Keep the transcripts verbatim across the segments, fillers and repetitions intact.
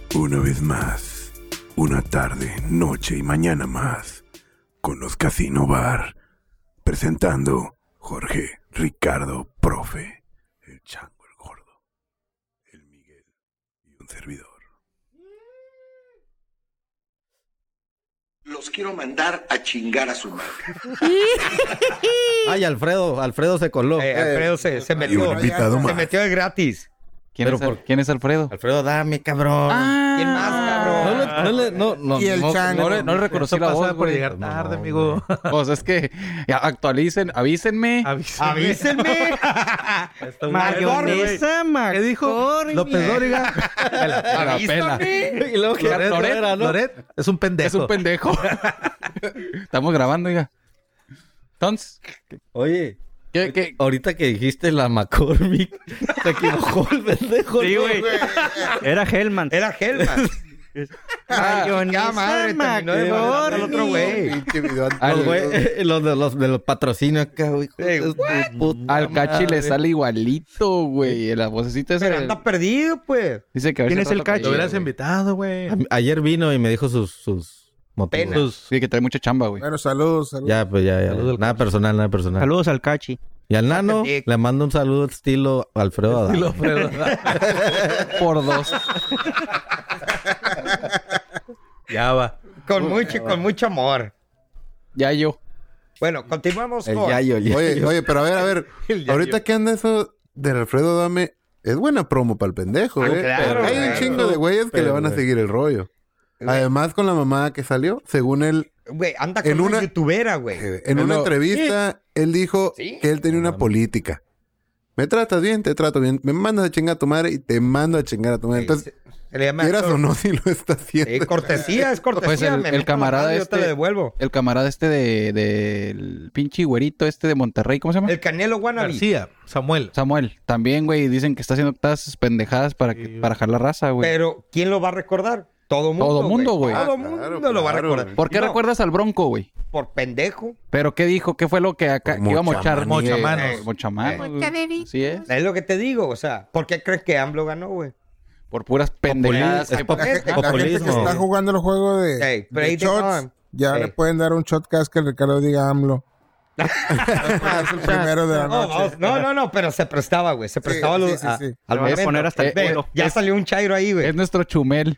Una vez más, una tarde, noche y mañana más, con los Casino Bar, presentando Jorge, Ricardo, Profe, el Chango, el Gordo, el Miguel y un servidor. Los quiero mandar a chingar a su madre. Ay, Alfredo, Alfredo se coló. Eh, Alfredo se, se metió. Y un invitado se más. metió de gratis. ¿Quién, Pero es, Al- por- ¿Quién es Alfredo? Alfredo, dame, cabrón. Ah, ¿Quién más, cabrón? No, le- no, le- no, no, Y el no, chango. No le, no le reconocí Eso la pasa voz, por güey. llegar No, tarde, no, amigo. Pues es que ya actualicen, avísenme. Avísame. ¡Avísenme! Está muy bueno, güey. ¡Mayonesa, ¿Qué dijo? López Dóriga. La pela. Y luego que Loret, Loret, Loret, ¿no? Loret es un pendejo. Es un pendejo. Estamos grabando, oiga. Entonces, Oye, ¿qué, qué? ahorita que dijiste la McCormick, se equivocó el pendejo. Sí, ¿no? güey. Era Hellman. Era Hellman. Ya, madre, terminó de mandar al otro güey. Pinche video Los, antiguo. güey, eh, los de los, de los patrocinios acá, güey. Sí, Hijo de su puta Al Cachi le madre. sale igualito, güey. La vocecita esa. Pero anda perdido, pues. Dice que a ver ¿Quién si es el rato Cachi? Lo hubieras güey. invitado, güey. A- Ayer vino y me dijo sus, sus motivos. Pena. Sus- Sí, que trae mucha chamba, güey. Bueno, saludos, saludos. Ya, pues ya, ya. Saludos al Nada personal, nada personal. Saludos al Cachi. Y al nano Dick. le mando un saludo estilo Alfredo Adame. Lo Alfredo. Por dos. Ya va. Con mucho, con mucho amor. Ya yo. Bueno, continuamos El con... yayo, el yayo. Oye, oye, pero a ver, a ver. Ahorita que anda eso del Alfredo Dame, es buena promo para el pendejo, Ah, ¿eh? claro, Hay un güey. chingo de güeyes que Pero, le van a güey. seguir el rollo. Además, con la mamá que salió, según él, Güey, anda con En una una- youtubera, güey. eh, en una Pero- entrevista, él dijo ¿Sí? que él tenía una política. Me tratas bien, te trato bien. Me mandas a chingar a tu madre y te mando a chingar a tu madre. Entonces, se, se le llama... quieras o no, si lo está haciendo. Sí, cortesía, es cortesía. Pues el- Me el meto la camarada mano y yo este- te la devuelvo. El camarada este de... del pinche güerito este de Monterrey, ¿cómo se llama? El Canelo Wannabe. García, Samuel. Samuel. También, güey, dicen que está haciendo todas esas pendejadas para, que, para jalar raza, güey. Pero, ¿quién lo va a recordar? Todo mundo, Todo mundo, güey. Todo Ah, mundo claro, lo va a claro, recordar. güey. ¿Por qué No, recuerdas al Bronco, güey? Por pendejo. ¿Pero qué dijo? ¿Qué fue lo que acá que iba a mochar? Mochamanos. Eh, mochamanos, güey. Sí es. Es lo que te digo, o sea, ¿por qué crees que AMLO ganó, güey? Por puras pendejadas. Es que- pop- La, gente- la gente que populismo. está jugando el juego de, Hey, de play the shots, game. ya Hey. le pueden dar un shot cada vez que el Ricardo diga AMLO. es el primero de la No, noche. vamos, no, no, no, pero se prestaba, güey. Se prestaba sí, lo- sí, a- sí. al Le voy a momento. poner hasta el Eh, pelo. Ya salió un chairo ahí, güey. Es nuestro chumel.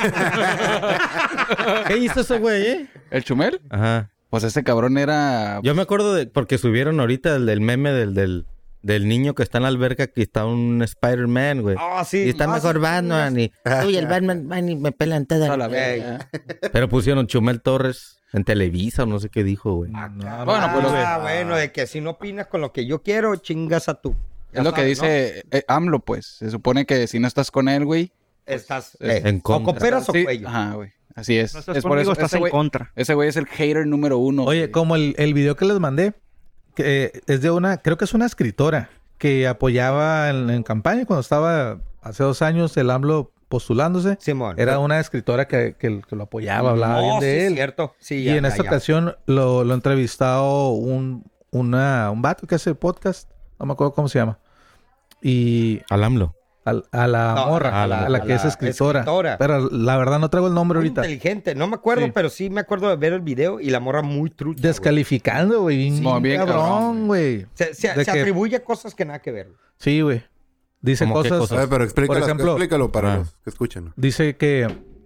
¿Qué hizo ese güey, eh? ¿El chumel? Ajá. Pues ese cabrón era... Yo me acuerdo de... Porque subieron ahorita el del meme del, del, del niño que está en la alberca que está un Spider-Man, güey. Ah, sí. Y está Ah, mejor sí, Batman. Y, uy, el Batman, man, y me pelan toda A la la... verga. Pero pusieron Chumel Torres en Televisa o no sé qué dijo, güey. No, no, Bueno, no, pues los- güey. Ah, bueno, de que si no opinas con lo que yo quiero, chingas a tú. Ya Es lo que sabes, ¿no? dice eh, AMLO, pues. Se supone que si no estás con él, güey... Estás eh, en o contra. cooperas o sí, cuello. Ajá, güey. Así es. No estás es por conmigo, eso. estás Ese en güey, contra. ese güey es el hater número uno. Oye, güey. como el, el video que les mandé, que eh, es de una, creo que es una escritora que apoyaba en, en campaña cuando estaba hace dos años el AMLO postulándose. Simón. Era una escritora que, que, que lo apoyaba, hablaba No, bien sí, de él. cierto. Sí, Y ya, en ya, esta ya. ocasión lo, lo entrevistado un, una, un vato que hace podcast, no me acuerdo cómo se llama. Y Al AMLO. al- a la No, morra, a a la- la, a que es la escritora. escritora. Pero la verdad no traigo el nombre Muy ahorita. inteligente. No me acuerdo, Sí. pero sí me acuerdo de ver el video y la morra muy trucha. güey. Descalificando, güey. bien Sí, bien cabrón, cabrón, güey. Se, se- de se que- atribuye cosas que nada que ver. güey. Sí, güey. Dice ¿Cómo qué cosas. cosas? A ver, pero explícalo, Por ejemplo- explícalo para Ah. los que escuchan. Dice que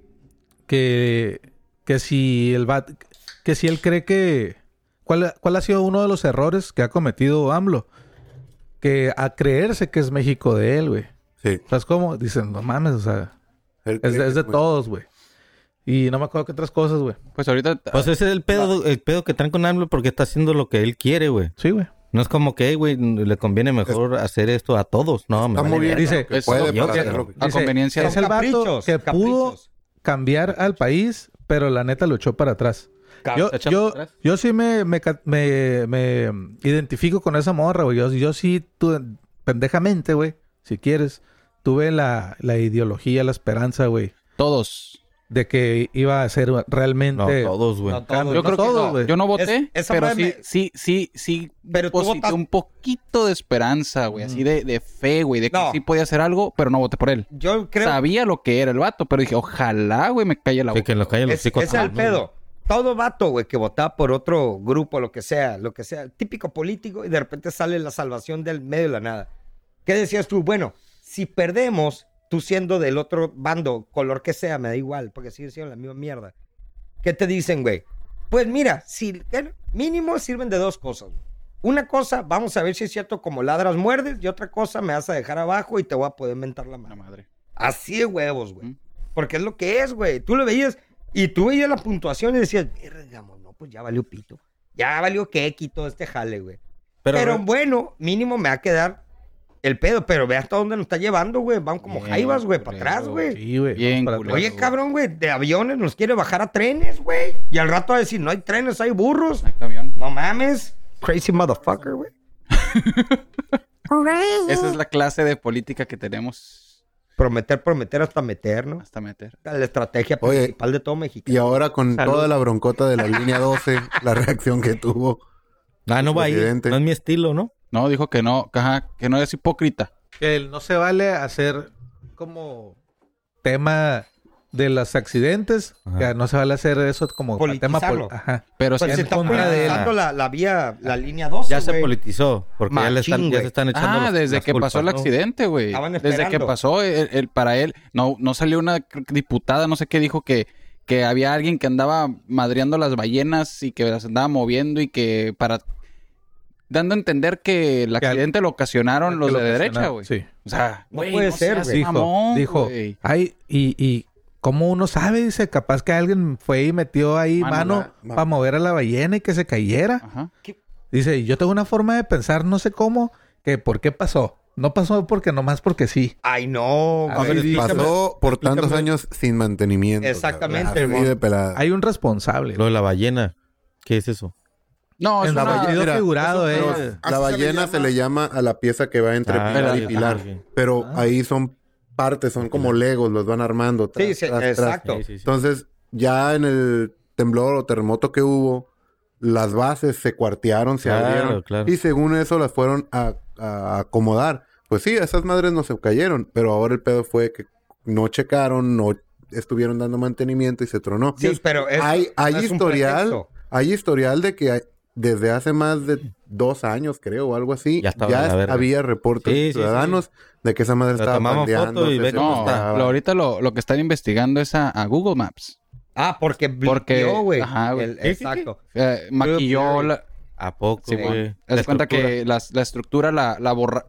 que que si el bat, que si él cree que cuál cuál ha sido uno de los errores que ha cometido AMLO, que a creerse que es México de él, güey. Sí. ¿Sabes cómo? Dicen, no mames, o sea, Él es, cree de- es de que- todos, güey. Y no me acuerdo qué otras cosas, güey. Pues ahorita... Pues ese es el pedo, el pedo que traen con AMLO porque está haciendo lo que él quiere, güey. Sí, güey. No es como que, "Ey, güey, le conviene mejor hacer esto a todos. No, me Está vale muy bien. verga. Dice, que es- puede yo- para hacer lo que A Dice, conveniencia. es el vato Caprichos, que pudo caprichos. cambiar al país, pero la neta lo echó para atrás. Yo, ¿Se echó yo, para atrás? yo sí me, me, ca- me- me identifico con esa morra, güey. Yo, yo sí, tu, pendejamente, güey, si quieres, tuve la, la ideología, la esperanza, güey, Todos. de que iba a ser No, realmente... todos, güey. No, todos. Yo No creo que todos, no. güey. Yo no voté, Es- esa pero madre sí, me- sí, sí, sí Pero tú deposité votaste- un poquito de esperanza, güey. Así de, de fe, güey. De que No. sí podía hacer algo, pero no voté por él. Yo creo Sabía lo que era el vato, pero dije, ojalá, güey, me calle la Sí, boca. que en los calles los Es- chicos. ese es el pedo. Todo vato, güey, que votaba por otro grupo, lo que sea, lo que sea, típico político, y de repente sale la salvación del medio de la nada. ¿Qué decías tú? Bueno, si perdemos, tú siendo del otro bando, color que sea, me da igual, porque sigue siendo la misma mierda. ¿Qué te dicen, güey? Pues mira, si ¿qué? Mínimo sirven de dos cosas. Güey. Una cosa, vamos a ver si es cierto, como ladras muerdes, y otra cosa, me vas a dejar abajo y te voy a poder mentar la La mano. madre. Así de huevos, güey. Mm. Porque es lo que es, güey. Tú lo veías y tú veías la puntuación y decías, verga, no, pues ya valió pito. Ya valió quequi todo este jale, güey. Pero, Pero, bueno, mínimo me va a quedar el pedo. Pero ve hasta dónde nos está llevando, güey. Van como Bien, jaivas, güey, para culero, atrás, güey. Sí, güey. Bien, Para- culero. Oye, cabrón, güey, de aviones nos quiere bajar a trenes, güey. Y al rato va a decir, no hay trenes, hay burros. Hay camión. No mames. Crazy motherfucker, güey. Esa es la clase de política que tenemos Prometer, prometer hasta meter, ¿no? hasta meter. La estrategia Oye, principal de todo México. Y ahora con Salud. toda la broncota de la línea doce, la reacción que tuvo. ah, no va a ir. presidente. No es mi estilo, ¿no? No, dijo que no, que, ajá, que no es hipócrita. Que el- no se vale hacer como tema de los accidentes. Ajá. Que no se vale hacer eso como tema... Politizarlo. pol- Ajá. Pero Pues sí se en está contra de él. politizando la, la vía, la línea doce, Ya se güey. politizó. Porque ya, le están, Machín, ya güey. se están echando Ah, los- desde las que culpas, pasó el ¿no? accidente, güey. Estaban Desde que esperando. pasó, el, el- para él, no, no salió una creo que diputada, no sé qué, dijo que, que había alguien que andaba madreando las ballenas y que las andaba moviendo y que para... Dando a entender que el Que al- accidente lo ocasionaron los Que de lo derecha, ocasionaron, güey. Sí. O sea, No güey, puede ser, seas güey. Dijo, mamón, dijo, güey. ay, y, y ¿cómo uno sabe? Dice, capaz que alguien fue y metió ahí Mano, mano, la- para mover a la ballena y que se cayera. Ajá. Dice, yo tengo una forma de pensar, no sé cómo, que por qué pasó. No pasó porque nomás porque sí. Ay, no, A güey. ver, Pasó explícame- por tantos explícame. años sin mantenimiento. Exactamente, cabrón. Así hermano. de pelada. Hay un responsable. Lo de la ballena. ¿Qué es eso? No, es En la una... ballena- sentido mira, figurado, Pero eh. la ballena se le llama a la pieza que va entre Ah, pilar y ya, pilar. ah, ok. Pero ahí son partes, son como legos, los van armando. tras, Sí, sí, tras, tras. exacto. Sí, sí, sí. Entonces, ya en el temblor o terremoto que hubo, las bases se cuartearon, se Claro, abrieron. claro. Y según eso las fueron a, a acomodar. Pues sí, esas madres no se cayeron. Pero ahora el pedo fue que no checaron, no estuvieron dando mantenimiento y se tronó. Sí, pero eso hay hay no es un historial, pretexto. hay historial de que hay- desde hace más de dos años, creo, o algo así, Ya ya, estaba de la verga. había reportes Sí, sí, ciudadanos de que esa madre Le estaba tomamos pandeando, foto y se ve cómo No, separaba. lo- ahorita lo, lo que están investigando es a, a Google Maps. Ah, porque Porque- blipeó, güey. ajá, güey. El- ¿Qué, qué, Exacto. Eh, maquilló Blurry. la... ¿A poco, Sí, güey? güey. La Haz de cuenta estructura. que las- la estructura la, la borra...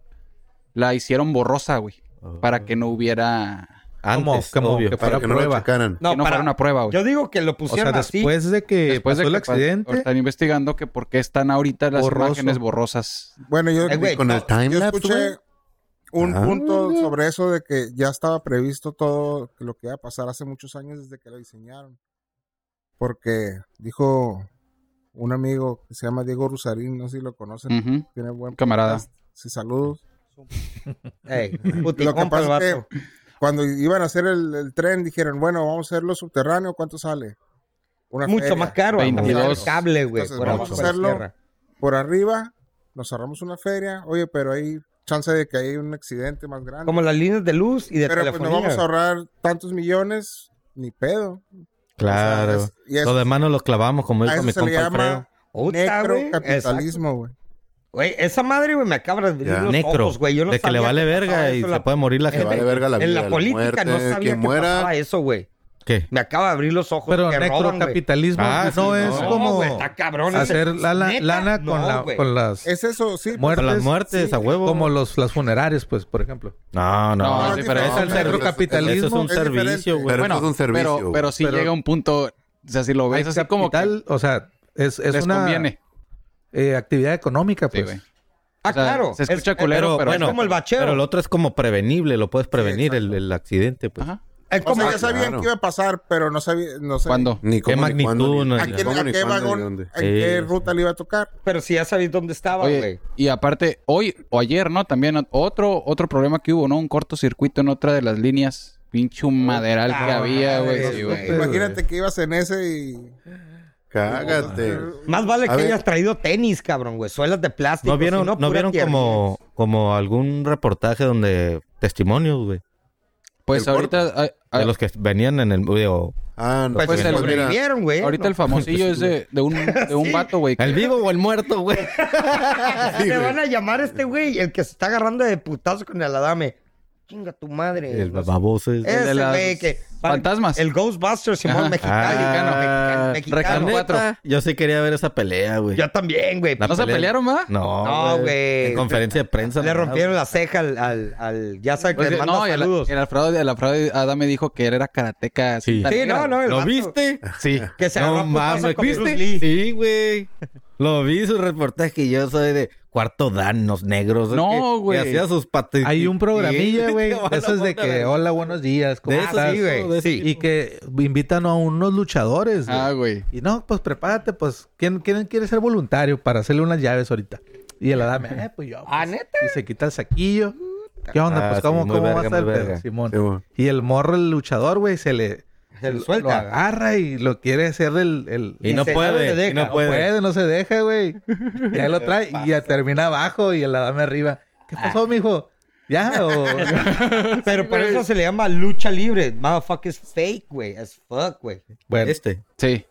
La hicieron borrosa, güey. Oh. Para que no hubiera... Antes, Como- como obvio. que para fuera que no lo prueba. checaran. No, que no para- fuera una prueba, güey. Yo digo que lo O pusieron sea, así. después de que Después pasó de el que pa- accidente, están investigando que por qué están ahorita las Borroso. imágenes borrosas. Bueno, yo Eh, güey, con no, el time Yo lapse, escuché güey. un Ah. punto sobre eso de que ya estaba previsto todo lo que iba a pasar hace muchos años desde que lo diseñaron. Porque dijo un amigo que se llama Diego Rusarín, no sé si lo conocen, Ujú. tiene buen Camarada. podcast. Sí, saludos. Ey, Lo que puticompa el pasa es vato. que cuando iban a hacer el, el tren dijeron, bueno, vamos a hacerlo subterráneo, ¿cuánto sale? Una Mucho feria. más caro. veintidós. amor. El cable, güey. Entonces, por vamos abajo a de la hacerlo. tierra. Por arriba, nos ahorramos una feria. Oye, pero hay chance de que haya un accidente más grande. Como las líneas de luz y de pero pues no telefonía. vamos a ahorrar tantos millones, ni pedo. Claro. O sea, es- y eso- Lo demás nos los clavamos, como A dijo eso mi se le compa Alfredo. llama Puta, güey. necrocapitalismo, güey. Güey, esa madre, güey, me acaba de abrir Ya. los Necro. ojos, güey. Yo no de que le sabía vale pasaba verga y eso en se la- puede morir la Le gente. vale verga la vida, En la la política muerte, no sabía quien que muera. pasaba eso, güey. ¿Qué? Me acaba de abrir los ojos. pero que roban, güey. necrocapitalismo Ah, no sí, es no. No, como güey, está cabrón. hacer ese- la- la- ¿Neta? lana con, No, la, güey. con las Es eso, sí. muertes. Con las muertes, sí. a huevo. Como los, las funerarias, pues, por ejemplo. No, no. No, no, es pero diferente. eso es el No, necrocapitalismo. Eso es un es diferente. servicio, güey. Pero Bueno, eso es un servicio. pero, pero sí Pero- llega un punto... O sea, si lo ves Hay así como que capital, o sea, es, es les una conviene. eh, actividad económica, Sí, pues. güey. Ah, O sea, claro. se escucha Es- culero, pero, pero- es como el bachero. Pero el otro es como prevenible, lo puedes prevenir exacto. el, el accidente, pues. Ajá. Es O como sea, ya sabían claro. que iba a pasar, pero no sabían, no sabían ¿Cuándo? Ni ¿Qué cómo, ni cuándo, magnitud? ni- No, a, ni quién- cómo, a ni qué cuándo, ni vagón, dónde. en qué Sí. ruta le iba a tocar. Pero si ya sabéis dónde estaba, Oye, güey. y aparte, hoy o ayer, ¿no? También otro, otro problema que hubo, ¿no? Un cortocircuito en otra de las líneas pinche humaderal que Puta había, güey. madre, Sí, güey. güey. Imagínate que ibas en ese y... Cágate. Más vale A que ver. hayas traído tenis, cabrón, güey. Suelas de plástico. ¿No vieron, si no pura vieron tierra. como, como algún reportaje donde testimonios, güey? Pues El ahorita... ah, ah, De los que venían en el video. Ah, no. Pues, Pues se el- sobrevivieron, güey. ahorita el famosillo es de, de un, de un vato, güey. que- ¿El vivo o el muerto, güey? Te van a llamar este güey, el que se está agarrando de putazo con el adame. Chinga tu madre. El No sé. baboso ese. Ese de las güey que... fantasmas. El Ghostbuster, Simón, Ajá. mexicano. Ah, mexicano, mexicano. Recano cuatro. Neta, yo sí quería ver esa pelea, güey. Yo también, güey. La ¿No se pelea- pelearon, va? No, No, güey. En conferencia de prensa. Le nomás, rompieron la ceja al... al, al- ya sabes que Pues, le manda no, y el, saludos. el Alfredo, el Alfredo Adame dijo que él era karateca. Sí. cinta Sí, negra. no, no. el ¿Lo vato viste? Sí. Que se No agarró a putazo mames, con ¿viste? Bruce Lee. Sí, güey. Lo vi su reportaje. Yo soy de cuarto danos negros. No, que- güey. Que hacía sus patitas. Hay un programilla, güey. Sí, De esos de que, hola, buenos días, ¿cómo De eso estás? sí, güey. de ese Sí. tipo. Y que invitan a unos luchadores, güey. Ah, güey. Y no, pues prepárate, pues, ¿quién, quién quiere ser voluntario para hacerle unas llaves ahorita? Y el Adame, eh, pues yo. ¿Ah, pues. neta? Y se quita el saquillo. ¿Qué onda? Ah, Pues, sí, ¿cómo, muy cómo va a verga, estar el muy pedo, verga. Simón? Sí, bueno. Y el morro, el luchador, güey, se le... Se lo Lo suelta. agarra y lo quiere hacer el... el Y no se puede. deja. Y no no puede. puede, no se deja, güey. Y ahí lo trae y ya termina abajo y el Adame arriba. ¿Qué pasó, mijo? ¿Ya? O... Pero por eso se le llama lucha libre. Motherfucker es fake, güey. Es fuck, güey. Bueno, Este. Sí.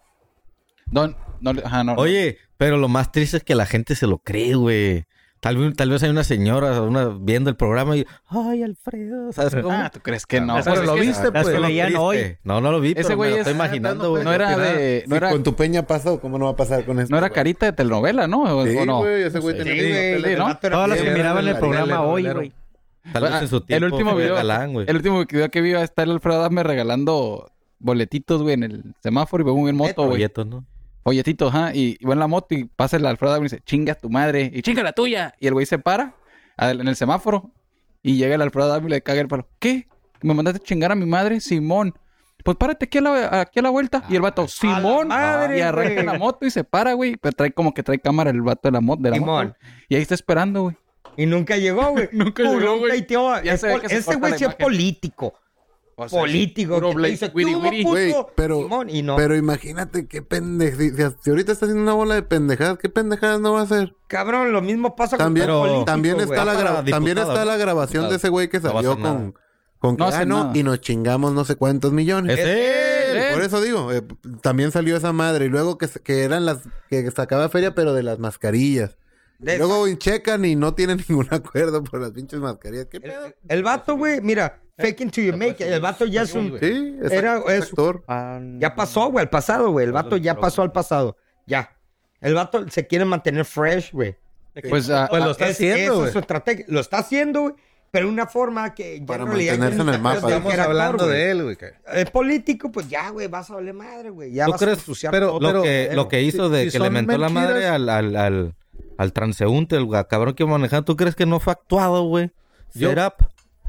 Don, no, le- ajá, no. Oye, pero lo más triste es que la gente se lo cree, güey. Tal vez, tal vez hay una señora una, viendo el programa y... Ay, Alfredo. ¿Sabes cómo? Ah, ¿tú crees que no? pero Pues es lo que- viste, Las pues. que leían Triste. hoy. No, no lo vi, pero güey me lo es- estoy imaginando, güey. No era de... No Si era, con tu peña pasó, ¿cómo no va a pasar con esto? no era carita de telenovela, ¿no? ¿O, Sí, o no? güey, ese güey Sí, tenía... güey. sí, el ¿no? vato era Todas las bien- que miraban el la- programa la- hoy, la- güey. Tal vez en su tiempo el último fue video, galán, güey. el último video que vi está el Alfredo Adame regalando boletitos, güey, en el semáforo y veo en moto, güey. Folletos, ¿no? Folletitos, ajá, y, y va en la moto y pasa el Alfredo Adame y dice, chinga tu madre, y chinga la tuya. Y el güey se para al- en el semáforo y llega el Alfredo Adame y le caga el palo. ¿Qué? ¿Me mandaste a chingar a mi madre? Simón. Pues párate aquí a la, aquí a la vuelta. Y el vato, Simón. madre, y arranca güey. en la moto y se para, güey. Pero trae como que trae cámara el vato de la moto. De la Simón. moto. Y ahí está esperando, güey. Y nunca llegó, güey. Nunca llegó, Culón, güey. peiteó. Ya Es se ve pol- que se Ese corta güey la sí es imagen. político. O sea, político. puro Que te Blake dice, Witty "Tú, Witty". puto". Güey, pero- Simón, y no. Pero imagínate qué pendejo. Si, si- si ahorita está haciendo una bola de pendejadas, ¿qué pendejadas no va a hacer? Cabrón, lo mismo pasa También, con los políticos, también güey. está, la, Para gra- diputado, también está ¿no? la grabación de ese güey que No va a salió hacer nada. con, con que, No ah, hace no, nada. y nos chingamos no sé cuántos millones. Es él. él. Por eso digo, eh, también salió esa madre. Y luego que, se- que eran las que sacaba feria, pero de las mascarillas. De- Y luego checan y no tienen ningún acuerdo por las pinches mascarillas. ¿Qué pedo? El, el vato, güey, mira, fake it till you make it. El vato ya es un... Sí, es, Era- es es- actor. Ya pasó, güey, al pasado, güey. El vato ya pasó al pasado. Ya. El vato se quiere mantener fresh, güey. Pues, ah, Pues lo ah, está Es- haciendo, esa güey. es su estrategia. Lo está haciendo, güey. Pero de una forma que ya Para en realidad mantenerse ya en el ni mapa. siquiera Estamos que era actor, hablando güey. de él, güey. que- Es político, pues ya, güey, vas a valer madre, güey. Ya ¿Tú vas crees? a ensuciar pero- todo. Lo, pero- que, lo que hizo de si que le son mentó la mentiras- madre al, al, al, al transeúnte, el ga- cabrón que manejaba, ¿tú crees que no fue actuado, güey? Yo- Set up.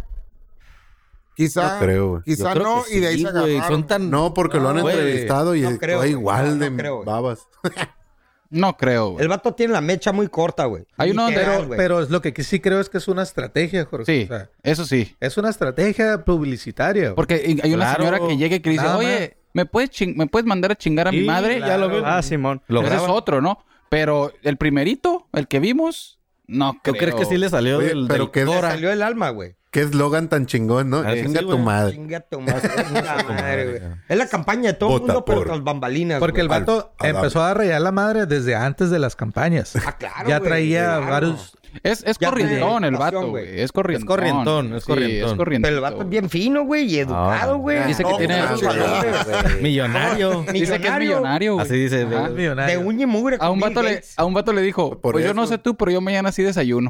Quizá, No creo, güey. quizá Yo creo no, que y de ahí sí, se güey. agarraron. Son tan... No, porque lo han güey. entrevistado y No está creo, güey. igual No, no de creo, güey. babas. no creo, güey. El vato tiene la mecha muy corta, güey. Hay uno donde- Literal, Pero, güey. pero es lo que sí creo es que es una estrategia, Jorge. Sí, O sea, eso sí. es una estrategia publicitaria. güey. Porque hay una Claro. señora que llega y que dice, Nada oye, ¿me puedes, ching- ¿me puedes mandar a chingar a mi Sí, madre? ya lo veo. Ah, Simón. Lo Ese es graban. otro, ¿no? Pero el primerito, el que vimos, no ¿Tú creo. crees que sí le salió Oye, del, pero del que- Le Cora? salió el alma, güey. Qué eslogan tan chingón, ¿no? Ah, sí, Chinga sí, tu güey. madre. Chinga tu madre. Puta madre, güey. güey. Es la campaña de todo el Vota mundo por por- las bambalinas, Porque el güey. vato Adame. empezó a rayar la madre desde antes de las campañas. Ah, claro, ya güey, traía claro. varios... Es, es Ya corrientón tiene el vato, pasión, güey. güey. Es corrientón. Es corrientón, es Sí, corrientón. es corrientón. Pero el vato es bien fino, güey, y educado, Ah, güey. Dice que No, tiene- muchos valores, güey. Millonario. Dice que es millonario, güey. Así dice. Ajá. güey. millonarios. De uña y mugre A un, con Bill vato le, Gates. a un vato le dijo, Por pues yo eso. no sé tú, pero yo mañana sí desayuno.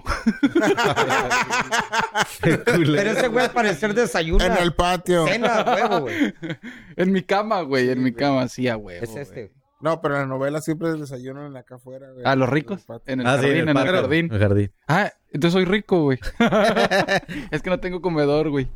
Pero ese güey al parecer desayuna. En el patio. Cena, huevo, güey. en mi cama, güey, en mi cama, sí, a huevo. Es güey. este. No, pero en la novela siempre desayunan acá afuera, güey. ¿A los ricos? En el patio. En el Ah, sí, jardín, en el patio. jardín. El jardín. Ah, entonces soy rico, güey. es que no tengo comedor, güey.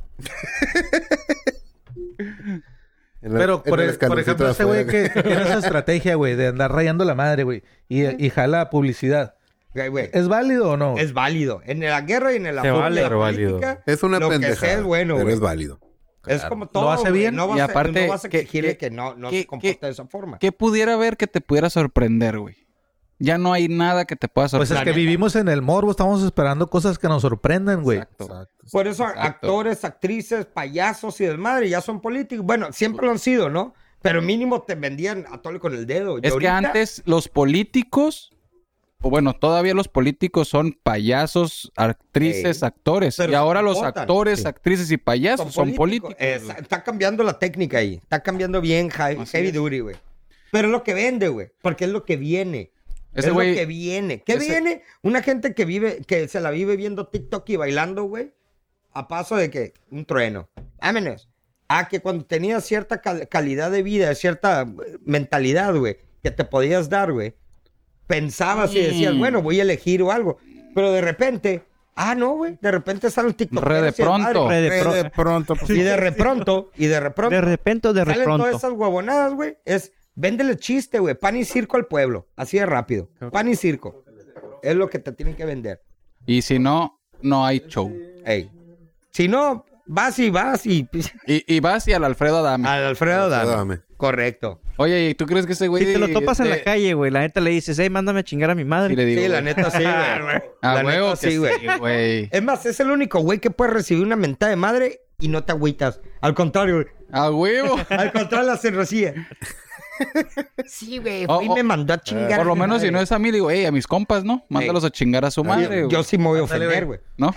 En el- Pero, en por, el el- por escaloncito ejemplo, de ese güey afuera. que, que tiene esa estrategia, güey, de andar rayando la madre, güey, y, y jala publicidad. Güey, güey. ¿Es válido o no? Es válido. En la guerra y en la Se vale, la pero válido. política, Es una lo que pendejada. sea es bueno, pero güey. es válido. Es como todo, ¿Lo hace güey. bien? No vas, Y a- aparte, no vas a ¿qué- exigirle qué- que no, no qué- se comporte qué- de esa forma. ¿Qué pudiera haber que te pudiera sorprender, güey? Ya no hay nada que te pueda Pues sorprender. es que vivimos en el morbo, estamos esperando cosas que nos sorprenden, güey. Exacto. Exacto. Por eso Exacto. actores, actrices, payasos y desmadre ya son políticos. Bueno, siempre lo han sido, ¿no? Pero mínimo te vendían a tole con el dedo. Y Es que ahorita- antes los políticos, o bueno, todavía los políticos son payasos, actrices, Ey. actores. Pero Y ahora se los comportan. actores, Sí. actrices y payasos son políticos. Es- güey. está cambiando la técnica ahí. Está cambiando bien high- Así heavy es. duty, güey. Pero es lo que vende, güey. Porque es lo que viene. Ese es güey- lo que viene. ¿Qué ese- viene? Una gente que vive, que se la vive viendo TikTok y bailando, güey. A paso de que un trueno. Vámonos. Ah, que cuando tenías cierta cal- calidad de vida, cierta eh, mentalidad, güey, que te podías dar, güey. Pensabas y decías, Mm. bueno, voy a elegir o algo. Pero de repente, ah, no, güey. De repente sale un TikTok. Re de pronto. Re de Re pro- de pronto. pues, Y de repronto, y de repronto. De repente o de Salen repronto. todas esas huevonadas, güey. Es, véndele chiste, güey. Pan y circo al pueblo. Así de rápido. Pan y circo. Es lo que te tienen que vender. Y si no, no hay show. Ey. Si no, vas y vas y... Y, y vas y al Alfredo Adame. Al Alfredo Dame. Dame. Correcto. Oye, ¿y tú crees que ese güey... Si te lo topas en de- la calle, güey, la neta le dices, hey, mándame a chingar a mi madre. Sí, le digo, Sí, la güey. neta sí, güey. A La huevo neta que sí, güey. sí, güey. Es más, es el único güey que puede recibir una mentada de madre y no te agüitas. Al contrario, güey. A huevo. Al contrario, la cerrocía. Sí, güey. Oh, Fue y oh. me mandó a chingar. Por a lo mi menos si madre. no es a mí, digo, hey, a mis compas, ¿no? Mándalos a chingar a su madre, Yo, güey. yo sí me voy a Ándale, ofender, güey. ¿No?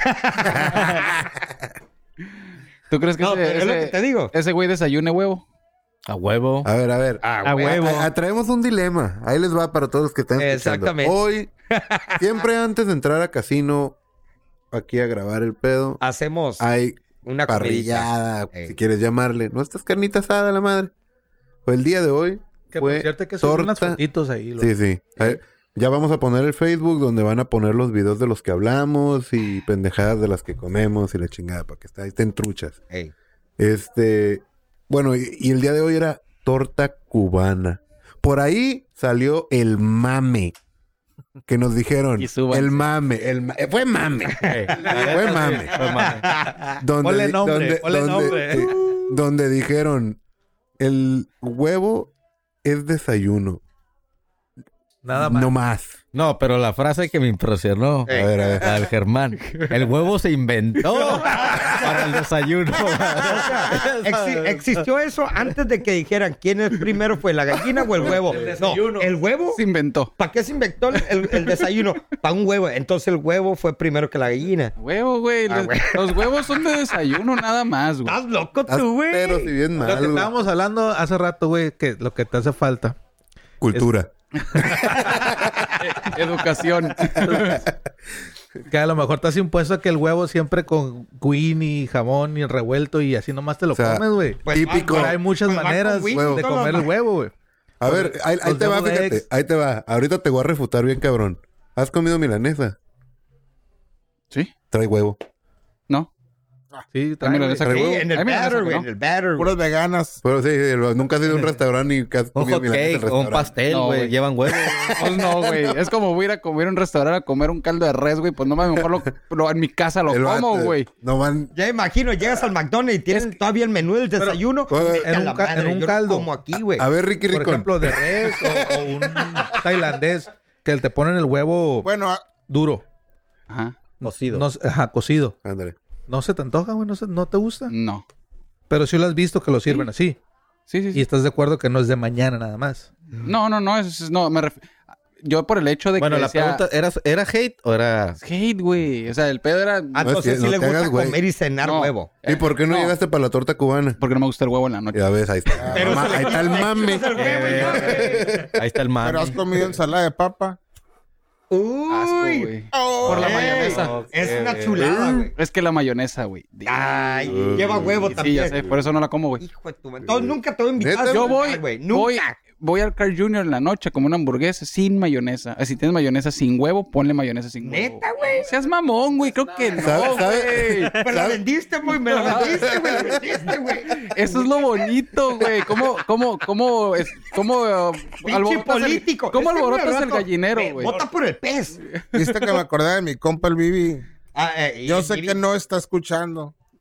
¿Tú crees que No, ese, pero es lo ese- que te digo. ese güey desayune huevo? A huevo. A ver, a ver. A huevo. A- a- traemos un dilema. Ahí les va para todos los que están escuchando. Exactamente. Hoy, siempre antes de entrar a casino, aquí a grabar el pedo, Hacemos hay una comidita. parrillada, Ey. si quieres llamarle. No estás carnita asada, la madre. Pues el día de hoy Que por fue cierto hay que subir unas torta. fotitos ahí. lo- Sí, sí. Eh, Ya vamos a poner el Facebook donde van a poner los videos de los que hablamos y pendejadas de las que comemos y la chingada para que está- estén truchas. Ey. Este, bueno, y, y el día de hoy era torta cubana. Por ahí salió el mame. Que nos dijeron, Y súbanse. el mame, el ma- eh, fue mame. Fue mame. Donde, Ponle di- nombre, donde- ponle donde- nombre. sí, donde dijeron, el huevo es desayuno. Nada más. No más. No, pero la frase que me impresionó. A ver, a ver. La del Germán. El huevo se inventó para el desayuno. Exi- existió eso antes de que dijeran quién es primero fue la gallina o el huevo. No, el huevo. Se inventó. ¿Para qué se inventó el, el- el desayuno? Para un huevo. Entonces el huevo fue primero que la gallina. Huevo, güey. Ah, Los- güey. Los huevos son de desayuno nada más, güey. ¿Estás loco Haz- tú, güey? Pero si bien Lo que mal, güey. estábamos hablando hace rato, güey, que lo que te hace falta. Cultura. Educación. Que a lo mejor te has impuesto que el huevo siempre con queen y jamón y revuelto y así nomás te lo O sea, comes, güey. Pues, típico. Pero hay muchas pues va con maneras wing, huevo. de todos comer los- el huevo, güey. A ver, ahí, ahí los te va, double fíjate. eggs. Ahí te va. Ahorita te voy a refutar bien, cabrón. ¿Has comido milanesa? ¿Sí? Trae huevo. ¿No? Sí, Ah, trae, mira, güey. esa- Sí, huevo. en el Ay, mira, batter, esa, güey. ¿no? En el batter, güey. Puras veganas. Pero sí, el- nunca has ido a un restaurante y que has Un comido hot milanesa en cake o un restaurante. pastel, No, güey. güey. Llevan huevo. Pues no, güey. Es como voy a ir a comer a un restaurante a comer un caldo de res, güey. Pues no me mejor lo, lo- en mi casa lo El como, vato, güey. No van... Ya imagino, llegas al McDonald's y tienen todavía el menú del desayuno. Pero, Vete en a un la ca- madre, en un yo no caldo. como aquí, güey. A ver, Ricky Por Ricón. ejemplo, de res o, o un tailandés que te ponen el huevo Bueno, a- duro. Ajá. Cocido. No, ajá, cocido. Ándale. ¿No se te antoja, güey? ¿No, se- ¿No te gusta? No. Pero sí lo has visto que lo sirven así. Sí, sí, sí. Y estás de acuerdo que no es de mañana nada más. No, no, no. Es, es- no me ref- Yo por el hecho de Bueno, que la decía... pregunta, ¿era, ¿era hate o era...? Hate, güey. O sea, el pedo era... Ah, No, entonces es que sí no le te gusta hagas, güey. comer y cenar No. huevo. ¿Y por qué no, No. llegaste para la torta cubana? Porque no me gusta el huevo en la noche. Ya ves, ahí está. Pero Ma- se le ahí está el mame. Ahí está el mame. pero has comido ensalada de papa. Asco, Uy, güey. Por la ey, mayonesa. es una chulada, güey. Es que la mayonesa, güey. Ay, lleva huevo Sí, también. ya sé. Por eso no la como, güey. Hijo de tu madre. Entonces, nunca te voy a invitar. ¿Neta? a Yo cenar, voy, güey. voy, Nunca. voy al Carl junior en la noche a comer una hamburguesa sin mayonesa. Eh, Si tienes mayonesa sin huevo, ponle mayonesa sin huevo. Neta, güey. Seas mamón, güey. Creo que no, ¿Sabe- sabe? güey. Me la vendiste, güey. Me la vendiste, güey. Me la vendiste, güey. Eso es lo bonito, güey. ¿Cómo, cómo, cómo, es, cómo uh, Pinche alborotas el- político. ¿Cómo Este güey alborotas al el rato, gallinero, ve, güey? Vota por el pez. Viste que me acordé de mi compa el Bibi. Ah, eh, y- Yo sé y- que no está escuchando.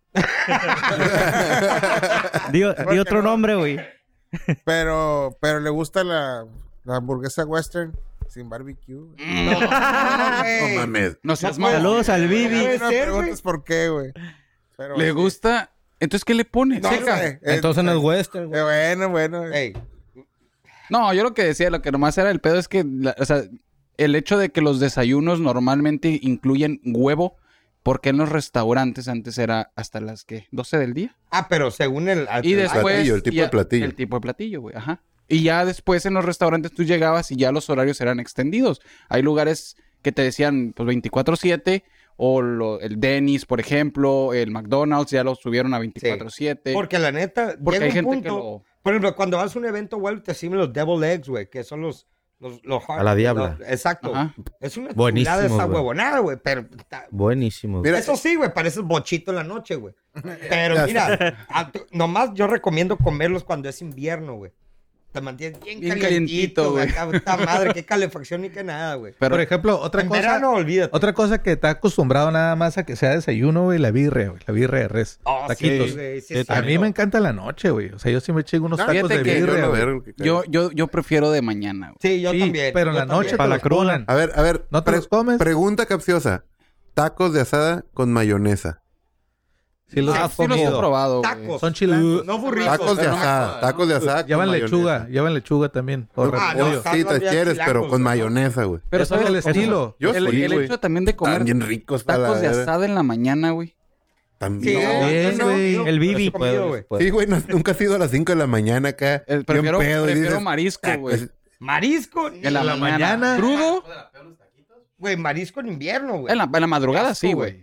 Di, di otro nombre, güey. Pero, pero le gusta la, la hamburguesa western sin barbecue. güey. No mames. No seas No, malo. Saludos al Bibi. No me preguntes por qué, güey. Pero Le sí. gusta... Entonces, ¿qué le pone? No Seca. sé. Entonces no es western, Eh, güey. bueno, bueno. Ey, No, yo lo que decía, lo que nomás era el pedo es que, la- o sea, el hecho de que los desayunos normalmente incluyen huevo, porque en los restaurantes antes era hasta las, ¿qué? doce del día. Ah, pero según el... Y después... platillo, el tipo ya- de platillo. El tipo de platillo, güey, ajá. Y ya después en los restaurantes tú llegabas y ya los horarios eran extendidos. Hay lugares que te decían, pues, veinticuatro siete, o lo- el Denny's, por ejemplo, el McDonald's, ya lo subieron a veinticuatro siete. Porque la neta, Porque llega hay un gente punto, que lo... por ejemplo, cuando vas a un evento, güey, te sirven los devil eggs, güey, que son los... los, los hard- A la diabla. los- exacto. Ajá. Es una Buenísimo, chulada esa güey. huevonada, güey, pero... está- Buenísimo. Mira, Eso sí, güey, parece bochito en la noche, güey. Pero Ya mira, a tu- nomás yo recomiendo comerlos cuando es invierno, güey. Te mantienes bien, Bien calientito, calientito, güey. güey. acá, puta madre, qué calefacción ni qué nada, güey. Pero, Por ejemplo, otra En cosa... verano, olvídate. Otra cosa que está acostumbrado nada más a que sea desayuno, güey, la birria, güey. La birria de res. Oh, Taquitos. sí, güey, sí, Sí, es A mí cierto. me encanta la noche, güey. O sea, yo sí me chingo unos No, tacos fíjate de que- yo birria, no güey. ver lo que caiga. yo, yo, yo prefiero de mañana, güey. Sí, yo Sí, también. pero en yo la noche también. Para te la los cruda. colan. A ver, a ver. ¿No te los comes? Pregunta capciosa. Tacos de asada con mayonesa. Sí los Ah, has sí los he comido. probado, güey. Tacos. Son chilangos. No burritos. Tacos de pero no me asada. jodas. Tacos de asada. Llevan con lechuga. mayonesa. Llevan lechuga también. O Ah, repollo. no, están sí, los te bien quieres, pero chilangos, con güey. mayonesa, güey. Pero Eso es ¿sabes el cómo? estilo. Yo el, sí, el güey. hecho también de comer Están bien ricos para tacos de la verga. asada en la mañana, güey. Sí, También. no, bien, no, güey. no, El no Bibi. he comido, güey. Sí, güey, no- nunca has ido a las cinco de la mañana acá. El- bien prefiero pedo, y prefiero dices, marisco, "Ah, güey. pues, Marisco. En la, la mañana. mañana. ¿Crudo? Güey, marisco en invierno, güey. En la, en la madrugada Asco, sí, güey. güey.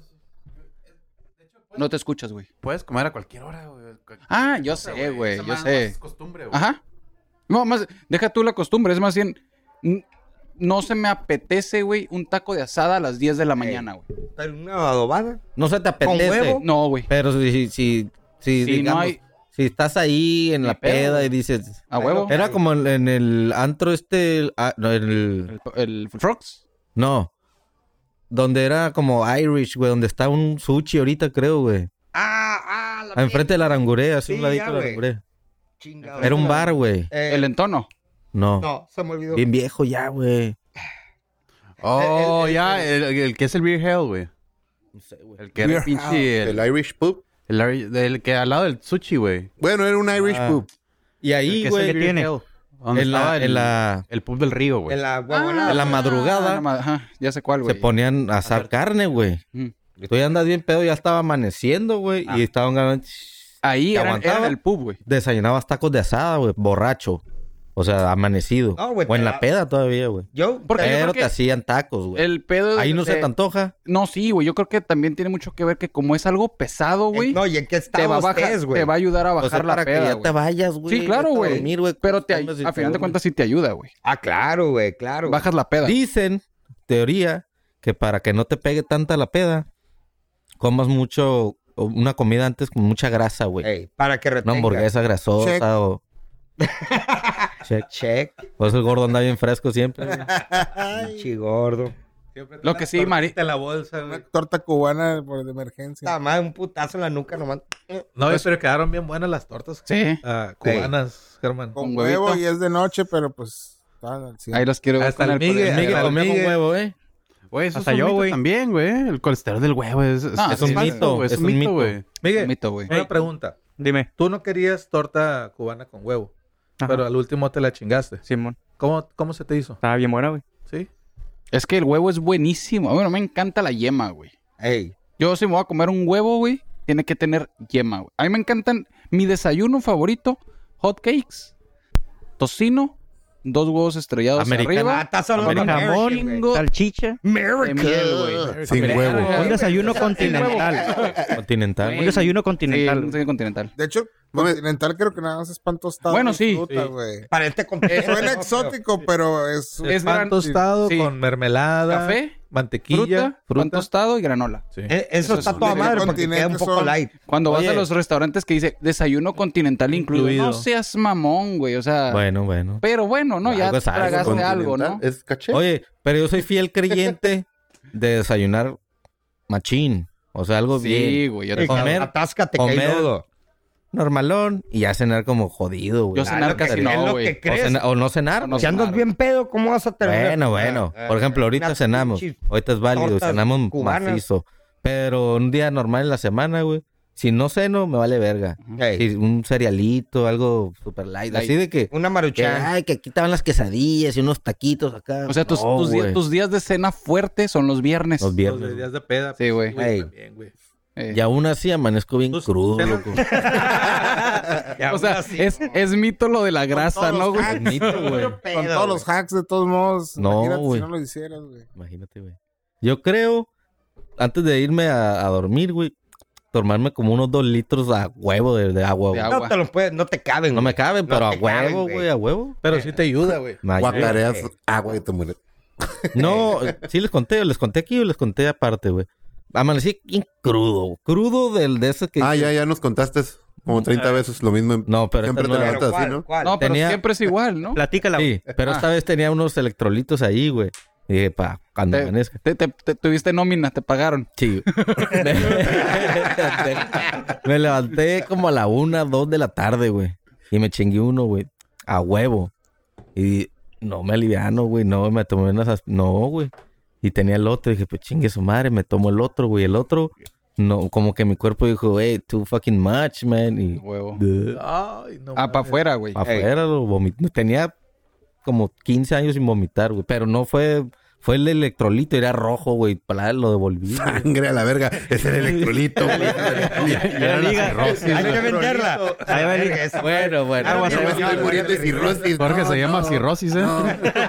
No te escuchas, güey. Puedes comer a cualquier hora, güey. Ah, yo sé, güey, Esa yo más- sé. más costumbre, güey. Ajá. No, más, deja tú la costumbre, es más bien, n- no se me apetece, güey, un taco de asada a las diez de la mañana, güey. Pero una adobada. No se te apetece. huevo? No, güey. Pero si, si, si, Si digamos, no hay- si estás ahí en Ni la pedo, peda güey. y dices... A huevo. Era como en, en el antro este... ah, no, en el... El, el Frogs. No. Donde era como Irish, güey. Donde está un sushi ahorita, creo, güey. Ah, ah, la Enfrente de la Aranguré, así Sí, un ladito ya, de la güey. Aranguré. Chingado. Era un bar, güey. Eh, El entono. No. No, se me olvidó. Bien viejo ya, güey. Oh, El- el- ya, el, el que es el Beer Hell, güey. No sé, güey. El que era el pinche... el El, Irish Poop. el, el que al lado del sushi, güey. Bueno, era un Irish Ah. Poop. Y El ahí, que es el güey, Beer tiene? Hell. Donde en estaba la, el, en la, el pub del río, güey. En la Ah, huevonada. en la madrugada la ma- Ajá, ya sé cuál, se güey. ponían a asar carne, güey. Mm. Tú ya andas bien pedo, ya estaba amaneciendo, güey. Ah. Y estaban ganando... Ahí ¿Te era, aguantaba? era el pub, güey. Desayunabas tacos de asada, güey. Borracho. O sea, amanecido. No, güey, o en te la la- peda todavía, güey. Yo, Porque yo Pero creo te que hacían tacos, güey. el pedo de- Ahí no se de- te antoja. No, sí, güey. Yo creo que también tiene mucho que ver que como es algo pesado, güey, Eh, no, y en qué te estado va a bajar, estés, güey. te va a ayudar a O sea, bajar la para que peda, ya güey. te vayas, güey. Sí, claro, vete a güey. dormir, güey. Pero te, Comes y a te final de duermes. cuentas sí te ayuda, güey. Ah, claro, güey, claro. Bajas la peda. Dicen, teoría, que para que no te pegue tanta la peda, comas mucho, o una comida antes con mucha grasa, güey. Ey, para que retenga. Una hamburguesa grasosa Check. o... Check. Check. Por eso el gordo anda bien fresco siempre, güey. Pinche gordo. Lo que sí, Mari. En la bolsa, Una güey. torta cubana por de emergencia. Nada más un putazo en la nuca nomás. No, pero quedaron bien buenas las tortas Sí. ah, cubanas, Germán. Con con huevo huevito. y es de noche, pero pues... estaban al cien. Ahí los quiero ver Hasta con el el Migue, poder. Migue Hasta el comía con Migue. huevo, ¿eh? Güey, eso Hasta es un yo, mito güey. también, güey. El colesterol del huevo es, es, No, es es un mito, güey. Es, es un un mito, mito. güey. Miguel, Mito, güey. una pregunta. Dime. Tú no querías torta cubana con huevo, Ajá. pero al último te la chingaste. Simón. ¿Cómo, cómo se te hizo? Estaba bien buena, güey. ¿Sí? Es que el huevo es buenísimo. Bueno, me encanta la yema, güey. Ey. Yo si me voy a comer un huevo, güey, tiene que tener yema, güey. A mí me encantan mi desayuno favorito, hot cakes, tocino, dos huevos estrellados Americana. arriba. Ah, estás hablando de Jamón, American, güey. Chingo salchicha. de miel, güey. Sin huevo. Un desayuno continental. Continental. Un desayuno Sí, continental. un desayuno continental. De hecho, continental creo que nada más es pan tostado. Bueno, y sí. fruta, Sí. güey. Para este continente. Suena exótico, pero es... Es, Es pan gran- tostado sí. con mermelada, Café, mantequilla, fruta, pan tostado y granola. Sí. Eh, Eso Eso está es- toda el madre porque continente queda un poco son- light. Cuando vas Oye. a los restaurantes que dice desayuno continental incluido, Incluido. no seas mamón, güey, o sea... Bueno, bueno. Pero bueno, ¿no? Ya Algo es algo, tragaste algo, ¿no? ¿Es caché? Oye, pero yo soy fiel creyente de desayunar machín. O sea, algo Sí, bien. güey. Yo, Sí, comer- atáscate, que hay comer- lodo. Normalón y ya cenar como jodido, güey. yo cenar lo que- casi es no, lo güey. que O, crees. cena- o no cenar. O no Si andas cenar. bien pedo, ¿cómo vas a terminar? Bueno, bueno. Ah, Por ejemplo, ahorita unas cenamos. pinches Ahorita es válido. tortas Cenamos cubanas. macizo. Pero un día normal en la semana, güey. Si no ceno, me vale verga. Ey, Si un cerealito, algo super light. Light. Así de que... una que, maruchan. ay, que aquí estaban las quesadillas y unos taquitos acá. O sea, tus, No, tus, días, güey. tus días de cena fuerte son los viernes. Los Los viernes. de güey. días de peda. Sí, güey. pues, Ey. también, güey. Eh. Y aún así amanezco bien Tus- crudo, cenas- loco. Ya, O sea, aún así, es, es mito lo de la grasa, todos ¿no, los güey? hacks. Mito, güey. Con pedo, todos los hacks, de todos modos. No, Imagínate güey. si no lo hicieras, güey. Imagínate, güey. Yo creo, antes de irme a, a dormir, güey, tomarme como unos dos litros a huevo de, de agua, De güey. agua. No te los puedes, no te caben. No me güey. caben, No pero a te caben, huevo, güey. güey, a huevo. Pero sí te ayuda, güey. Me ayuda. Guacareas eh. agua y te mueres. No, sí les conté, les conté aquí o les conté aparte, güey. Amanecí bien crudo, crudo del de ese que... Ah, ya, ya nos contaste como treinta veces lo mismo. No, pero Siempre esta te no era- levantas así, ¿Cuál, ¿no? cuál? No, pero Tenía- siempre es igual, ¿no? Platícala. Sí, pero Ah. esta vez tenía unos electrolitos ahí, güey. Y dije, pa, cuando Te, amanezca. te- te- te- tuviste nómina, te pagaron. Sí. me, me levanté como a la una, dos de la tarde, güey. Y me chingué uno, güey. A huevo. Y no me aliviano, güey. No, me tomé unas... as- No, güey. Y tenía el otro. Y dije, pues chingue su madre. Me tomo el otro, güey. El otro... No, como que mi cuerpo dijo, hey, too fucking much, man. Y... Huevo. Ay, no. Ah, para mames. afuera, güey. Afuera lo vomité. Tenía como quince años sin vomitar, güey. Pero no fue... Fue el electrolito, era rojo, güey. Para lo devolví. güey. Sangre a la verga. Es el electrolito, güey. Ya liga. Hay que venderla. Ahí va el- Verga, esa- Bueno, bueno. Ah, Agua, mira, agua. Me estoy muriendo de cirrosis. Jorge No, se llama no, cirrosis, ¿eh? no.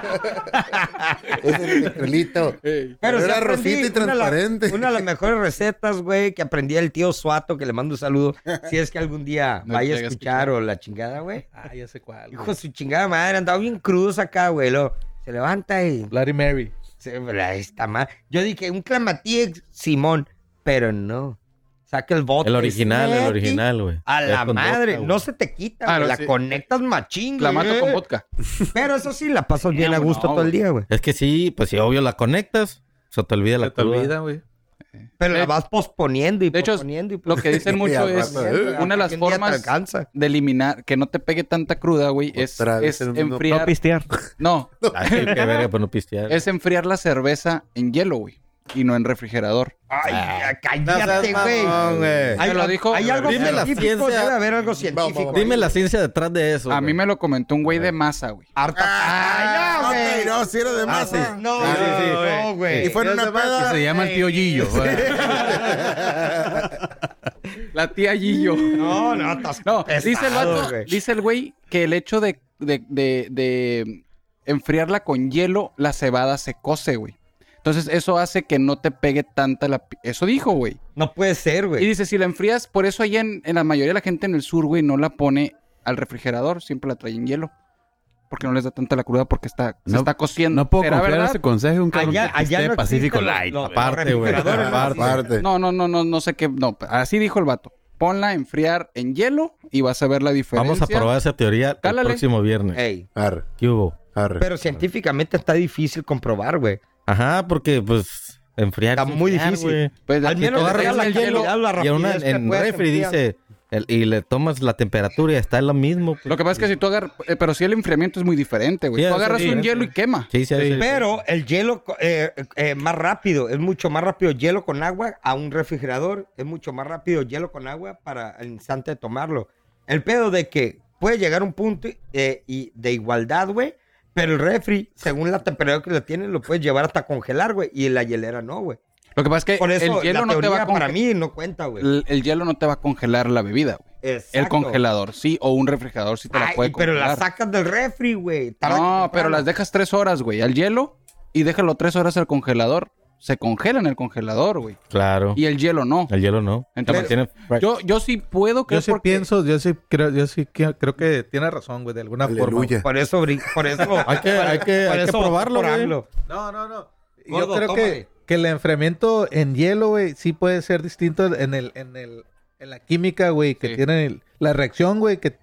Es el electrolito. Pero Pero sí era aprendí rosita y una de la- transparente. Una de las mejores recetas, güey, que aprendí del tío Suato, que le mando un saludo. Si es que algún día No vaya a llega a escuchar o la chingada, güey. Ah, ya sé cuál. Hijo de su chingada madre, andaba bien crudos acá, güey. Luego se levanta y... Bloody Mary. se- Ahí está mal. Yo dije, un Clamatix, Simón, pero no. Saca el bote. El original, el Sneaky. original, güey. A Es la con madre, vodka, no güey. se te quita, Ah, güey, no, la sí. conectas machín, La güey. mato con vodka. Pero eso sí, la pasas bien a No, gusto no, todo el güey. día, güey. Es que sí, pues si obvio la conectas, se te olvida la Se te cruda. olvida, güey. Pero la Eh, vas posponiendo y de hecho, posponiendo y Lo que dicen Y mucho al es rato, ¿eh? una de las Un día te formas alcanza. de eliminar, que no te pegue tanta cruda, güey, es, Otra vez es el mismo- No enfriar. pistear. No, Ay, qué verga, pues no pistear. es enfriar la cerveza en hielo, güey. Y no en refrigerador. Ay, ya, No cállate, seas güey. mamón, güey. Hay, Me lo dijo- hay algo Dime la científico, ciencia. debe haber algo científico. Dime la ciencia detrás de eso. A mí güey. me lo comentó un güey de masa, güey. Harta. Ah, Ay, no, güey. ok, no, si era de masa. No, Sí, sí, sí. no, güey. Y fue en una peda. Se llama el tío Gillo. La tía Gillo. No, no, estás No, pesado, dice el vato, güey. dice el güey que el hecho de, de, de, de enfriarla con hielo, la cebada se cose, güey. Entonces eso hace que no te pegue tanta la... pi- Eso dijo, güey. No puede ser, Y güey. dice, si la enfrías, por eso allá en, en la mayoría de la gente en el sur, güey, no la pone al refrigerador, siempre la trae en hielo. Porque no les da tanta la cruda porque está, se No- está cociendo. No puedo ¿Será confiar en verdad? ese consejo de un cabrón Allá, que allá esté no Pacífico existen Light. los- los Aparte, güey. refrigeradores, ¿no? Aparte. Aparte. No, no, no, no, no sé qué. No, así dijo el vato. Ponla a enfriar en hielo y vas a ver la diferencia. Vamos a probar esa teoría Cálale. el próximo viernes. Ey, Arre, ¿Qué hubo? arre. pero científicamente está difícil comprobar, güey. Ajá, porque pues enfriar. Está es muy enfriar, difícil. güey. Pues, Al si menos tú le agarras pegas la el hielo- calidad, la Y en, una, rapidez que en puedes refri enfriar. dice, el- y le tomas la temperatura y está en lo mismo. pues. Lo que pasa es que si tú agarras... eh, pero sí el enfriamiento es muy diferente, güey. Sí, tú es agarras un diferente. hielo y quema. Sí, sí, sí. Pero el hielo eh, eh, más rápido, es mucho más rápido hielo con agua a un refrigerador. Es mucho más rápido hielo con agua para el instante de tomarlo. El pedo de que puede llegar a un punto eh, y de igualdad, güey. Pero el refri, según la temperatura que le tienen, lo puedes llevar hasta congelar, güey. Y la hielera no, güey. Lo que pasa es que Por eso el hielo la no te teoría va a para congelar. mí no cuenta, güey. El, el hielo no te va a congelar la bebida, güey. El Exacto. congelador sí, o un refrigerador sí te la Ay, puede pero congelar. la sacas del refri, güey. Tarde que No, temprano. pero las dejas tres horas, güey, al hielo y déjalo tres horas al congelador. Se congela en el congelador, güey. Claro. Y el hielo no. El hielo no. Entonces, Tiene- Yo, yo sí puedo creer Yo sí porque- pienso, yo sí creo, yo sí que- creo que tiene razón, güey, de alguna forma. Aleluya. Por eso, brin- por eso. Hay que, hay que, por hay que eso probarlo, por güey. AMLO. No, no, no. Gordo, Yo creo tómale. que, que el enfriamiento en hielo, güey, sí puede ser distinto en el, en el, en la química, güey, que Sí. tiene el- la reacción, güey, que,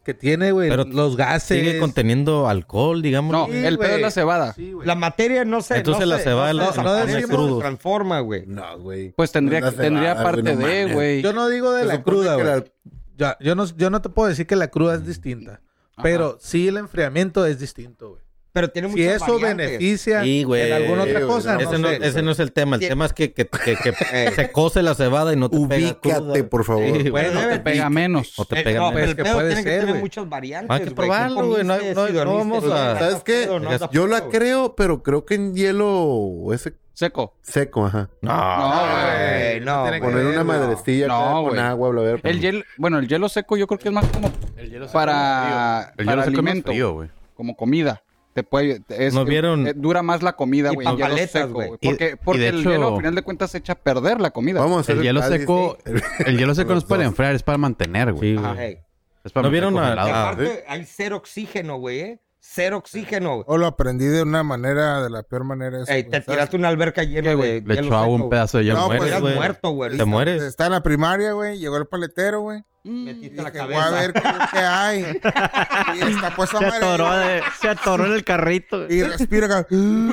que tiene, güey, Pero los gases. Sigue conteniendo alcohol, digamos. No, Sí, el pedo güey. es la cebada. Sí, güey. La materia no se... Entonces no la se- cebada no, la- se- no no decimos se crudo. transforma, güey. No, güey. Pues tendría, No es la tendría cebada, parte güey, no de, mames. güey. Yo no digo de Se la supone cruda, que güey. la- Ya, yo, no, yo no te puedo decir que la cruda es distinta. Pero sí el enfriamiento es distinto, güey. Pero tiene Si muchas eso variantes. beneficia Sí, güey. en alguna otra Sí, cosa, güey, no Ese no, sé. ese no es el tema. El Sí. tema es que, que, que, que Eh. se cose la cebada y no te pega cruda. Ubícate, por favor. Sí, güey. Bueno, Te pega menos. O te Eh, pega no, menos. pero Es el que pedo puede tiene que ser, tener güey. muchas variantes, Hay que güey. probarlo, ¿Qué güey. No hay- comiste? no hay- Si no dormiste vamos bien, a- ¿estás ¿Sabes qué? pedo? No, estás Yo la pedo. creo, pero creo que en hielo ese Seco. seco, ajá. No, No, Güey, no no, tiene que güey. Poner una madrecilla No, acá con güey. agua, bla, bla, bla. El hielo, bueno, el hielo seco yo creo que es más como El hielo seco para, El para hielo seco es más alimento, frío, güey. como comida. Te puede, es, ¿No vieron? eh, dura más la comida, Y güey. El hielo papaletas, seco, güey. güey. Y- Porque, y porque de el hecho- hielo, al final de cuentas, echa a perder la comida. Vamos a hacer El hielo Cádiz, seco, sí. el hielo seco no es Los para dos. enfriar, es para mantener, güey. Sí, güey. Ey. Es para ¿No mantener vieron a- congelado. Y Ah, aparte, hay cero oxígeno, güey, ¿eh? Cero oxígeno, güey. O lo aprendí de una manera, de la peor manera. eso, Ey, güey, te ¿sabes? tiraste una alberca llena güey? de Le hielo echó agua seco, un pedazo de hielo. No, Te pues, mueres, Estás güey. muerto, güey. Te mueres. Estaba en la primaria, güey. Llegó el paletero, güey. Metiste la Dije, voy a cabeza. ver qué, qué hay. Y está puesta Se madre. atoró, de- se atoró en el carrito. Y respira acá.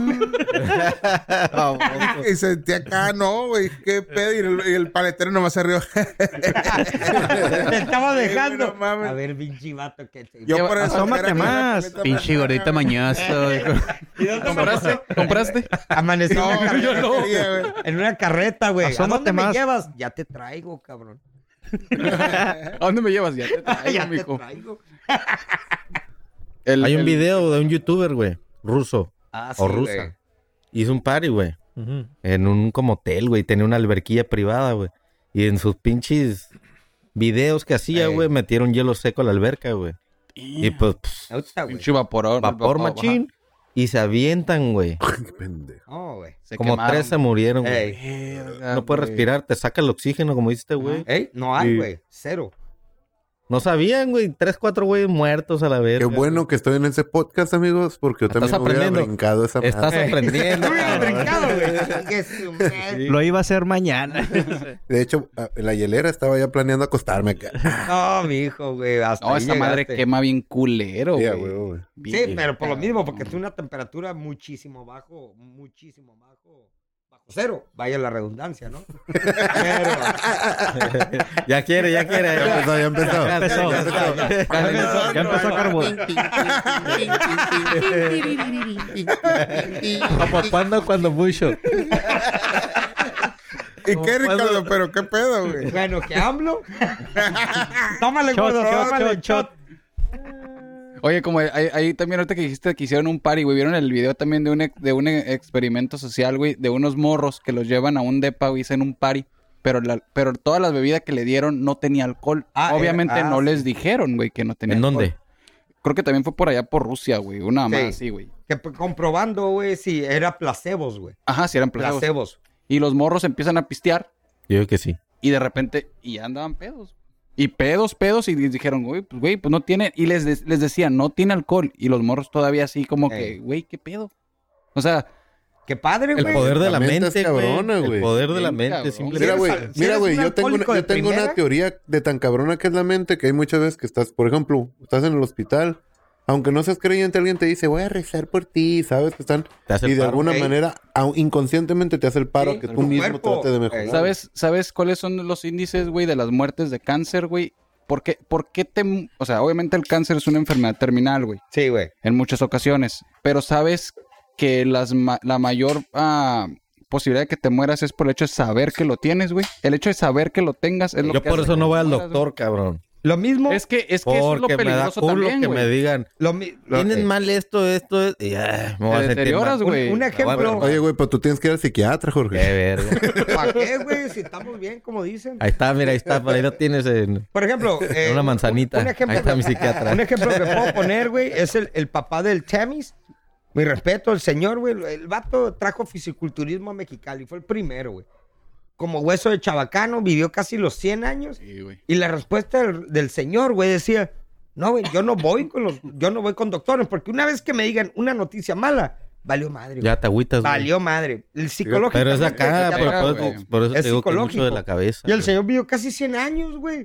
y sentí acá, no, güey. Qué pedo. Y el, y el paletero nomás se rió. Te estaba dejando. no mames. A ver, pinche vato, que te... Yo por eso. Asómate era que más, la paleta Pinche me- gordita mañoso. ¿Compraste? ¿Compraste? Amanecí en, No, una yo carreta, no. quería, güey. en una carreta, güey. ¿A Asómate dónde me más. llevas? Ya te traigo, cabrón. ¿A dónde me llevas? Ya te traigo, ya te mijo. traigo. El- Hay un el- video de un youtuber, güey, ruso Ah, o sí, rusa. güey. Hizo un party, güey, en un como hotel, güey. Tenía una alberquilla privada, güey. Y en sus pinches videos que hacía, Ey. güey, metieron hielo seco a la alberca, güey. Y pues, pss, Ahorita, güey. Pinche vaporón. vapor vapor, machín. Y se avientan, güey. Qué pendejo. No, güey. ajá. Se Como quemaron. tres se murieron, güey. Ey. Verga, No puedes güey. respirar, te saca el oxígeno, como dice este güey. Ey, no hay, Sí. güey. Cero. No sabían, güey. Tres, cuatro güeyes muertos a la vez. Qué bueno que estoy en ese podcast, amigos, porque yo Estás también me hubiera aprendiendo. brincado esa Estás madre. aprendiendo. No hubieras cabrón. brincado, güey. Chingue su madre. Lo iba a hacer mañana. De hecho, a- en la hielera estaba ya planeando acostarme acá. No, mi hijo, güey. Hasta No, ahí esa madre llegaste. quema bien culero, Sí, a güey. huevo, güey. Sí, Bien pero por lo cabrón. mismo, porque es una temperatura muchísimo bajo, muchísimo bajo, bajo cero. Vaya la redundancia, ¿no? Pero, Ya quiere, ya quiere. Ya empezó, ya empezó. Ya empezó. Ya empezó. Ya empezó, ya empezó a carburar. Como cuando, cuando mucho. ¿Y qué, Ricardo? Pero qué pedo, güey. bueno, ¿qué hablo? Tómale, Shot, gordo, shot, tómale, shot, shot. Oye, como ahí, ahí también ahorita que dijiste que hicieron un party, güey, vieron el video también de un, ex- de un e- experimento social, güey, de unos morros que los llevan a un depa, güey, en un party, pero la, pero toda la bebida que le dieron no tenía alcohol. Ah, Obviamente era- ah, no sí. les dijeron, güey, que no tenía ¿En alcohol. dónde? Creo que también fue por allá por Rusia, güey, una Sí. más así, güey. Que p- comprobando, güey, si era placebos, güey. Ajá, sí eran placebos. Placebos. Y los morros empiezan a pistear Yo digo que sí. y de repente, y ya andaban pedos. Y pedos, pedos, y les dijeron, güey, pues, güey, pues no tiene, y les, de- les decían, no tiene alcohol. Y los morros todavía así como Ey. que, güey, ¿qué pedo? O sea, Qué padre, El güey. poder de la La mente mente, es cabrona, güey. güey. El poder de la Bien mente, cabrón. simplemente. Mira, güey, eres- si mira, eres güey, un yo tengo, una, alcohólico de yo tengo una primera- teoría de tan cabrona que es la mente que hay muchas veces que estás, por ejemplo, estás en el hospital, aunque no seas creyente, alguien te dice, voy a rezar por ti, ¿sabes? Que están... Te hace Y el de paro. alguna ok. manera, au- inconscientemente te hace el paro Sí, que tu tú mismo cuerpo. trates de mejorar. Ey. ¿sabes, ¿sabes cuáles son los índices, güey, de las muertes de cáncer, güey? ¿Por qué, ¿Por qué te...? O sea, obviamente el cáncer es una enfermedad terminal, güey, Sí, güey. en muchas ocasiones. Pero ¿sabes que las ma- la mayor ah, posibilidad de que te mueras es por el hecho de saber que lo tienes, güey? El hecho de saber que lo tengas es lo Yo que por hace eso que no te voy al mueras, doctor, cabrón. Lo mismo. güey. Es que, es que eso es lo Porque me da peligroso culo también, que güey. me digan, Lo mi- lo- tienes eh, mal esto, esto, esto. Y ya, me voy a Te sentir deterioras, mal. güey. Un, un ejemplo. Oye, güey, pero tú tienes que ir al psiquiatra, Jorge. Qué verga. ¿Para qué, güey? Si estamos bien, como dicen. Ahí está, mira, ahí está. Por ahí lo tienes en, Por ejemplo, en eh, una manzanita. un- un ejemplo ahí está que- mi psiquiatra. Un ejemplo que puedo poner, güey, es el, el papá del Tamis. Mi respeto, el señor, güey. El vato trajo fisiculturismo a Mexicali. Fue el primero, güey. Como hueso de chabacano, vivió casi los cien años. Sí, güey. Y la respuesta del, del señor, güey, decía, no, güey, yo no voy con los, yo no voy con doctores, porque una vez que me digan una noticia mala, valió madre, güey. Ya te agüitas, güey. Valió madre. El psicológico. Pero es acá, Ya por, pega, por- güey. por eso Es te digo que es mucho psicológico. de la cabeza. Y el güey. señor vivió casi cien años, güey.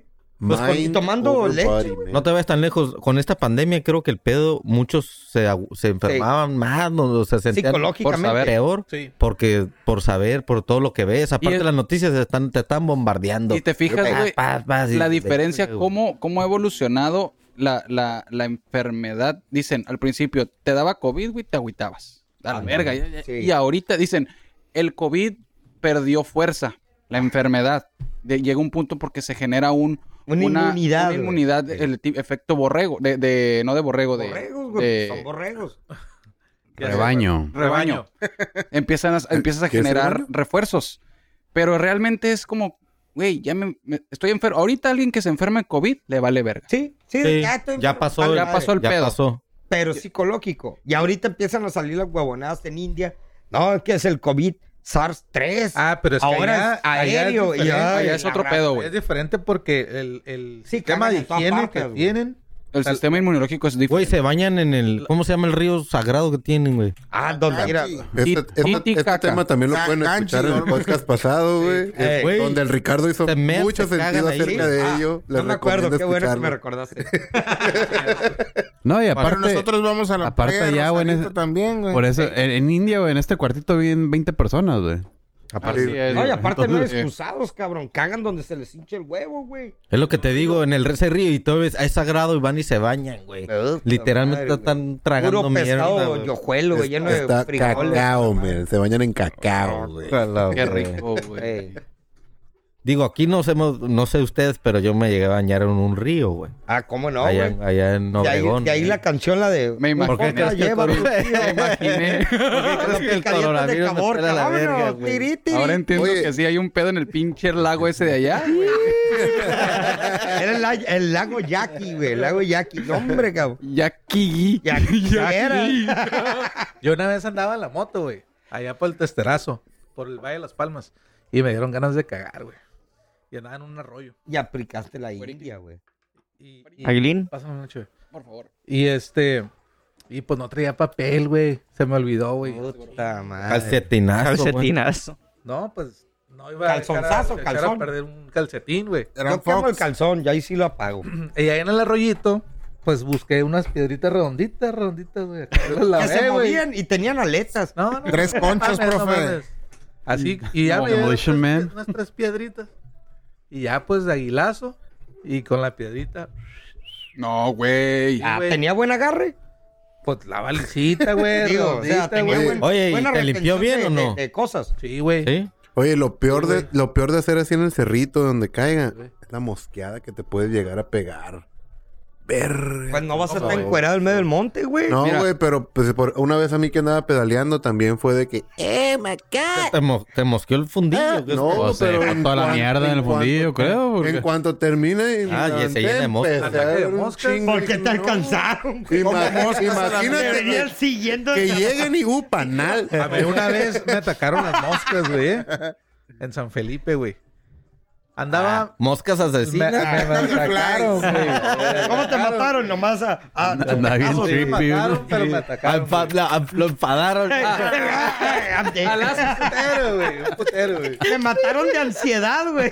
Pues con- y Mind tomando over leche, body, güey. man. No te vayas tan lejos. Con esta pandemia creo que el pedo, muchos se, agu- se enfermaban más, no, o se sentían Psicológicamente. Por saber. peor. Sí. Porque por saber, por todo lo que ves. Aparte es- las noticias están, te están bombardeando. Y te fijas, Ah, güey, pa, pa, sí, la de- diferencia, de- cómo, cómo ha evolucionado la, la, la enfermedad. Dicen, al principio, te daba COVID, güey, te agüitabas. A la Ah, verga. ya- ya- sí. Y ahorita dicen, el COVID perdió fuerza, la enfermedad. De- llega un punto porque se genera un... Una inmunidad, Una güey. inmunidad, el ti- efecto borrego. De, de, no de borrego, de... Borregos, güey. de- Son borregos. Rebaño. rebaño. Empiezan a- empiezas a ¿Qué es generar rebaño? refuerzos. Pero realmente es como, güey, ya me, me- estoy enfermo. Ahorita alguien que se enferma de COVID le vale verga. Sí, sí, Sí, ya, estoy ya enfermo. pasó, Vale, ya madre. pasó el ya pedo. pasó. Pero psicológico. Y ahorita empiezan a salir las huevonadas en India. No, es que es el COVID SARS tres. Ah, pero es que Ahora allá- es allá es aéreo. y diferente. ay, Allá es la otro raza. pedo, güey. Es diferente porque el, el Sí, sistema cagan de en todas higiene partes, que güey. tienen. El Al- sistema inmunológico es Güey, diferente. se bañan en el... ¿Cómo se llama el río sagrado que tienen, güey? Ah, donde mira. Sí. Este, It- este- Titicaca. este tema también lo Ga- pueden Ganchi, escuchar en el ¿no? podcast pasado, güey. Eh, güey, donde el Ricardo hizo se mean, mucho se cagan sentido ahí. acerca de Ah, ello. no Les me acuerdo. recomiendo Qué bueno que me escucharlo. recordaste. No, y Pero aparte... nosotros vamos a la aparte playa de allá, güey, en Rosarito ese- también, güey. Por eso, en, en India, güey, en este cuartito viven veinte personas, güey. Así es, No, y güey. aparte no Entonces, excusados, cabrón. Cagan donde se les hincha el huevo, güey. Es lo que te digo, en el ese río y todo es, es sagrado y van y se bañan, güey. Literalmente madre, están tragando Puro mierda, pescado güey. yojuelo, güey, lleno de Está frijoles. cacao, man. Se bañan en cacao, güey. Qué rico, güey. Ey. Digo, aquí no sé, no sé ustedes, pero yo me llegué a bañar en un río, güey. Ah, ¿cómo no, allá, güey? en- allá en de, ahí, Obregón. de ahí güey. la canción, la de... Me imagino. ¿Por qué crees que el lleva, coro- Me imaginé. crees que el coronavirus me pela la verga, güey? Ahora entiendo Oye. que sí hay un pedo en el pinche lago ese de allá, güey. Era el, la- el lago Yaqui, güey. El lago Yaqui. No, hombre, cabrón. Yaqui. Yaqui. Era. Yo una vez andaba en la moto, güey. Allá por el Testerazo. Por el Valle de las Palmas. Y me dieron ganas de cagar, güey. Y andaba en un arroyo. Y aplicaste la India, güey. Y, y- Aguilín. Pásame una chévere. Por favor. Y este... Y pues no traía papel, güey. Se me olvidó, güey. Puta madre. Calcetinazo, güey. Calcetinazo. No, pues... No iba a echar a- Calzonzazo, echar a calzón. perder un calcetín, güey. Eran Yo quemo el Fox. calzón, ya ahí sí lo apago. Y ahí en el arroyito, pues busqué unas piedritas redonditas, redonditas, güey. Las Que lavé, se güey. movían y tenían aletas. No, no. Tres no conchas, mames, no profe. mames. Así, y ya No, me dieron Demolition unas, Man. unas tres piedritas. Y ya, pues, de aguilazo. Y con la piedrita, No, güey. Ah, güey. ¿tenía buen agarre? pues, la balicita, güey. Digo, o sea, redondita, tenía güey. buen, Oye, ¿y buena te limpió retención bien de- o no? De, de cosas. Sí, güey. ¿Sí? Oye, lo peor, Sí, de, güey. lo peor de hacer así en el cerrito donde caiga güey. es la mosqueada que te puede llegar a pegar. Verga. Pues no vas a estar güey. encuerado en medio del monte, güey. No, Mira. güey, pero pues, por una vez a mí que andaba pedaleando también fue de que... ¡Eh, me ¿Te, mo- te mosqueó el fundillo? ¿Qué es? No, Pues se pero dejó en toda la cuan- mierda en el cuanto- fundillo, creo, porque- En cuanto termine... y Ah, me ya se llena de moscas. empecé a Ataque de ver un moscas. chingo, ¿Por qué te no. alcanzaron? güey? Ima- Me Imagínate venían que, siguiendo. que lleguen y uh, panal. A mí una vez me atacaron las moscas, güey. ¿eh? En San Felipe, güey. Andaba... ¿Moscas me, asesinas? me- me atacaron, güey. ¿Cómo te mataron? Nomás a... a- Anda bien Ah, pues, me trippy, mataron, güey. pero me Ah, atacaron. enfa- la- ah, lo enfadaron. a- Un putero, güey. Un putero, güey. Me mataron de ansiedad, güey.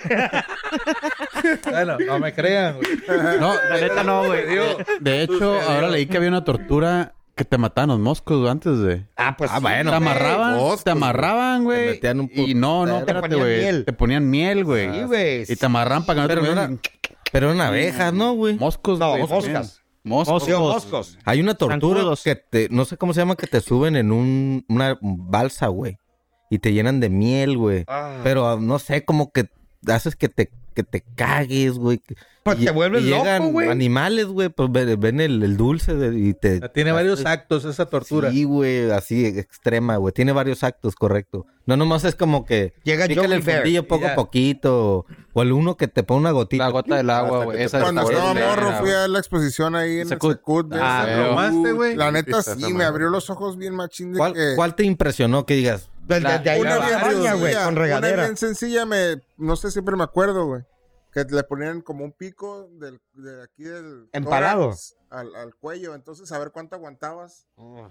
Bueno, no me crean, güey. No, La neta no, güey. de hecho, ahora leí que había una tortura que te mataban los moscos güey, antes de... Ah, pues Ah, bueno. Te amarraban, moscos, te amarraban, güey. Te metían un Y no, no, putero. espérate, Te ponían güey. miel. Te ponían miel, güey. Sí, güey. Y te amarraban para que no te Pero no comieran era- Pero una abeja, ¿no, güey? moscos, No, güey. moscas. Moscos. Sí, moscos. Hay una tortura Zancudos. que te... No sé cómo se llama, que te suben en un, una balsa, güey. Y te llenan de miel, güey. Ah. Pero ah, no sé, como que haces que te, que te cagues, güey. Pues Y- te vuelves y loco, llegan güey. animales, güey, pues ven, ven el, el dulce de- y te... Tiene varios actos esa tortura. Sí, güey, así extrema, güey. Tiene varios actos, correcto. No nomás es como que Llega pícale Yogi el Bear fundillo y poco ya. a poquito. O el uno que te pone una gotita. La gota del agua, Hasta güey. que te Esa Cuando Está estaba bien, morro verga, fui güey. a la exposición ahí en el Secut. Secut. de Ah, ese- feo. ¿Tomaste, güey? La neta Sí, está sí, me mal. abrió los ojos bien machín de ¿Cuál, que... cuál te impresionó que digas? Desde La- de ahí Una la bien baña, güey, sencilla, con una regadera. bien sencilla, me, no sé, siempre me acuerdo, güey. Que le ponían como un pico del, de aquí del... Empalado. tórax Al, al cuello, entonces a ver cuánto aguantabas.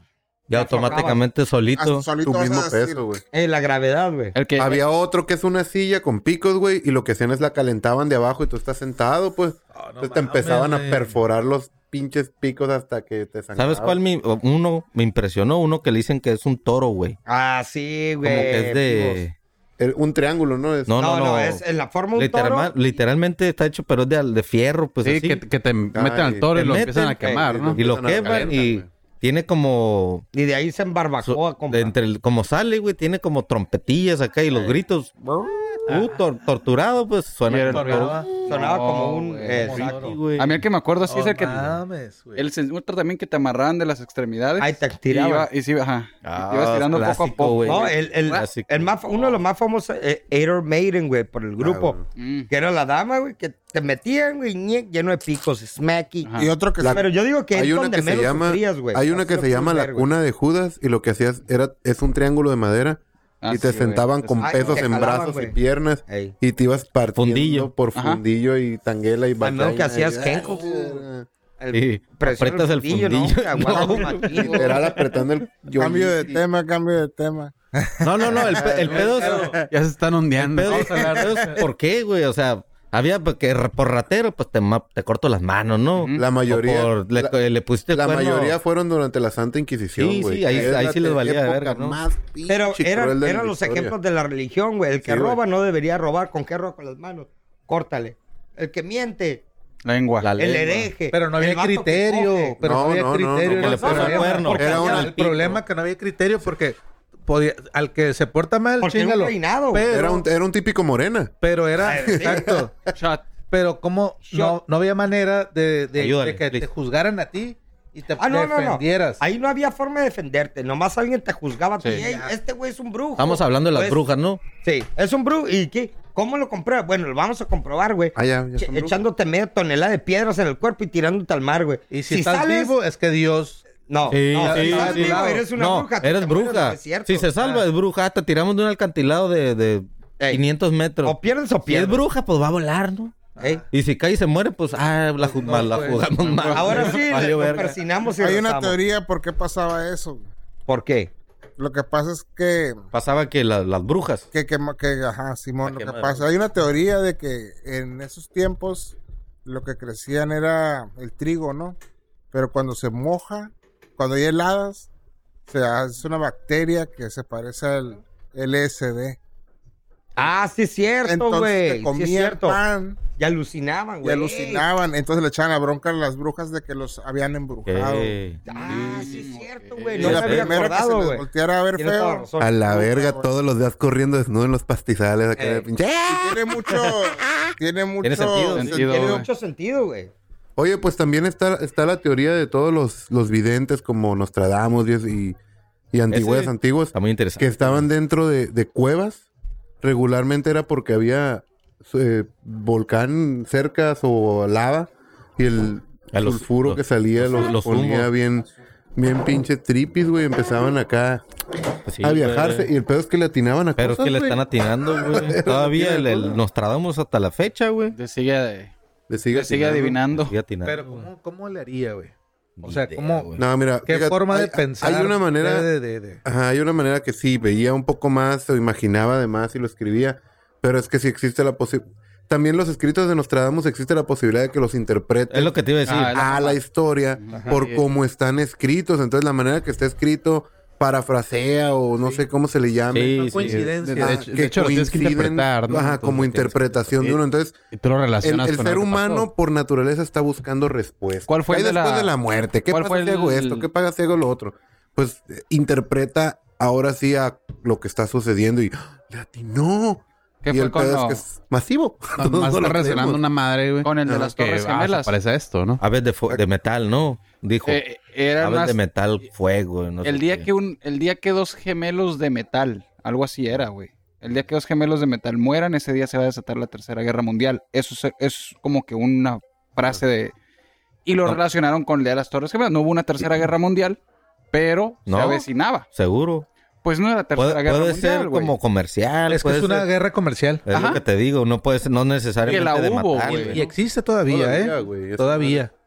Y automáticamente solito. Hasta solito Tu vas a mismo decir, peso, güey. Eh, la gravedad, güey. El que Había otro que es una silla con picos, güey, y lo que hacían es la calentaban de abajo y tú estás sentado, pues. Entonces te mames, empezaban güey. a perforar los pinches picos hasta que te sangraban. ¿Sabes cuál mi, uno me impresionó? Uno que le dicen que es un toro, güey. Ah, sí, güey. Como que es de... El- un triángulo, ¿no? Es- No, no, no. es en la forma de un Literal- toro. literalmente está hecho, pero es de, de fierro, pues Sí, así. que, que te meten al toro Te y lo meten, empiezan a quemar, eh, ¿no? Y lo Empiezan a queman calentar, y güey. tiene como... Y de ahí se embarbacoa, so- compa. de entre el- como sale, güey, tiene como trompetillas acá y los gritos. Uh, tor- torturado, pues suena Y era el como toro. toro. Sonaba No, como un... güey, eh, Sí, exacto. güey. a mí el que me acuerdo sí es el que mames, güey. el sen- otro también que te amarraban de las extremidades. Ahí te y tiraban. iba, y sí, ajá. Ah, Te ibas tirando poco a clásico, poco. güey. No, el, el, Clásico. el más, uno de los más famosos, eh, Iron Maiden, güey, por el grupo. Ah, Mm. Que era la dama, güey, que te metían, güey, ñe, lleno de picos, smacky. Ajá. Y otro que La- Pero yo digo que hay es una donde que se menos llama sufrías, güey. hay una Así que lo se llama puedes la ver, güey. cuna de Judas y lo que hacías era es un triángulo de madera Ah, y te sí, güey. sentaban con Ay, pesos te en jalaban, brazos güey. y piernas Ey. y te ibas partiendo Fundillo. por Ajá. fundillo y tanguela y Al menos vaina que hacías y- Kenko. Ah, El- Sí, presiona aprietas el fundillo. ¿no? Que aguanta No, el machín. literal apretando el Cambio de yoyito y- tema, cambio de tema. No, no, no, el, pe- el pedo es... Ya se están El ondeando. pedo, el pedo es ¿por qué, güey? O sea, había porque r- por ratero, pues te, ma- te corto las manos, ¿no? Ujú. La mayoría O por- le, la, le pusiste el la cuerno. mayoría fueron durante la Santa Inquisición, Sí, güey. sí, ahí- que es ahí la sí les valía de época verga, ¿no? más Pero pinche eran, cruel de la eran los historia. ejemplos de la religión, güey. El que Sí, güey. roba no debería robar. ¿Con qué roba? Con las manos. Córtale. El que miente. Lengua. La El lengua. hereje. Pero no había el vato que criterio. coge. Pero no, No, había no, no, criterio. no, era que le el puso el problema. cuerno. Porque Era había- una- el problema que no había criterio porque podía, al que se porta mal, Porque era un chingalo. reinado, güey. Pero, Era un, era un típico morena. pero era, Sí. exacto. Shot. Pero como no, no había manera de, de- Ayúdale, de que please. te juzgaran a ti y te Ah, no, no, no. defendieras. Ahí no había forma de defenderte. Nomás alguien te juzgaba a ti. Sí. "Ey, este güey es un brujo. Estamos hablando de las Pues, brujas, ¿no? Sí, es un brujo. ¿Y qué? ¿Cómo lo compré? Bueno, lo vamos a comprobar, güey. Ah, ya, ya Ch- son brujos. Echándote media tonelada de piedras en el cuerpo y tirándote al mar, güey. Y si, estás vivo, es que Dios... No, Sí, no, sí, si estás sí. vivo, eres una no, bruja. tú eres te mueres en el bruja. desierto. Si se salva, Ah. es bruja. Te tiramos de un alcantilado de, de Ey. quinientos metros. O pierdes o Si es pierdes. bruja, pues va a volar, ¿no? Ey. Y si cae y se muere, pues, ah, la, ju- No, la pues. jugamos mal. Ahora sí, Valió nos verga. persinamos y Hay una rezamos. teoría por qué pasaba eso. güey. ¿Por qué? Lo que pasa es que Pasaba que la- las brujas. que, que, que ajá, Simón, La lo que quema- pasa. Hay una teoría de que en esos tiempos lo que crecían era el trigo, ¿no? Pero cuando se moja, cuando hay heladas, se hace una bacteria que se parece al L S D. Ah, sí es cierto, Entonces güey. se Sí es comían cierto. pan Y alucinaban, y güey. alucinaban. Entonces le echaban la bronca a las brujas de que los habían embrujado. ¿Qué? Ah, sí es cierto, güey. Y No la me había primera que se acordado, les güey. volteara a ver Tienes toda la feo. razón. A la verga, todos los días corriendo desnudo en los pastizales acá Eh. de pinche. Y tiene mucho, tiene mucho sentido, sentido, Tiene güey. mucho sentido, güey. Oye, pues también está, está la teoría de todos los, los videntes como Nostradamus y, y, y antigüedades Ese antiguos Está muy interesante. que estaban dentro de, de cuevas. Regularmente era porque había eh, volcán cerca o lava y el A los- sulfuro los- que salía los- los, los ponía humos. bien, bien pinche tripis, güey. Empezaban acá Pues sí, a viajarse güey. y el pedo es que le atinaban a Pero es cosas, que le güey. están atinando, güey. Todavía el, el Nostradamus hasta la fecha, güey. Te sigue, Le sigue, te sigue atinando. adivinando. Sigue atinando. Pero ¿cómo, cómo le haría, güey? O Ni sea, idea, ¿cómo... güey. No, mira, ¿Qué fíjate, forma de hay- pensar? Hay una manera... De, de- de- Ajá, hay una manera que sí, veía un poco más o imaginaba además y lo escribía, pero es que sí existe la posibilidad. También los escritos de Nostradamus existe la posibilidad de que los interpreten Es lo que te iba a decir. Ah, la- a la historia por sí. cómo están escritos. Entonces la manera que está escrito parafrasea o no sé cómo se le llame. Sí, Son sí. coincidencias. De Ah, hecho- de hecho, lo tienes que coinciden, interpretar, ¿no? Ajá, Entonces, como tienes que- interpretación de sí. uno. Entonces, Y tú lo el, relacionas el con ser algo que humano pasó. por naturaleza está buscando respuestas. ¿Cuál fue ¿Qué hay el de después la- de la muerte? ¿Qué cuál pasa fue si hago el- esto? ¿Qué pasa si hago lo otro? Pues eh, interpreta ahora sí a lo que está sucediendo y ¡ah! ¡Le atinó! ¿Qué Y fue el con pedo lo- es que es masivo. Más Todos está lo relacionando hacemos. una madre, güey. Con el de Ajá, las Que, Torres ah, se Gemelas. parece a esto, ¿no? Aves de, fu- de metal, ¿no? Dijo. Eh, era Aves más- de metal, fuego. No sé el día qué. que un, el día que dos gemelos de metal, algo así era, güey. El día que dos gemelos de metal mueran, ese día se va a desatar la Tercera Guerra Mundial. Eso es, es como que una frase de... Y lo No. relacionaron con el de las Torres Gemelas. No hubo una Tercera Guerra Mundial, pero No. se avecinaba. Seguro. Pues no era Tercera Puede, Guerra puede Mundial, ser güey. como comercial. Es que puede es una ser- guerra comercial. Es Ajá. lo que te digo. No puede ser, no necesariamente Que la de hubo, matar, güey. güey. Y existe todavía, Todavía, ¿eh? güey, esa Todavía.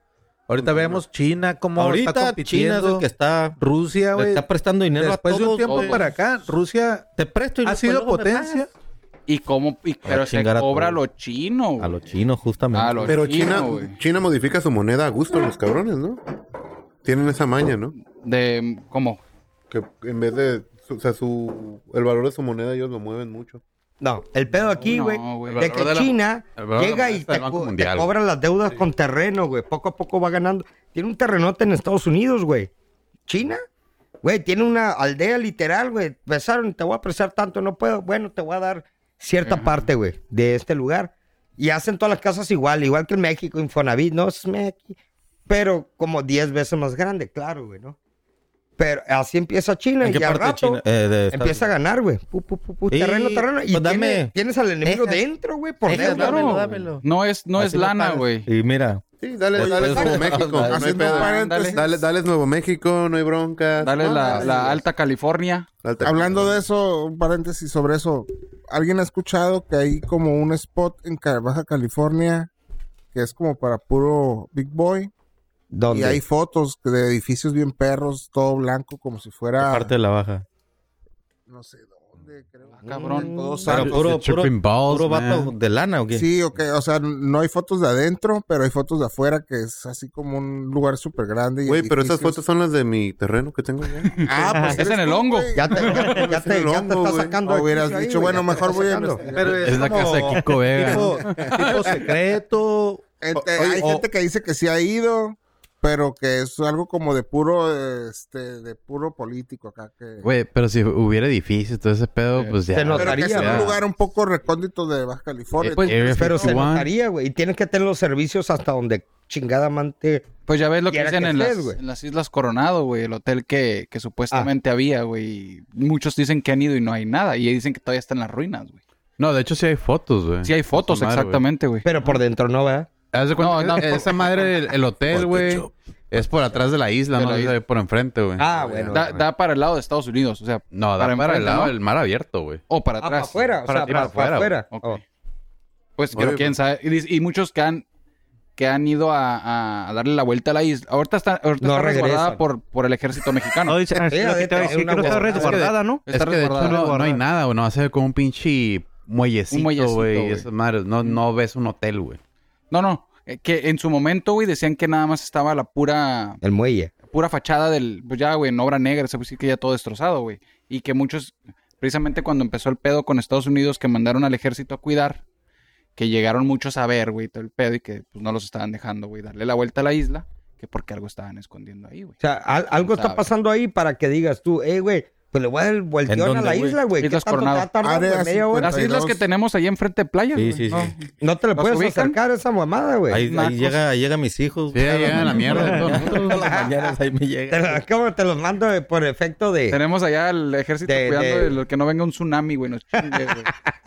Ahorita vemos China como está Ahorita China es compitiendo. el que está... Rusia, Le güey. está prestando dinero Después a de todos. un tiempo todos. para acá, Rusia Te presto y ha después sido luego me potencia. pagas. Y cómo, y, pero se chingar a cobra a todos. lo chino, güey. A los chinos, justamente. A lo Pero chino, China, güey. China modifica su moneda a gusto los cabrones, ¿no? Tienen esa maña, ¿no? De, ¿cómo? Que en vez de... O sea, su... El valor de su moneda ellos lo mueven mucho. No, el pedo aquí, No, güey, güey. de El que valor de la- China el valor de la llega y moneda te, del Banco co- te Mundial, cobra las deudas con terreno, güey. Poco a poco va ganando. Tiene un terrenote en Estados Unidos, güey. China, güey, tiene una aldea literal, güey. Pensaron, te voy a prestar tanto, no puedo. Bueno, te voy a dar cierta Ajá. parte, güey, de este lugar. Y hacen todas las casas igual, igual que en México, Infonavit, no es México. Pero como diez veces más grande, claro, güey, ¿no? Pero así empieza China ¿En y qué al parte de rato China? Eh, de Estados empieza a ganar, güey. Pu, pu, pu, pu, Y, terreno, terreno. Y pues, dame- tiene- tienes al enemigo Deja- dentro, güey, por Deja, dentro. dámelo, Claro. dámelo. No es, no es Así me lana, pagas. güey. Y mira, Sí, dale, Después- dale Nuevo México. No hay Haciendo pedo. un paréntesis. Dale, dale Nuevo México, no hay broncas. Dale No, la, dale, la dale. Alta California. Alta- Hablando de eso, un paréntesis sobre eso. ¿Alguien ha escuchado que hay como un spot en Ca- Baja California que es como para puro Big Boy? ¿Dónde? Y hay fotos de edificios bien perros, todo blanco, como si fuera... parte de la baja. No sé dónde, creo. Ah, cabrón. Todos Pero altos. puro, puro, Tripping balls, puro vato man. de lana, ¿o qué? Sí, ok, o sea, no hay fotos de adentro, pero hay fotos de afuera que es así como un lugar súper grande. y Güey, pero esas edificios. fotos son las de mi terreno que tengo ya. Ah, pues Es eres en el tú, hongo. güey. Ya te, ya, ya te, Es el ya te hongo, está güey. sacando. O el hubieras juicio ahí, dicho, güey, bueno, ya te mejor está voy a sacando. investigar. Pero es, Es la como casa de Kiko Vega. Tipo, tipo secreto. Ente- O- hay o- gente que dice que sí ha ido, pero que es algo como de puro, este, de puro político acá. Que... Güey, pero si hubiera edificios, todo ese pedo, pues ya. Se Pero que notaría, es en ya. un lugar un poco recóndito de Baja California. Eh, pues, Area Pero se cincuenta y uno. notaría, güey. Y tienes que tener los servicios hasta donde chingadamente. Pues ya ves lo que Quiera dicen que en, estés, las, güey. en las Islas Coronado, güey. El hotel que, que supuestamente había, güey. y Muchos dicen que han ido y no hay nada. Y dicen que todavía está en las ruinas, güey. No, de hecho sí hay fotos, güey. Sí hay fotos, Esa madre, exactamente, güey. Pero por dentro no, ¿verdad? güey. Haz de cuenta, No, no, esa madre, el, el hotel, güey, Photoshop. es por atrás de la isla, De no la es isla. de por enfrente, güey. Ah, bueno. Da, da para el lado de Estados Unidos, o sea. No, da para, el enfrente, lado ¿no? del mar abierto, güey. O para Ah, para atrás. afuera. O Para sea, ti, para, para para afuera, afuera. Ok. Oh. Pues, Oye, pero quién pues- sabe. Y, dice- y muchos que han que han ido a, a- a darle la vuelta a la isla. Ahorita está, ahorita No está resguardada regresan. por, por el ejército mexicano. No, dice, Sí, lo que te iba a adentro, decir, una que no está guardada. resguardada, ¿no? Es Está que de hecho resguardada. no, no hay nada, güey. No va a ser como un pinche muellecito, Un muellecito, güey. güey. Esas madres. No, no ves un hotel, güey. No, no. eh, Que en su momento, güey, decían que nada más estaba la pura El muelle. pura fachada del, pues ya, güey, en obra negra, se puede decir que ya todo destrozado, güey. Y que muchos, precisamente cuando empezó el pedo con Estados Unidos, que mandaron al ejército a cuidar, que llegaron muchos a ver, güey, todo el pedo y que pues no los estaban dejando, güey, darle la vuelta a la isla, que porque algo estaban escondiendo ahí, güey. O sea, al- algo está sabe. pasando ahí para que digas tú, eh, güey, pues le voy a dar el ¿En vuelteón a dónde, la güey? isla, güey. ¿Qué Islas tanto te va a Coronado. tardar, güey? Área Media hora. Las islas cincuenta y que dos. tenemos ahí enfrente de playa, Sí, güey. sí, No. sí. No te le ¿Los puedes ubican? acercar a esa mamada, güey. Ahí, nacos. ahí llega, llega mis hijos. Sí, ahí llegan a la mierda de todos nosotros. Todas las mañanas ahí me Te llega. lo- ¿Cómo te los mando de- por efecto de...? Tenemos allá al ejército De- cuidando de- de... lo que no venga un tsunami, güey, nos chingue, güey.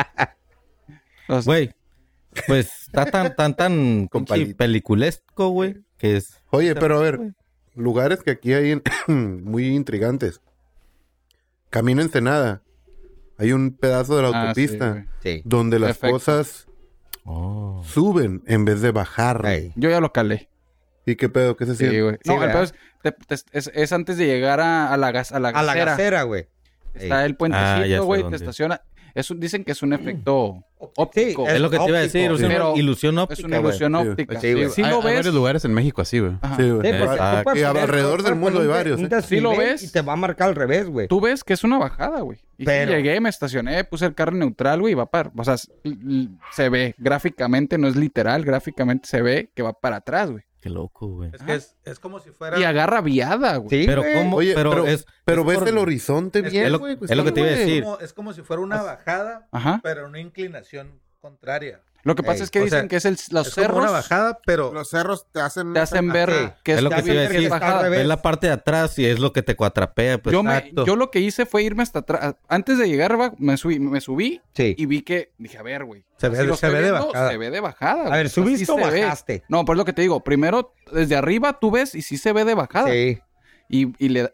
Los- Güey, pues está tan, tan, tan Con pinche palito. peliculesco, güey, que es... Oye, pero a ver, lugares que aquí hay en- muy intrigantes. Camino Ensenada. Hay un pedazo de la Ah, sí, autopista güey. Sí. donde las Perfecto. cosas Oh. suben en vez de bajar. Ey. Yo ya lo calé. ¿Y qué pedo? ¿Qué se Sí, siente? güey. Sí, No, el ¿verdad? pedo es, te- te- es, es antes de llegar a, a la gas, a la A la gasera. gasera, güey. Está Ey. el Ah, ya puentecito, sé güey, dónde. te estaciona. Es un- dicen que es un efecto óptico. Sí, Es lo que te iba a óptico. decir, es una Sí. ilusión Es óptica, una güey. ilusión Sí, óptica. sí, güey. Sí hay, lo hay ves. varios lugares en México así, güey. Ajá. Sí, güey. Sí, porque Exacto. tú puedes Y poner- alrededor del puedes mundo poner hay un- varios, un ¿eh? desnivel Sí lo ves. Y te va a marcar al revés, güey. Tú ves que es una bajada, güey. Y sí Pero- llegué, me estacioné, puse el carro neutral, güey, y va para... O sea, s- l- se ve gráficamente, no es literal, gráficamente se ve que va para atrás, güey. Qué loco, güey. Es que es, es como si fuera... Y agarra viada, güey. Sí, Pero güey. cómo, Oye, pero, pero, es... pero es ves por- el horizonte es- bien, es lo- güey. Pues es lo que sí, te iba a güey. decir. Es como, es como si fuera una bajada, Ajá. pero en una inclinación contraria. Lo que pasa Ey, es que o dicen sea, que es el, los es como cerros una bajada, pero... Los cerros te hacen... te hacen ver Sí. que es, Es lo que que te iba a es decir. bajada. Al revés. Ves la parte de atrás y es lo que te cuatrapea. Pues, yo, me, exacto. yo lo que hice fue irme hasta atrás. Antes de llegar, va, me subí, me subí Sí. y vi que... Dije, a ver, güey. Se así ve- lo se estoy ve de viendo, bajada. Se ve de bajada. A güey. ver, O sea, ¿subiste sí o se ve. bajaste? No, pues lo que te digo. Primero, desde arriba tú ves y sí se ve de bajada. Sí. Y, y le...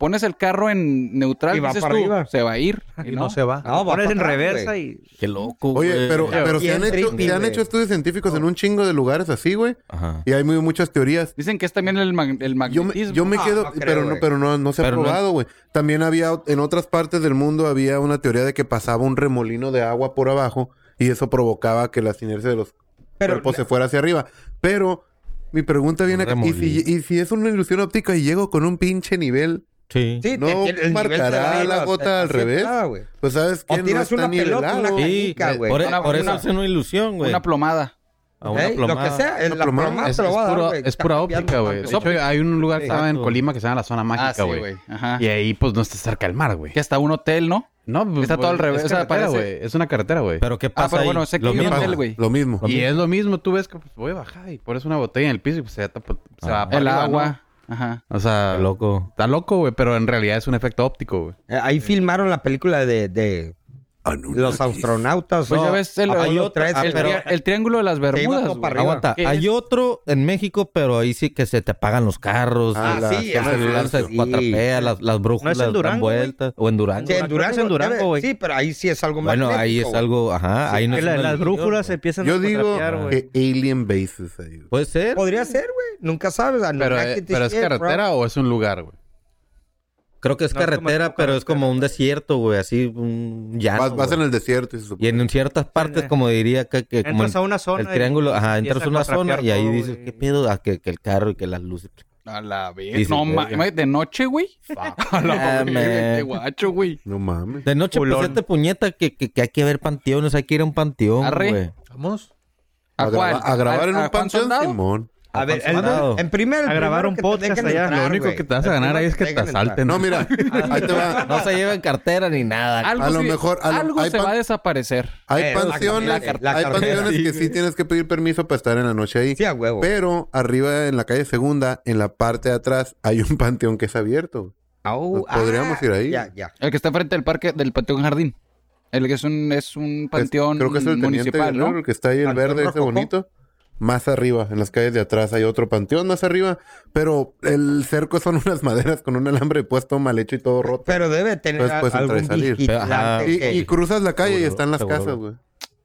pones el carro en neutral, Y va dices para tú, arriba. se va a ir. Y no se va. No, va Pones para en atrás, reversa güey. y... Qué loco, Oye, güey. pero, pero se, Bien han hecho, trippy, se han güey. hecho estudios científicos en un chingo de lugares así, güey. Ajá. Y hay muy, muchas teorías. Dicen que es también el, mag- el Yo me, magnetismo. yo me No, quedo, no creo, pero, no, güey. pero no, no se ha Pero no- probado, güey. También había, en otras partes del mundo había una teoría de que pasaba un remolino de agua por abajo y eso provocaba que la inercia de los Pero- cuerpos se fuera hacia arriba. Pero mi pregunta viene Un acá, ¿y si, remolino. y si es una ilusión óptica y llego con un pinche nivel, Sí. Sí, ¿no te- el nivel te marcará da, la te- gota al así revés? entrada, güey. Pues sabes O que no tiras está una pelota, nivelado. una Sí, canica, güey. por, Una- por eso una- es una ilusión, güey. Una plomada. A una Ey, lo plomada. que sea, el- Una la plomada. plomada Es, te lo es va a dar, pura, güey. es Está pura cambiando óptica, güey. De tanto. hecho, hay un lugar que se llama en Exacto. Colima que se llama la zona Ah, mágica, sí, güey. güey. Ajá. Y ahí, pues, no está cerca del mar, güey. Que hasta un hotel, ¿no? No, pues, Está todo al güey, revés, Es o sea, carretera, parece- güey. Es una carretera, güey. Pero ¿qué Ah, pasa pero ahí? bueno, sé que Lo hay un mismo. hotel, güey. Lo mismo. Y es lo mismo. Tú ves que pues, voy a bajar y pones una botella en el piso y pues se, tapa- se va para El arriba, agua. Ajá. ¿no? O sea, Qué loco. está loco, güey. Pero en realidad es un efecto óptico, güey. Eh, Ahí filmaron la película de, de los astronautas. Pues ¿no? ya ves el, Apolo el- trece, el, pero- tri- el triángulo de las iba Bermudas, todo güey. para arriba. Aguanta. ¿Qué Hay es? otro en México, pero ahí sí que se te apagan los carros. Ah, la- sí, el ah, celular sí. se cuatrapea, las, las brújulas ¿No es en dan Durango, güey? vueltas. O en Durango. Sí, en Durango, es en Durango, debe- güey. Sí, pero ahí sí es algo Bueno, magnético, ahí es güey. algo, ajá, ahí no Que es la- una las ilusión, brújulas se güey. empiezan Yo a digo cuatrapear, güey. que alien bases ahí. güey. Puede ser. Podría ser, güey. Nunca sabes. Pero, eh, ¿pero es carretera o es un lugar, güey? Creo que es No, es como carretera, tipo pero es carretera. como un desierto, güey, así un llano. Vas, vas güey. en el desierto y se Y supone. en ciertas partes, eh. como diría que, que como Entras en- a una zona el y triángulo, ajá, empieza entras a a una zona cuatrapear y ahí todo, dices, güey. ¿qué pedo? Ah, que, que el carro y que las luces. A la vez. Dices, No, ma- verga. de noche, güey. A la Ah, verga, man. qué guacho, güey. No mames. De noche, Culón. pues, este puñeta que, que, que hay que ver panteones, hay que ir a un panteón, Arre. güey. Vamos. ¿A, A, cuál? graba- a grabar en ¿A- a un Juan panteón, Soldado? Simón. A ver, Juan el- Soldado. en primer A grabar un podcast allá. Lo único que te vas a ganar ahí es que te asalten. No, mira, ahí te va. No se llevan cartera ni nada. Algo, A lo sí- mejor- a lo- algo hay se pan- va a desaparecer. Hay Eh, la panteones, carretera, la hay carretera, panteones sí, que güey. sí tienes que pedir permiso para estar en la noche ahí. Sí, a huevo. Pero arriba en la calle Segunda, en la parte de atrás, hay un panteón que es abierto. Au, Pues podríamos ah, ir ahí. Ya, ya. El que está frente del parque del Panteón Jardín. El que es un, es un panteón Es- creo que es el teniente municipal, Guerrero, ¿no? el que está ahí, el Panteón verde ese Rococó. bonito. Más arriba, en las calles de atrás, hay otro panteón más arriba. Pero el cerco son unas maderas con un alambre puesto mal hecho y todo roto. Pero debe tener Entonces, pues, a- entrar y algún salir. vigilante Ajá. Y, que- y cruzas la calle y Seguro, están las seguro. casas, güey.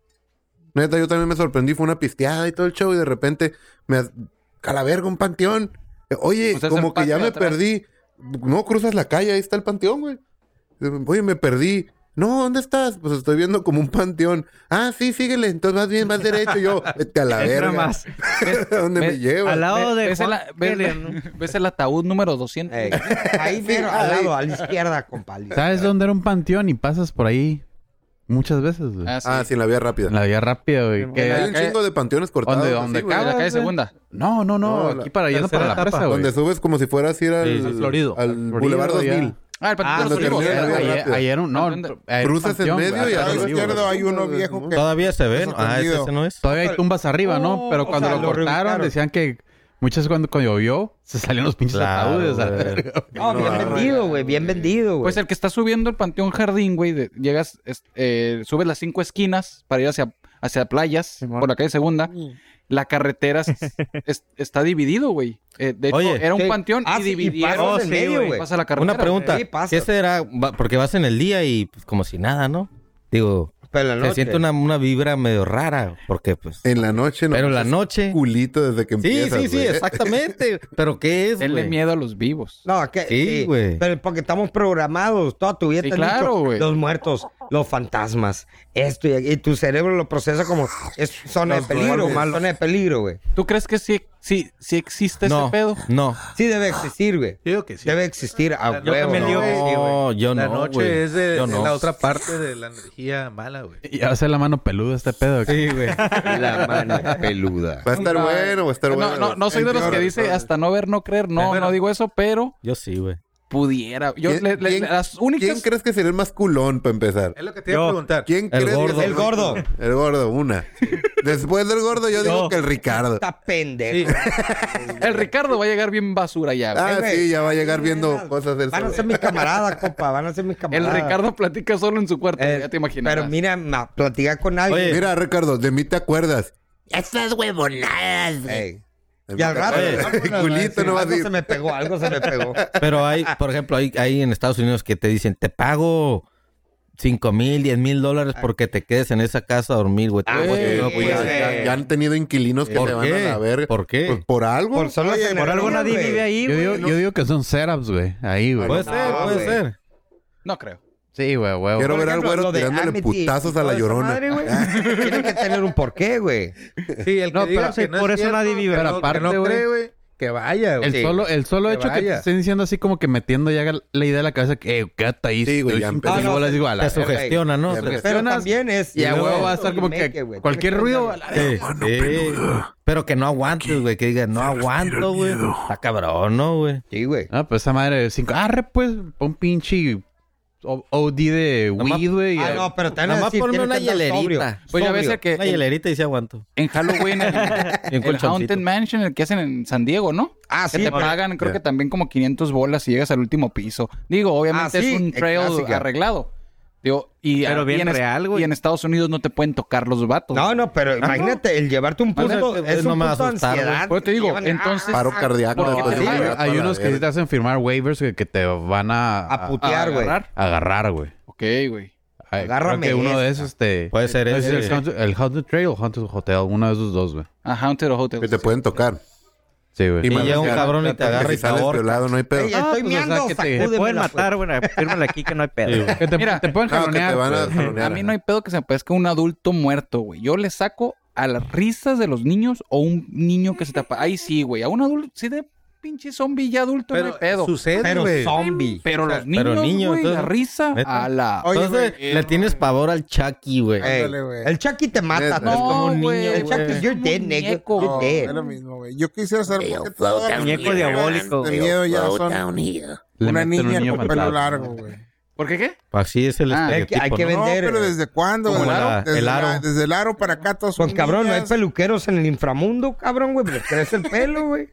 Neta, yo también me sorprendí. Fue una pisteada y todo el show. Y de repente, me... as- a la verga, un panteón. Eh, Oye, Pues es como el que ya patio me de atrás. perdí. No, cruzas la calle, ahí está el panteón, güey. Oye, me perdí. No, ¿dónde estás? Pues estoy viendo como un panteón. Ah, sí, síguele. Entonces vas bien, vas derecho. Y yo, vete a la Entra verga. más. ¿A dónde me Ve- llevas? Al lado de ¿Ves, el, Juan ves- Keller, ¿no? ves el ataúd número doscientos? Ey, ahí mero, al lado, a la izquierda, compa. ¿Sabes dónde era un panteón y pasas por ahí muchas veces, güey? Ah, sí. Ah, sí, en la vía rápida. En la vía rápida, güey. Que- Hay un acá- chingo de panteones cortados. ¿Dónde- así, dónde güey. En la cagas, calle güey? Segunda. No, no, no. No, la aquí para yendo para la tercera presa, etapa. güey. Donde subes como si fueras a ir al, Sí, al Florido. al Al Florido, Boulevard ya. dos mil. Ah, el Panteón Ah, de los donde Olivos. termina la vía Ayer, rápida. ayer un- no, Panteón hay un Cruzas en panteón, medio güey, y A atrás la arriba. de izquierda Olivos. hay uno viejo que... Todavía se ven. Ah, Sorprendido. ese no es. Todavía hay tumbas arriba, ¿no? Oh, Pero o cuando sea, lo lo cortaron, reubicaron. decían que muchas veces cuando, cuando llovió, se salían los pinches Claro, ataúdes. a la güey. verga. No, bien No, vendido, güey. Bien vendido, güey. Pues el que está subiendo el Panteón Jardín, güey, de- llegas, es- eh, subes las cinco esquinas para ir hacia, hacia playas, Simón. por la calle Segunda. La carretera es- es- está dividido, güey. Eh, de hecho, Oye, era un sí. panteón Ah, y sí, y dividieron. pasas Oh, en sí, medio, güey. güey. Pasa la carretera. Una pregunta. Sí, pasa. ¿Qué será? Va- Porque vas en el día y pues, como si nada, ¿no? Digo, Pero en la se noche. siente una, una vibra medio rara. Porque pues... En la noche, no. Pero en la es noche... culito desde que Sí, empiezas, sí, sí, güey. exactamente. ¿Pero qué es, Tenle güey? miedo a los vivos. No, que Sí, güey. Pero porque estamos programados. Toda tu vida Sí, te han claro, dicho, güey. los muertos, los fantasmas, esto y, y tu cerebro lo procesa como es zona de Los peligro, duendes. mal, zona de peligro, güey. ¿Tú crees que sí, sí, sí existe No, ese pedo? no. Sí debe existir, güey. Yo digo que sí. Debe existir a Yo huevo. también digo ¿no? que sí, güey. No, yo La no, noche güey. es de, Yo de no. la otra parte de la energía mala, güey. Y ya va a ser la mano peluda este pedo. Sí, güey. La mano peluda. Va a estar No, bueno, va a estar No, bueno. no, no soy de los que dice hasta no ver, no creer. No, Bueno. no digo eso, pero Yo sí, güey. pudiera. Yo, ¿Quién- le- le- quién- las ¿Quién únicas... crees que sería el más culón para empezar? Es lo que te iba a preguntar. ¿Quién El crees gordo. que es El gordo. El gordo, una. Después del gordo, yo digo No. que el Ricardo. Está pendejo. El Ricardo va a llegar bien basura ya, güey. Ah, güey. sí, ya va a llegar viendo cosas del Van a sol. ser mis camaradas, compa. Van a ser mis El camaradas. Ricardo platica solo en su cuarto, Eh, ya te imaginas. Pero mira, ma, platicar con alguien. Oye, Mira, Ricardo, de mí te acuerdas. Estas huevonadas. Ey. Y al rato, Oye, vámonos, culito no va a algo decir. se me pegó, algo se me pegó. Pero hay, por ejemplo, hay, hay en Estados Unidos que te dicen, te pago cinco mil, diez mil dólares porque te quedes en esa casa a dormir, güey. Ah, Güey, güey, no, Güey, pues, ya, güey. ya- ya han tenido inquilinos que ¿Por se van qué? a la verga. ¿Por qué? Pues, por algo. Por solo Oye, tener Por algo niños, nadie güey. vive ahí, Yo digo, güey. yo digo que son setups, güey. Ahí, güey. Puede No, ser, puede güey. ser. No creo. Sí, güey, güey. Quiero Por ver al ejemplo, güero lo de tirándole Amity putazos y a la toda esa llorona. madre, güey, Tiene que tener un porqué, güey. Sí, el que No, diga pero que no por es eso cierto, nadie vive. que Pero no- aparte, que no güey, cree, güey, que vaya, güey. El Sí. solo, el solo Que hecho que te vaya. estén diciendo así como que metiendo ya la idea de la cabeza que, eh, quédate ahí. Sí, güey, estoy ya sin empezó. pedo", Ah, no, igual les digo, a la Te verga. sugestiona, ¿no? Ya Te- empezó. Pero Gestionas, también es... y a luego huevo va a es estar como que remake, güey. cualquier Tiene que ruido, tener- a la Sí, Mano sí. peluda. Pero que no aguantes, güey. Que digas, no aguanto, güey. miedo. Está cabrón, ¿no, güey? Sí, güey. Ah, pues esa madre de cinco. Arre, pues, un pinche O- O D de Nomás- weed, güey. Ah, no, pero te van a Nada más decir, ponme tienes una que andar sobrio. hielerita. Pues ya ves Sobrio. el que Una en, hielerita y sí aguanto. en Halloween, el, Y un el colchoncito. Haunted Mansion, el que hacen en San Diego, ¿no? Ah, Que sí. te pero- pagan, creo Ya. que también como quinientas bolas si llegas al último piso. Digo, obviamente Ah, sí, es un es trail clásica. arreglado. Digo, y, Pero bien y en, es- real, güey. y en Estados Unidos no te pueden tocar los vatos. No, no, pero imagínate, el llevarte un Vale, punto que es no un me va a punto de asustar, güey. ansiedad. Pues te digo, Llevan- entonces- Paro cardíaco. Porque después de sí, un hay, rato hay a la unos que sí verga. te hacen firmar waivers que, que te van a, A a, putear, güey. agarrar. a agarrar, güey. Ok, güey. Ay, Agárrame creo que uno de esta. esos, este... Puede ser no sé si ese. el Haunted- el Haunted Trail o Haunted Hotel, uno de esos dos, güey. A Haunted Hotel. Que te pueden tocar. Sí, güey. Y más llega un que- cabrón y te que agarra si y te sales ahorca. violado, no hay pedo. Ey, Ah, estoy pues, o sea, miando, que te- Te sacúdemela, pueden pues. matar, güey. Fírmale aquí que no hay pedo. Que te, Mira, te pueden No, que te jalonear, van a pues. jalonear. A mí no hay pedo que se me parezca un adulto muerto, güey. Yo le saco a las risas de los niños o un niño que se tapa. Ahí sí, güey. A un adulto, sí de pinche zombie ya adulto no hay Pero pedo. sucede, Pero güey. zombie. Pero los niños, pero niño, güey, la entonces- risa ¿Neta? a la... Oye, Entonces, güey, le tienes pavor al Chucky, güey. Ey, Ándale, güey. el Chucky te mata. Neta. tú. Es como un güey, niño, El güey. Chucky, you're dead, nigga. Muñeco. You're No, dead. es lo mismo, güey. Yo quisiera saber por qué todas las Muñeco películas diabólico, de güey. miedo ya son Le una meten un niña niño con pelo fantasma. largo, güey. ¿por qué qué? Así es el Ah, hay que- hay estereotipo, que ¿no? No, vender. pero ¿desde cuándo? Como güey? la- desde, el la- aro. desde el aro para acá todos son Pues cabrón, no hay niñas. peluqueros en el inframundo, cabrón, güey. Les crece el pelo, güey.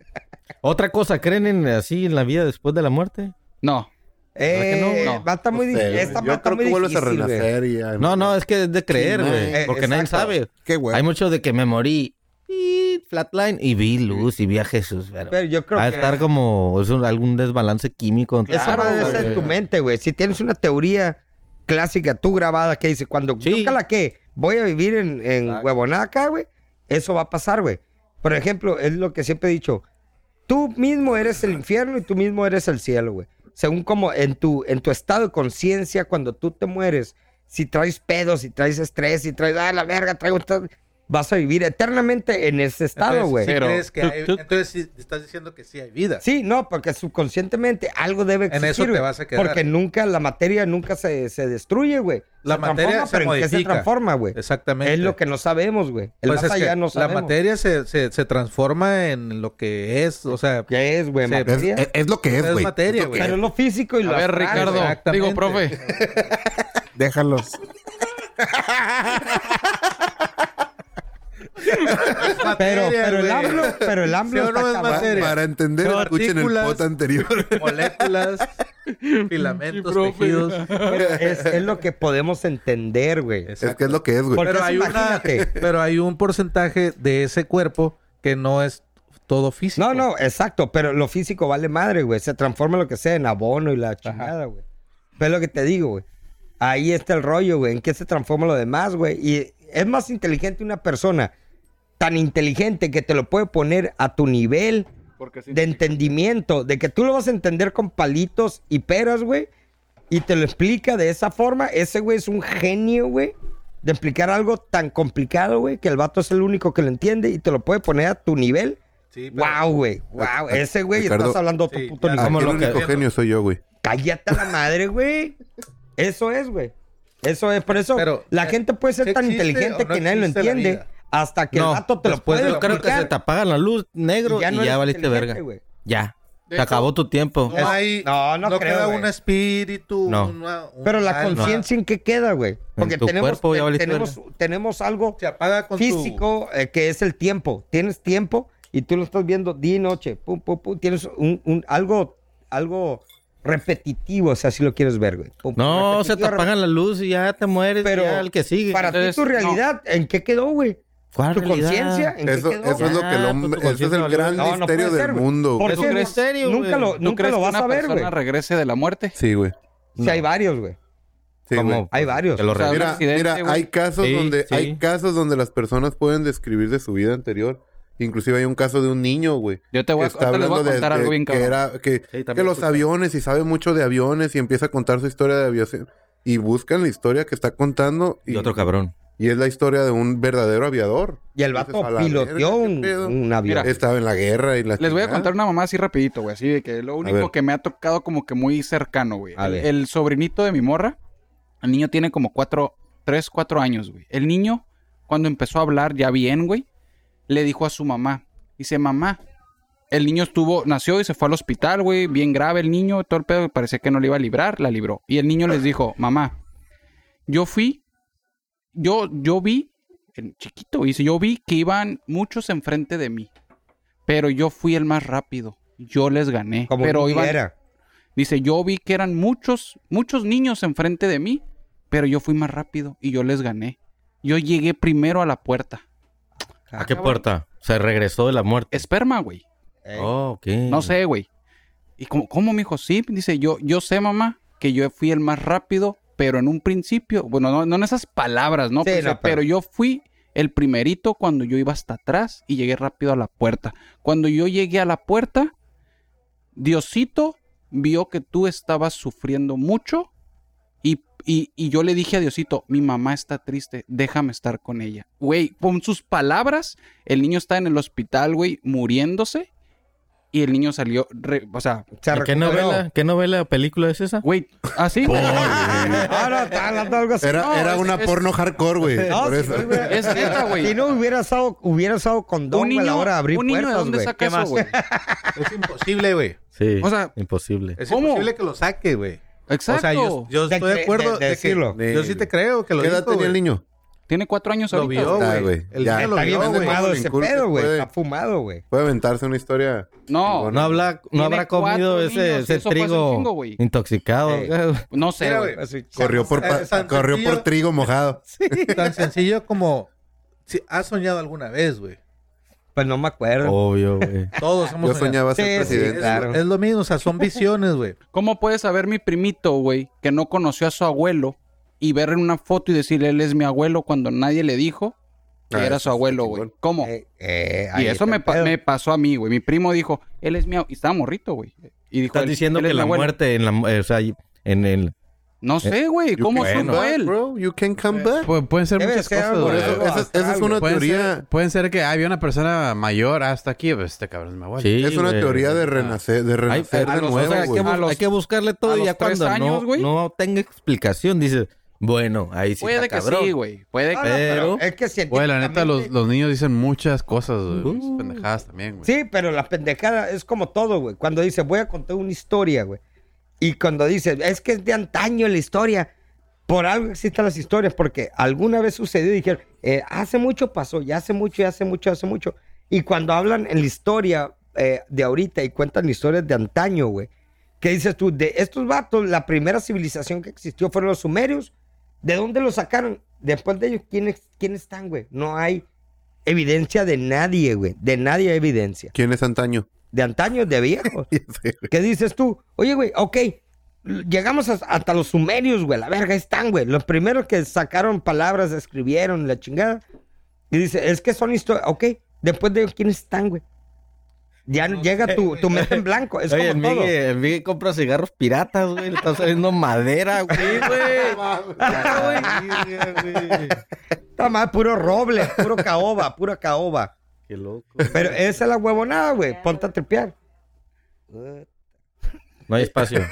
Otra cosa, ¿creen en así en la vida después de la muerte? No. Eh, no? No. va a estar muy No sé, difícil. güey. Esta va a Yo estar creo muy que vuelves a difícil, güey. renacer y ya. No, no, es que es de creer, Sí, no, güey. eh, porque nadie exacto. sabe. Qué güey. Hay muchos de que me morí. Y flatline. Y vi luz y vi a Jesús. Pero, Pero yo creo va a que estar como es un- algún desbalance químico. eso Claro, va a ser güey. en tu mente, güey. Si tienes una teoría clásica, tú grabada, que dice, cuando Sí. nunca la que voy a vivir en, en Exacto. huevonada acá, güey, eso va a pasar, güey. Por ejemplo, es lo que siempre he dicho. Tú mismo eres el infierno y tú mismo eres el cielo, güey. Según como en tu, en tu estado de conciencia, cuando tú te mueres, si traes pedos, si traes estrés, si traes, ah, la verga, traigo... esto", vas a vivir eternamente en ese estado, Entonces, güey. ¿sí Pero crees que tú- hay- tú- entonces sí estás diciendo que sí hay vida. Sí, no, porque subconscientemente algo debe En existir, eso te güey. vas a quedar. Porque nunca, la materia nunca se, se destruye, güey. La Se materia transforma, se pero ¿en qué se modifica. transforma, güey? Exactamente. Es lo que no sabemos, güey. El Pues más es que allá no la sabemos. materia se, se, se transforma en lo que es, o sea, ¿Qué es, güey? Sí, Es, Materia. es- es lo que es, es güey. materia, Es lo que güey. Pero es lo físico y lo A ver, astral, Ricardo. güey. Exactamente. Digo, profe. Déjalos. Pero, materia, pero el güey. AMLO, pero el AMLO ¿Sí o está no es cabrón. materia? Para entender, Son escuchen el partículas. pot anterior. Moléculas, filamentos, profe. tejidos. Es, es lo que podemos entender, güey. Es que es lo que es, güey. Porque Pero hay, una, imagínate. pero hay un porcentaje de ese cuerpo que no es todo físico. No, no, exacto, pero lo físico vale madre, güey. Se transforma lo que sea en abono y la chingada, güey. Pero es lo que te digo, güey. Ahí está el rollo, güey. ¿En qué se transforma lo demás, güey? Y es más inteligente una persona tan inteligente que te lo puede poner a tu nivel Porque sí. de entendimiento, de que tú lo vas a entender con palitos y peras, güey, y te lo explica de esa forma. Ese güey es un genio, güey, de explicar algo tan complicado, güey, que el vato es el único que lo entiende y te lo puede poner a tu nivel. Sí, pero- Wow, güey. Wow, ese güey Ricardo, estás hablando a otro sí, puto ya, nivel. como Aquí lo el que- único genio soy yo, güey. Cállate a la madre, güey. Eso es, güey. Eso es. Por eso Pero, la eh, gente puede ser ¿sí tan existe inteligente o no que nadie lo existe la entiende vida? hasta que No, el vato te lo después puede de Yo creo que explicar se te apaga la luz negro y y ya ya, no eres valiste inteligente, verga. güey. Ya. De Se hecho, acabó tu tiempo. No hay, no, no creo, queda güey. un espíritu. No. una- un Pero la alma. conciencia en qué queda, güey. Porque tu tenemos, cuerpo ya te- valiste tenemos, tenemos algo Se apaga con tu- físico eh, que es el tiempo. Tienes tiempo y tú lo estás viendo día y noche. Pum, pum, pum. Tienes un, un- algo, algo repetitivo, o sea, si lo quieres ver, güey. Pum, pum, No, se te repetitivo, apagan la luz y ya te mueres. Pero ya el que sigue. Para ti Entonces, tu realidad, ¿en qué quedó, güey? ¿Cuál ¿Tu realidad? conciencia? ¿En qué Eso, quedó? eso es lo que el Ah, hombre... pues tu Eso es el conciencia gran no, no misterio puede ser, del güey. mundo. ¿Por ¿Tú qué? crees serio, Nunca güey? lo, ¿Tú nunca crees lo que vas una a ver, persona güey. regrese de la muerte? Sí, güey. Sí, hay varios, güey. Sí, ¿Cómo? güey. Hay varios. Que lo O sea, reviven. Mira, accidente, mira, güey. hay casos Sí, donde sí. hay casos donde las personas pueden describir de su vida anterior. Inclusive hay un caso de un niño, güey. Yo te voy a, que está ahorita les voy a hablando de- contar de algo bien que cabrón. era que, Sí, también que los escuché. aviones y sabe mucho de aviones y empieza a contar su historia de aviación y buscan la historia que está contando y, Y otro cabrón. y es la historia de un verdadero aviador. Y el Dices, vato a la piloteó verga, un, ¿qué pedo? un avión. Mira, Estaba en la guerra y la Les voy a chingada. contar una mamá así rapidito, güey. Así de que lo ver. único que me ha tocado como que muy cercano, güey. A El, ver. el sobrinito de mi morra, el niño tiene como cuatro, tres, cuatro años, güey. El niño, cuando empezó a hablar ya bien, güey, le dijo a su mamá. Dice, mamá, el niño estuvo, nació y se fue al hospital, güey. Bien grave el niño, todo el pedo. Parecía que no le iba a librar, la libró. Y el niño les dijo, mamá, yo fui, yo, yo vi, el chiquito, dice, yo vi que iban muchos enfrente de mí. Pero yo fui el más rápido. Yo les gané. Como pero un iban, era. dice, yo vi que eran muchos, muchos niños enfrente de mí, pero yo fui más rápido y yo les gané. Yo llegué primero a la puerta. ¿A qué puerta? Se regresó de la muerte. Esperma, güey. Ey. Oh, ok. No sé, güey. ¿Y cómo, cómo, mijo? Sí, dice, yo, yo sé, mamá, que yo fui el más rápido, pero en un principio, bueno, no, no en esas palabras, ¿no? Sí, Pues, no, pero... pero- yo fui el primerito cuando yo iba hasta atrás y llegué rápido a la puerta. Cuando yo llegué a la puerta, Diosito vio que tú estabas sufriendo mucho y, y, y yo le dije a Diosito, mi mamá está triste, déjame estar con ella. Güey, con sus palabras, el niño está en el hospital, güey, muriéndose y el niño salió, re- o sea, Se ¿Qué recuperó. novela, ¿Qué novela o película es esa? güey, así. Ah, no, está hablando algo así. Era, No, era es- una es- porno hardcore, güey. No, por si eso. no hubiera- Es neta, güey. Si no hubiera usado, hubiera usado condón, Un güey, a la niño, hora de abrir un niño, ¿de puertas, dónde güey. saca ¿Qué eso, más? güey? Es imposible, güey. Sí. O sea, imposible. Es ¿Cómo? imposible que lo saque, güey. Exacto. O sea, yo, yo De estoy de cre- acuerdo de- de de, decirlo. que... Yo sí te creo que lo ¿Qué edad dijo, tenía el güey. niño? Tiene cuatro años Lo ahorita. vio, güey. Ah, güey. güey, El ya. niño lo Está bien vio, güey. fumado güey. ese Inculto, pedo, güey. puede. Está fumado, güey. Puede aventarse una historia. No, No, habla, no Tiene habrá comido cuatro ese, niños, ese eso fue hace un trigo chingo, güey. intoxicado. Ey. no sé, Mira, güey. güey. Así, Corrió por, pa- Eh, San corrió Sencillo. por trigo mojado. Tan sencillo como... Si has soñado alguna vez, güey. Pues no me acuerdo. Obvio, güey. Todos hemos Yo soñado. soñaba ser Sí, sí, presidente. claro. Es lo mismo, o sea, son visiones, güey. ¿Cómo puede saber mi primito, güey, que no conoció a su abuelo y ver en una foto y decirle él es mi abuelo cuando nadie le dijo que Ah, era eso su abuelo, está güey? chingón. ¿Cómo? Eh, eh, y ahí eso está me, el pa- pedo. me pasó a mí, güey. Mi primo dijo, él es mi abuelo. Y estaba morrito, güey. Y dijo, Estás él- diciendo él es que mi la abuelo. muerte en la, eh, o sea, en el No sé, güey. You ¿Cómo can supo come back, él? bro. You can come back. Pu- pueden ser Debe muchas ser cosas, algo Por güey. eso, algo esa, esa es astral, una Pueden teoría. ser, pueden ser que ah, había una persona mayor hasta aquí, pues este cabrón es mi abuelo. Sí, Es una güey. teoría de renacer, de Hay, renacer a de los- o nuevo, sea, hay, güey. que, bu- A los- hay que buscarle todo a y los ya tres cuando años, no, güey. no tenga explicación, dices, bueno, ahí sí Puede está que cabrón. sí, güey. Puede No, que... no, pero- es que Güey, la neta, los, científicamente- los niños dicen muchas cosas, güey. Uh. Muchas pendejadas también, güey. Sí, pero la pendejada es como todo, güey. Cuando dice, voy a contar una historia, güey. Y cuando dice, es que es de antaño la historia. Por algo existen las historias, porque alguna vez sucedió y dijeron, eh, hace mucho pasó, ya hace mucho, ya hace mucho, hace mucho. Y cuando hablan en la historia eh, de ahorita y cuentan historias de antaño, güey. ¿Qué dices tú? De estos vatos, la primera civilización que existió fueron los sumerios. ¿De dónde los sacaron? Después de ellos, ¿quiénes, ¿quiénes están, güey? No hay evidencia de nadie, güey. De nadie hay evidencia. ¿Quién es antaño? De antaño, de viejos. Ya sé, güey. ¿Qué dices tú? Oye, güey, ok. Llegamos a- hasta los sumerios, güey. La verga, ahí están, güey. Los primeros que sacaron palabras, escribieron, la chingada. Y dice, es que son historias. Ok, después de ellos, ¿quiénes están, güey? Ya llega tu, tu mente en blanco. Es Oye, el como todo. Miguel, el Miguel compra cigarros piratas, güey. Le está saliendo madera, güey, güey. Está mal, puro roble, puro caoba, pura caoba. Qué loco. Pero esa es la huevonada, güey. Ponte a tripear. No hay espacio.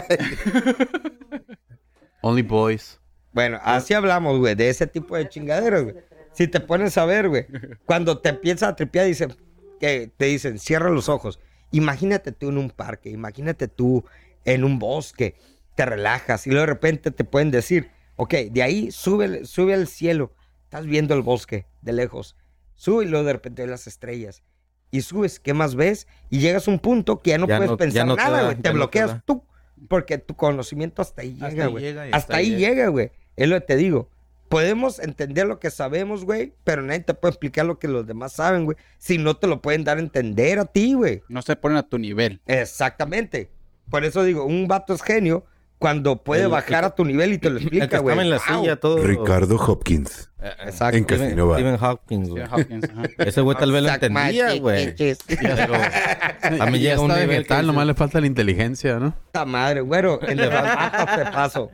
Only boys. Bueno, así hablamos, güey, de ese tipo de chingaderas, güey. Si te pones a ver, güey, cuando te empiezas a tripear, dicen, que te dicen, cierra los ojos. Imagínate tú en un parque, imagínate tú en un bosque, te relajas y luego de repente te pueden decir, ok, de ahí sube, sube al cielo, estás viendo el bosque de lejos, sube y luego de repente ves las estrellas. Y subes, ¿qué más ves? Y llegas a un punto que ya no Ya puedes no- pensar ya no te nada, da, güey. Te, ya no te bloqueas da. tú, porque tu conocimiento hasta ahí Hasta llega, ahí güey. llega y Hasta, hasta ahí ahí llega, güey. Es lo que te digo. podemos entender lo que sabemos, güey, pero nadie te puede explicar lo que los demás saben, güey. Si no te lo pueden dar a entender a ti, güey. No se ponen a tu nivel. Exactamente. Por eso digo, un vato es genio cuando puede El- bajar a tu nivel y te lo El que explica, güey. estaba en la Wow. silla todo. Ricardo Hopkins. Exacto. En Casino Bar. Stephen Hawking, güey. Stephen Hawkins, ajá. Ese güey tal vez lo Suck my entendía, dick, güey. bitches. Pero a mí ya llega un está nivel vegetal, que nomás dices, le falta la inteligencia, ¿no? Puta madre, güero. En el rato te paso.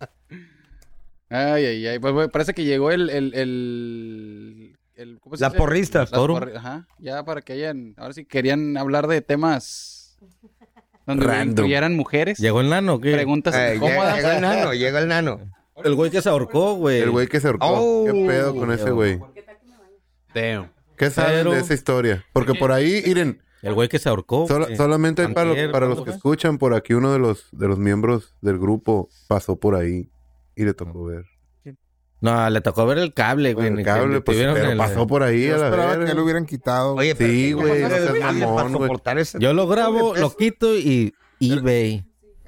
Ay, ay, ay. Pues, güey, parece que llegó el... el, el, el- ¿cómo se La dice? porrista. Las porri- Ajá. Ya para que hayan... Ahora sí querían hablar de temas... Donde Random. incluyeran mujeres. ¿Llegó el nano o qué? Preguntas Eh, llega, incómodas. llega el nano, llega el nano. El güey que se ahorcó, güey. El güey que se ahorcó. Oh. ¿Qué pedo con ese güey? Damn. ¿Qué saben Pero- de esa historia? Porque por ahí, miren, El güey que se ahorcó. sola- güey. solamente para, lo- Antier, para los ¿cuándo que fue? escuchan, por aquí uno de los, de los miembros del grupo pasó por ahí y le tocó ver. No, le tocó ver el cable, güey. El ni cable, que pues, tuvieron pero el- pasó por ahí Yo a la esperaba verga. que lo hubieran quitado. Oye, pero Sí, ¿qué güey, pasa no seas el cable mamón, para güey. soportar ese Yo lo tipo de grabo, peso? lo quito y eBay.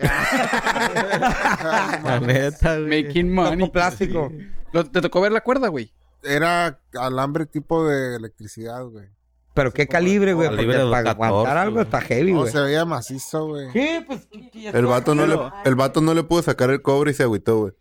La neta, güey. Making money. Toco plástico. Lo- ¿Te tocó ver la cuerda, güey? Era alambre tipo de electricidad, güey. Pero qué calibre, güey, porque Calibre para catorce, aguantar algo güey. está heavy, No, güey. se veía macizo, güey. ¿Qué? Pues, ¿qué- qué- El vato, no le, el vato no le pudo sacar el cobre y se agüitó, güey.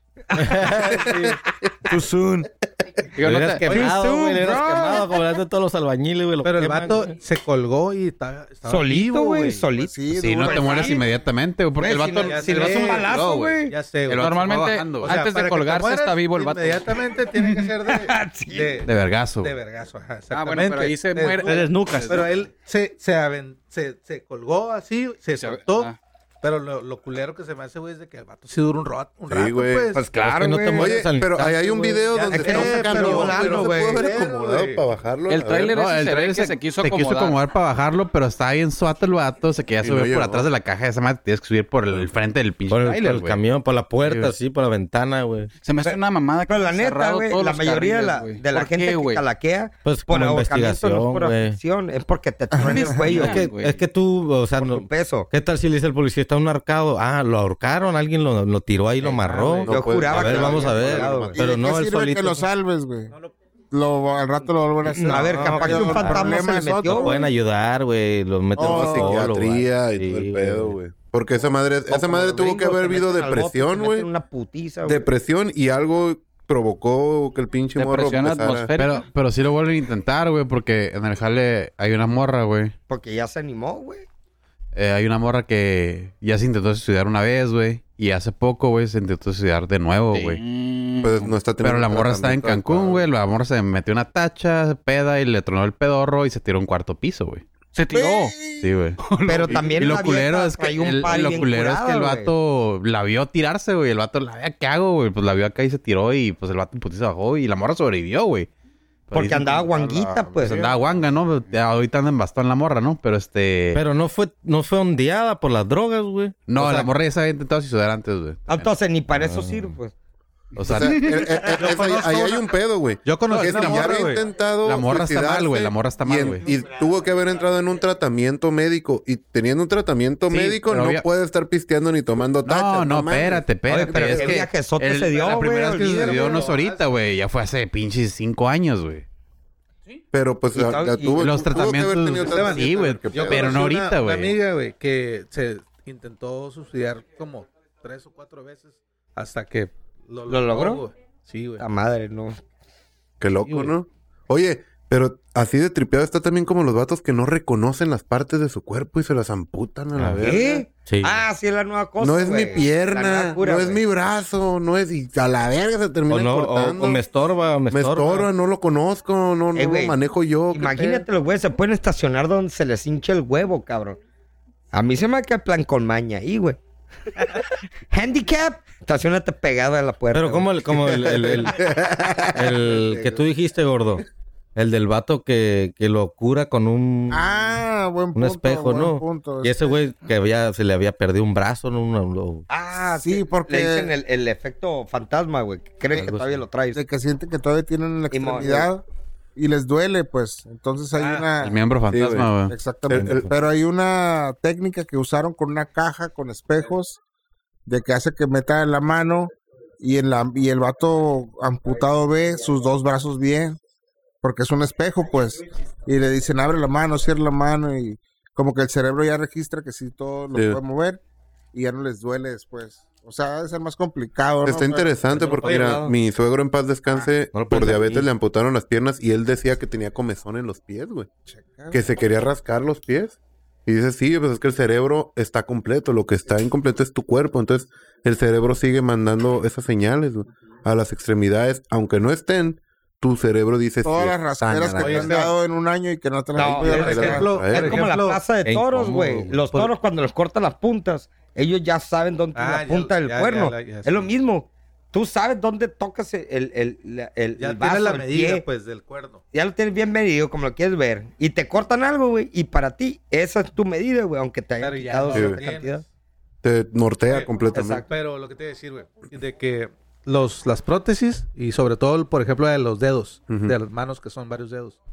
Too soon. Digo, Le no hubieras te- quemado, güey. Le hubieras bro. quemado como le hacen todos los albañiles, güey. lo Pero el queman, vato güey. se colgó y está, estaba Solito, vivo, güey, solito. Sí, Sí, no duro. te mueres inmediatamente, güey, porque el Güey, vato... si no- ya si se no es ve, un balazo, no, güey. Ya sé, El güey. vato Normalmente, va bajando, güey. O sea, antes de para que te colgarse mueras, está vivo el vato. Inmediatamente tiene que ser de, de, De vergazo. de vergazo. Ajá, Ah, exactamente. bueno, pero ahí se De- muere. Te desnucas. Pero él se, se, aven- se, se colgó así, se Se- soltó. ah. Pero lo, lo culero que se me hace, güey, es de que el vato sí dura un, ro- un Sí, rato, güey. pues. Pues Es claro, que no te güey. mueres Oye, al pero ahí hay un instante, video güey. donde es que no se cambió, cambió güey, largo, no se güey. pudo haber Pero, acomodado güey. para bajarlo. El a tráiler ver. No, ese el se ve trailer que se, se quiso se quiso acomodar. acomodar para bajarlo, pero estaba bien suato el vato. Se quería Y subir no por llegó. atrás de la caja de esa madre. Tienes que subir por el, el frente del pinche Por el, por trailer, el güey. camión, por la puerta, Sí, sí, por la ventana, güey. Se me hace una mamada que Pero la han neta, cerrado güey, todos la los mayoría de la, carriles, güey. de la ¿Por gente qué, que güey? calaquea Pues por como ahorcamiento no es por investigación, güey. aflicción, es porque te truena el cuello. Es que, güey. es que tú, o sea, por no- tu peso. ¿qué tal si le dice el policía, está un ahorcado? Ah, lo ahorcaron, alguien lo, lo tiró ahí, lo amarró. No Yo puede- juraba a ver, que lo vamos a había ver. colgado, güey. ¿Y Pero de no, qué él sirve solito. que lo salves, güey? Lo, al rato lo vuelven a hacer. A ver, No, capaz que el un fantasma problema se le es metió, otro. Lo pueden ayudar, güey. Los meten No, a psicólogo, psiquiatría güey. y todo Sí, el pedo, güey. Porque esa madre, O esa como madre los tuvo que gringos haber te habido meten al bote, depresión, te güey. meten una putiza, güey. Depresión y algo provocó que el pinche morro Depresión empezara. atmosférica. Pero, pero sí lo vuelven a intentar, güey, porque en el jale hay una morra, güey. Porque ya se animó, güey. Eh, hay una morra que ya se intentó suicidar una vez, güey. Y hace poco, güey, se intentó suicidar de nuevo, güey. Mm. Pues no está teniendo Pero la un morra está en tratamiento Cancún, adecuado. güey. La morra se metió una tacha, peda, y le tronó el pedorro y se tiró a un cuarto piso, güey. Se tiró. Sí, güey. Pero Y- también y lo la culero vieja es que traía un el, pari lo bien culero es que el curada, vato la vio tirarse, güey. El vato la vea, ¿qué hago, güey? Pues la vio acá y se tiró y pues el vato en putiza bajó y la morra sobrevivió, güey. Pero Porque dicen andaba que- guanguita, pues. Pues andaba guanga, ¿no? Ya ahorita anda en bastón la morra, ¿no? Pero este... Pero no fue, no fue ondeada por las drogas, güey. no, O sea, la morra ya se había intentado suicidar antes, güey. Entonces, ni para eso sirve, pues. O O sea, sea, eh, eh, eh, es- ahí, ahí hay un pedo, güey. Yo conocí Que una si ya morra, había güey. intentado La morra está mal, suicidarse güey, la morra está y mal, en- güey. Y tuvo que haber entrado en un tratamiento médico. Y teniendo un tratamiento Sí, médico, pero no había- puede estar pisteando ni tomando tacha. no, no, mames. espérate, espérate. Oye, pero es qué que viajezote el- se dio, la primera güey, vez que se olvídalo, dio no es güey. ahorita, güey. Ya fue hace pinches cinco años, güey. Pero pues Y ya- tal- ya y tuvo, los tuvo que haber tratamientos- tenido Esteban, sí, güey. tratamiento, Yo- qué pero pedo. no Conocí ahorita, una- güey. Una amiga, güey, que se intentó suicidar como tres o cuatro veces hasta que lo, ¿Lo logró? güey. Sí, güey. La madre, no. Qué loco, ¿no? Oye, pero así de tripeado está también como los vatos que no reconocen las partes de su cuerpo y se las amputan a la verga. ¿Qué? Sí. Ah, sí, es la nueva cosa. No es güey. mi La pierna, nueva cura, no es güey. mi brazo, no es... Y a la verga se termina O, no, o, cortando. o me estorba, o me, Me estorba. estorba, no lo conozco, no, no Eh, lo güey, manejo yo. ¿qué Imagínate, los güeyes se pueden estacionar donde se les hincha el huevo, cabrón. A mí se me queda el plan con maña ahí, güey. Handicap, estacionate pegado a la puerta. Pero como güey. el, como el, el, el- el que tú dijiste, gordo. El del vato que, que lo cura con un, Ah, buen punto. un espejo, buen ¿no? punto. Y ese güey que había, se le había perdido un brazo, ¿no? Una- lo- Ah, Sí, sí, porque- le dicen el, el efecto fantasma, güey. que Creen que Algo todavía así. lo traes. De que sienten que todavía tienen la Y mo- extremidad y les duele, pues. Entonces hay Ah, una... El miembro fantasma, güey. Exactamente. El- el- Pero hay una técnica que usaron con una caja con espejos de que hace que metan la mano y, en la, y el vato amputado ve sus dos brazos bien, porque es un espejo, pues. Y le dicen, abre la mano, cierra la mano, y como que el cerebro ya registra que sí todo lo Sí. puede mover, y ya no les duele después. O sea, debe ser más complicado, ¿no? Está Pero- interesante porque, Oye, mira, no. mi suegro en paz descanse, no lo por puedes diabetes abrir. le amputaron las piernas y él decía que tenía comezón en los pies, güey. Checa. Que se quería rascar los pies. Y dice, sí, pues es que el cerebro está completo. Lo que está incompleto es tu cuerpo. Entonces, el cerebro sigue mandando esas señales, güey, a las extremidades. Aunque no estén, tu cerebro dice... Todas sí, las están rasqueras a que la te han verga. dado en un año y que no te las No, han podido por arreglar. ejemplo, Eh, Es como la ejemplo, plaza de es toros, incómodo, güey. güey. Los Por- toros cuando les cortan las puntas, ellos ya saben dónde Ah, tiene la ya- punta del ya- cuerno. ya- ya es sé. lo mismo. Tú sabes dónde tocas el, el, el, la- el, Ya el tienes vaso, la el medida, pie. pues, del cuerno. Ya lo tienes bien medido, como lo quieres ver. Y te cortan algo, güey. Y para ti, esa es tu medida, güey. Aunque te hayan Pero ya quitado no cierta lo tienes. cantidad. Te nortea Sí, completamente. exacto. Pero lo que te voy a decir, güey, de que los, las prótesis y sobre todo, por ejemplo, de los dedos, Ujú. de las manos que son varios dedos,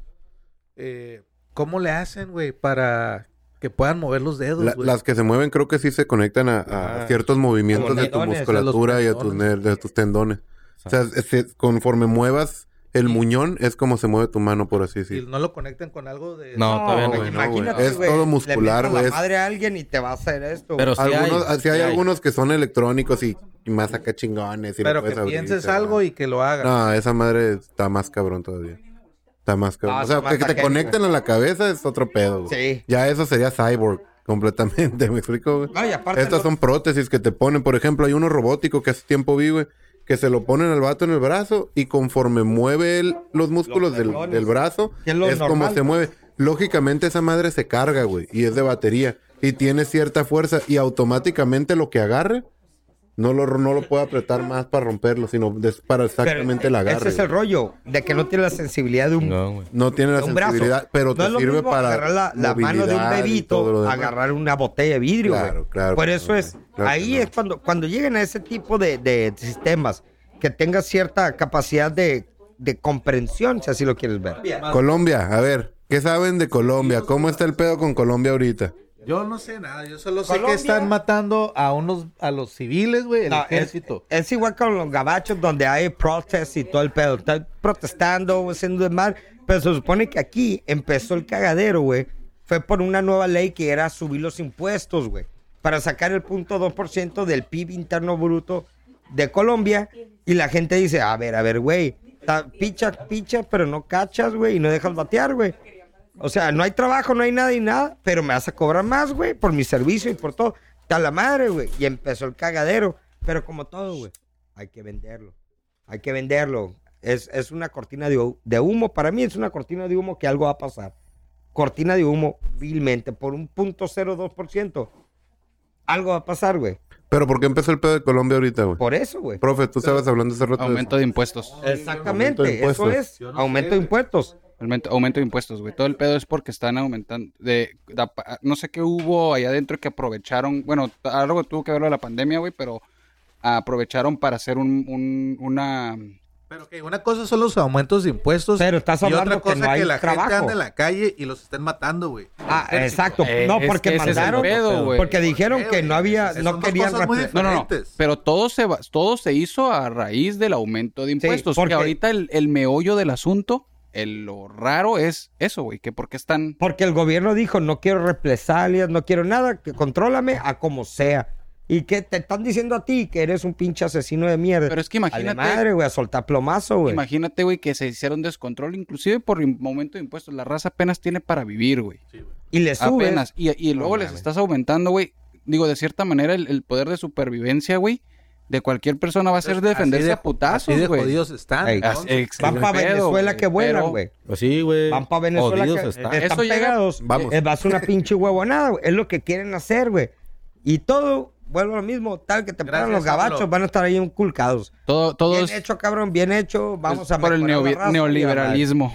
eh, ¿cómo le hacen, güey, para que puedan mover los dedos, La- güey? las que se mueven creo que sí se conectan a, a Ah. ciertos movimientos A los de tu tendones, musculatura a los y a tus, tendones. ner- de tus tendones. O sea, es- es- conforme muevas el muñón es como se mueve tu mano, por así Y decirlo. no lo conectan con algo de... No, todavía no, güey, no, Imagínate, güey. Es güey, todo muscular, le metes güey, la es- madre a alguien y te va a hacer esto. Pero güey. sí algunos, hay, sí sí hay hay. algunos que son electrónicos y, y más acá chingones. Y lo Pero que puedes abrir, pienses pero- algo y que lo hagas. No, esa madre está más cabrón todavía. Está más cabrón. No, o sea, está más que te taquero, conecten a la cabeza es otro pedo, güey. Sí. Ya eso sería cyborg completamente, ¿me explico, güey? No, y aparte Estas no- son prótesis que te ponen. Por ejemplo, hay uno robótico que hace tiempo vi, güey, que se lo ponen al vato en el brazo y conforme mueve el- los músculos Los del, tendones. del brazo, Que es lo es como normal. se mueve. Lógicamente esa madre se carga, güey, y es de batería. Y tiene cierta fuerza y automáticamente lo que agarre, no lo, no lo puede apretar más para romperlo, sino des- para Pero, exactamente el eh, agarre. Ese es el güey. rollo, de que no tiene la sensibilidad de un, No, güey. No tiene la de un brazo. sensibilidad, pero No te es lo sirve mismo para agarrar la, la mano de un movilidad y todo lo bebito, demás. agarrar una botella de vidrio, güey. Claro, claro Por que eso no, es, güey. Claro que ahí no. es cuando, cuando lleguen a ese tipo de, de sistemas, que tengas cierta capacidad de, de comprensión, si así lo quieres ver. Colombia, a ver, ¿qué saben de Colombia? ¿Cómo está el pedo con Colombia ahorita? Yo no sé nada, yo solo sé Colombia- que están matando a unos, a los civiles, güey, el No, es, ejército. es igual con los gabachos donde hay protestas y todo el pedo. Están protestando, haciendo de mal. Pero se supone que aquí empezó el cagadero, güey. Fue por una nueva ley que era subir los impuestos, güey. Para sacar el punto dos por ciento del P I B interno bruto de Colombia. Y la gente dice, a ver, a ver, güey. ta- Picha, picha, pero no cachas, güey. Y no dejas batear, güey. O sea, no hay trabajo, no hay nada y nada, pero me vas a cobrar más, güey, por mi servicio y por todo. Está la madre, güey. Y empezó el cagadero. Pero como todo, güey, hay que venderlo. Hay que venderlo. Es, es una cortina de, hu- de humo. Para mí es una cortina de humo que algo va a pasar. Cortina de humo, vilmente, por un punto cero dos por ciento. Algo va a pasar, güey. Pero ¿por qué empezó el pedo de Colombia ahorita, güey? Por eso, güey. Profe, tú estabas hablando hace rato de Aumento eso. de impuestos. Aumento de Exactamente, eso impuestos. es. Aumento de impuestos. Aumento, aumento de impuestos, güey. Todo el pedo es porque están aumentando. De, da- no sé qué hubo allá adentro que aprovecharon. Bueno, algo tuvo que ver con la pandemia, güey, pero aprovecharon para hacer un, un- una. Pero que una cosa son los aumentos de impuestos. Pero estás y hablando otra cosa que no hay la trabajo. gente anda en la calle y los estén matando, güey. Ah, exacto. Eh, no, es porque que ese es el mandaron. pedo, güey. porque dijeron qué, que güey? no había, Son no dos querían cosas muy repre- No, no, no. diferentes. Pero todo se, va- todo se hizo a raíz del aumento de impuestos. porque- Que ahorita el, el meollo del asunto, el, lo raro es eso, güey. Que porque están. Porque el gobierno dijo, no quiero represalias, no quiero nada, que contrólame a como sea. Y que te están diciendo a ti que eres un pinche asesino de mierda. Pero es que imagínate. A la madre, güey, a soltar plomazo, güey. Imagínate, güey, que se hicieron descontrol, inclusive por im- aumento de impuestos. La raza apenas tiene para vivir, güey. Y le subes. Apenas. Y, y luego les mames. estás aumentando, güey. Digo, de cierta manera, el, el poder de supervivencia, güey, de cualquier persona va a ser defenderse Así de- a putazos, así de güey. jodidos están. Ey, entonces. Así- ex- Van el para pedo, Venezuela güey. que vuelan, Pero- güey. Pues sí, güey. Van para Venezuela Jodidos que están. están Eso llega- pegados. Vamos. Eh, va a ser una pinche huevonada, güey. Es lo que quieren hacer, güey. Y todo, vuelvo a lo mismo, tal que te Gracias, pagan los gabachos, AMLO. van a estar ahí inculcados. Todo, todo Bien es hecho, cabrón, bien hecho. Vamos es a por el mejorar la neovi- raza, neoliberalismo.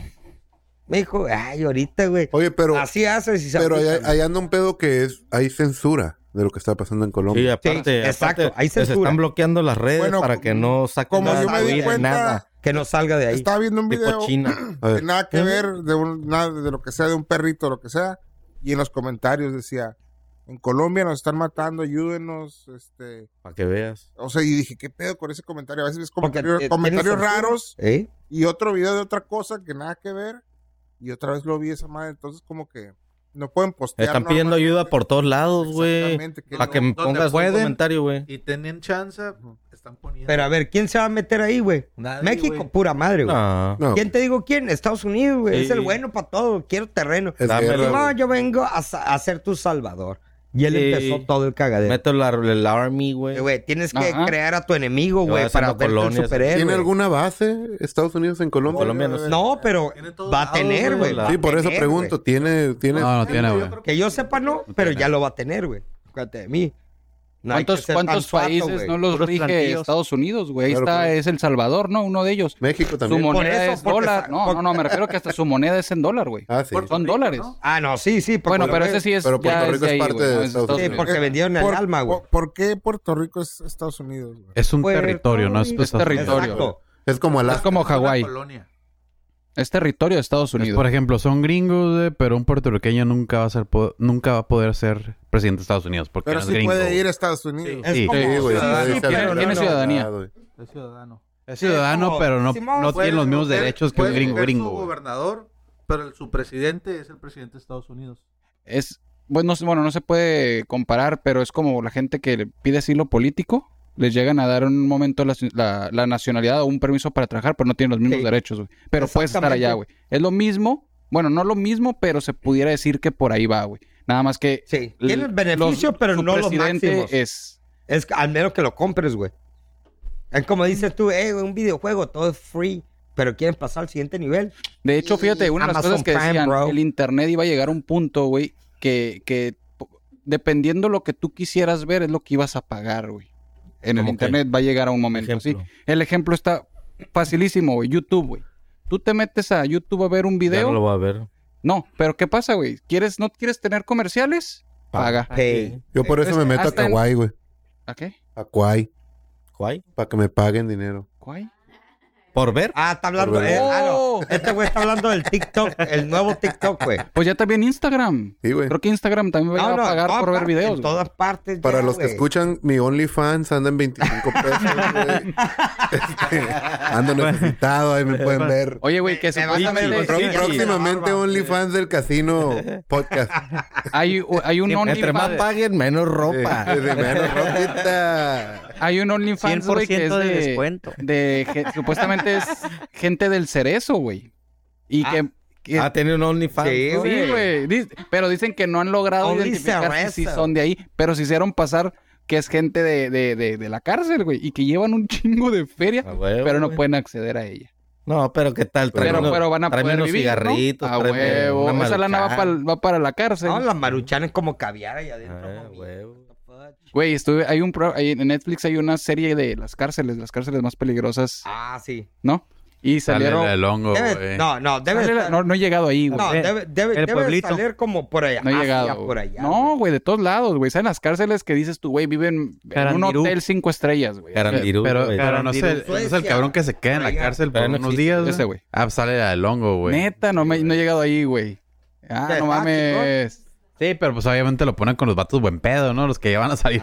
Me dijo, ay, ahorita, güey. Oye, pero, Así haces y se pero ahí, aplican. ahí anda un pedo que es, hay censura de lo que está pasando en Sí, Colombia. aparte, Sí, exacto, aparte, hay se censura. están bloqueando las redes Bueno, para que no saquen como nada, yo me di subir, cuenta, nada. Que no salga de ahí. Estaba viendo un Tipo video China. A de ver, nada que ver de un, nada de lo que sea de un perrito, lo que sea, y en los comentarios decía, en Colombia nos están matando, ayúdenos, este... Para que veas. O sea, y dije, ¿qué pedo con ese comentario? A veces ves Porque, comentarios, eh, comentarios ¿tienes raros ¿Eh? y otro video de otra cosa que nada que ver. Y otra vez lo vi esa madre, entonces como que no pueden postear. Están pidiendo normalmente. ayuda por todos lados, güey. Exactamente, que Para no- que me donde pongas un pueden. comentario, güey. Y tienen chance, están poniendo. Pero a ver, ¿quién se va a meter ahí, güey? Nadie, México, güey. pura madre, güey. No. No, ¿Quién te digo quién? Estados Unidos, güey. Sí. Es el bueno para todo. Quiero terreno. es Dámelo. guerra, No, güey. yo vengo a, sa- a ser tu salvador. Y él Sí. empezó todo el cagadero. Meto la, el army, Eh, güey. Güey, tienes que Ajá. crear a tu enemigo, Yo güey, haciendo para verte el colonias. superhéroe. ¿Tiene alguna base Estados Unidos en Colombia? Colombia no sé. No, pero Tiene todos va a lados, tener, güey. güey. Sí, va Sí, a por eso tener, pregunto. güey. ¿Tiene, tiene... No, no tiene, güey. Que yo sepa, no, pero ya lo va a tener, güey. Fíjate de mí. No hay que ¿Cuántos, ser cuántos tan fato, países güey. no los Puros rige plantillos. Estados Unidos, güey? Ahí Claro, está, claro. es El Salvador, ¿no? Uno de ellos. México Su también. moneda Por eso, es porque dólar. sa- No, por- no, no, me refiero que hasta su moneda es en dólar, güey. Ah, sí. Son dólares. Ah, no, sí, sí. porque- Bueno, pero ese sí es Pero Puerto ya es Rico de es ahí, parte güey, de no es Estados Sí, Unidos. porque vendieron el Por, alma, güey. por- ¿por qué Puerto Rico es Estados Unidos, güey? Es un Puerto territorio, no es Rico. Es territorio. Exacto. Es como Es Alaska. como Es una Hawái. colonia. Es territorio de Estados Es, Unidos. por ejemplo, son gringos, güey, pero un puertorriqueño nunca va a ser po- nunca va a poder ser presidente de Estados Unidos porque Pero no es sí gringo. puede güey. ir a Estados Unidos. Es Sí. como Sí, güey. ciudadano, sí, sí, tiene- sí, tiene sí, ciudadanía. güey. Es ciudadano. Es ciudadano, como pero no, Simón, no Puede tiene los mismos ser- derechos que un puede gringo ser gringo. su güey. gobernador, pero el- su presidente es el presidente de Estados Unidos. Es, bueno, no- bueno, no se puede comparar, pero es como la gente que le pide asilo político, les llegan a dar en un momento la, la- la nacionalidad o un permiso para trabajar, pero no tienen los mismos Sí. derechos, güey. Pero puedes estar Exactamente. allá, güey. Es lo mismo, bueno, no lo mismo, pero se pudiera decir que por ahí va, güey. Nada más que... Sí, l- tienes beneficios, los- pero su no los presidente máximos. es... Es que al menos que lo compres, güey. Es como dices tú, eh, un videojuego, todo es free, pero quieren pasar al siguiente nivel. De hecho, fíjate, una de las Amazon cosas que Prime, decían, bro. el internet iba a llegar a un punto, güey, que, que po- dependiendo lo que tú quisieras ver es lo que ibas a pagar, güey. En el ¿Cómo qué? internet va a llegar a un momento así. Ejemplo. El ejemplo está facilísimo, güey. YouTube, güey. Tú te metes a YouTube a ver un Ya video. no lo voy a ver. No, pero ¿qué pasa, güey? ¿Quieres, no quieres tener comerciales? Paga. Hey. Yo por eso Es- me meto a hasta en- Kawaii, güey. ¿A qué? A Kawaii. ¿Cuál? Para que me paguen dinero. ¿Cuál? ¿Por ver? Ah, está hablando. Por eh, ver. ah, no. Oh. Este güey está hablando del TikTok, el nuevo TikTok, güey. Pues ya también Instagram. Sí, güey. Creo que Instagram también va a No, llegar no, a pagar en por todas ver videos. En güey. todas partes. Para ya, los que güey. escuchan, mi OnlyFans anda en veinticinco pesos, güey. Este, ando necesitado, ahí me pueden ver. Oye, güey, que Me vas a ver supuestamente con Pro- sí, sí, próximamente sí. OnlyFans del Casino Podcast. hay, hay un Entre más OnlyFans. paguen, menos ropa. Sí, de menos ropita. Hay un OnlyFans, güey, que es cien por ciento de de, descuento. de ge- supuestamente es gente del cerezo, güey. Y que, que- Ah, tiene un OnlyFans. Sí, ¿no? sí, güey. Dic- Pero dicen que no han logrado Only identificar si, si Cerezo. son de ahí, pero se hicieron pasar que es gente de, de, de, de la cárcel, güey, y que llevan un chingo de feria, A huevo, pero no güey. pueden acceder a ella. No, pero ¿qué tal? Tráeme Pero, unos- pero van a tráeme poder unos vivir, ¿no? cigarritos. A tráeme huevo. una Esa lana va, maruchan. pa'l- va para la cárcel. No, las maruchanes como caviar ahí adentro. Ah, homie. huevo. What the fuck? Güey, estuve, hay un pro, hay- en Netflix hay una serie de las cárceles, las cárceles más peligrosas, Ah, sí. ¿no? Y Sale salieron... el hongo, Debe- güey. no, no, debe Sale la- estar- no, no he llegado ahí, güey. No, Ve- debe, debe, el debe pueblito. salir como por allá. No he Asia, llegado. por güey. allá. No, güey, de todos lados, güey. ¿Saben las cárceles que dices tú, güey, viven en un Carandirú. hotel cinco estrellas, güey? Carandirú, Pero, güey. pero no, es el, no es el cabrón que se queda en la Suecia. cárcel por Pero no unos existe días. ese, güey. güey. Ah, sale el hongo, güey. Neta, no, me, no he llegado ahí, güey. Ah, ¿Qué, no fácil, mames. Sí, pero pues obviamente lo ponen con los vatos buen pedo, ¿no? Los que ya van a salir.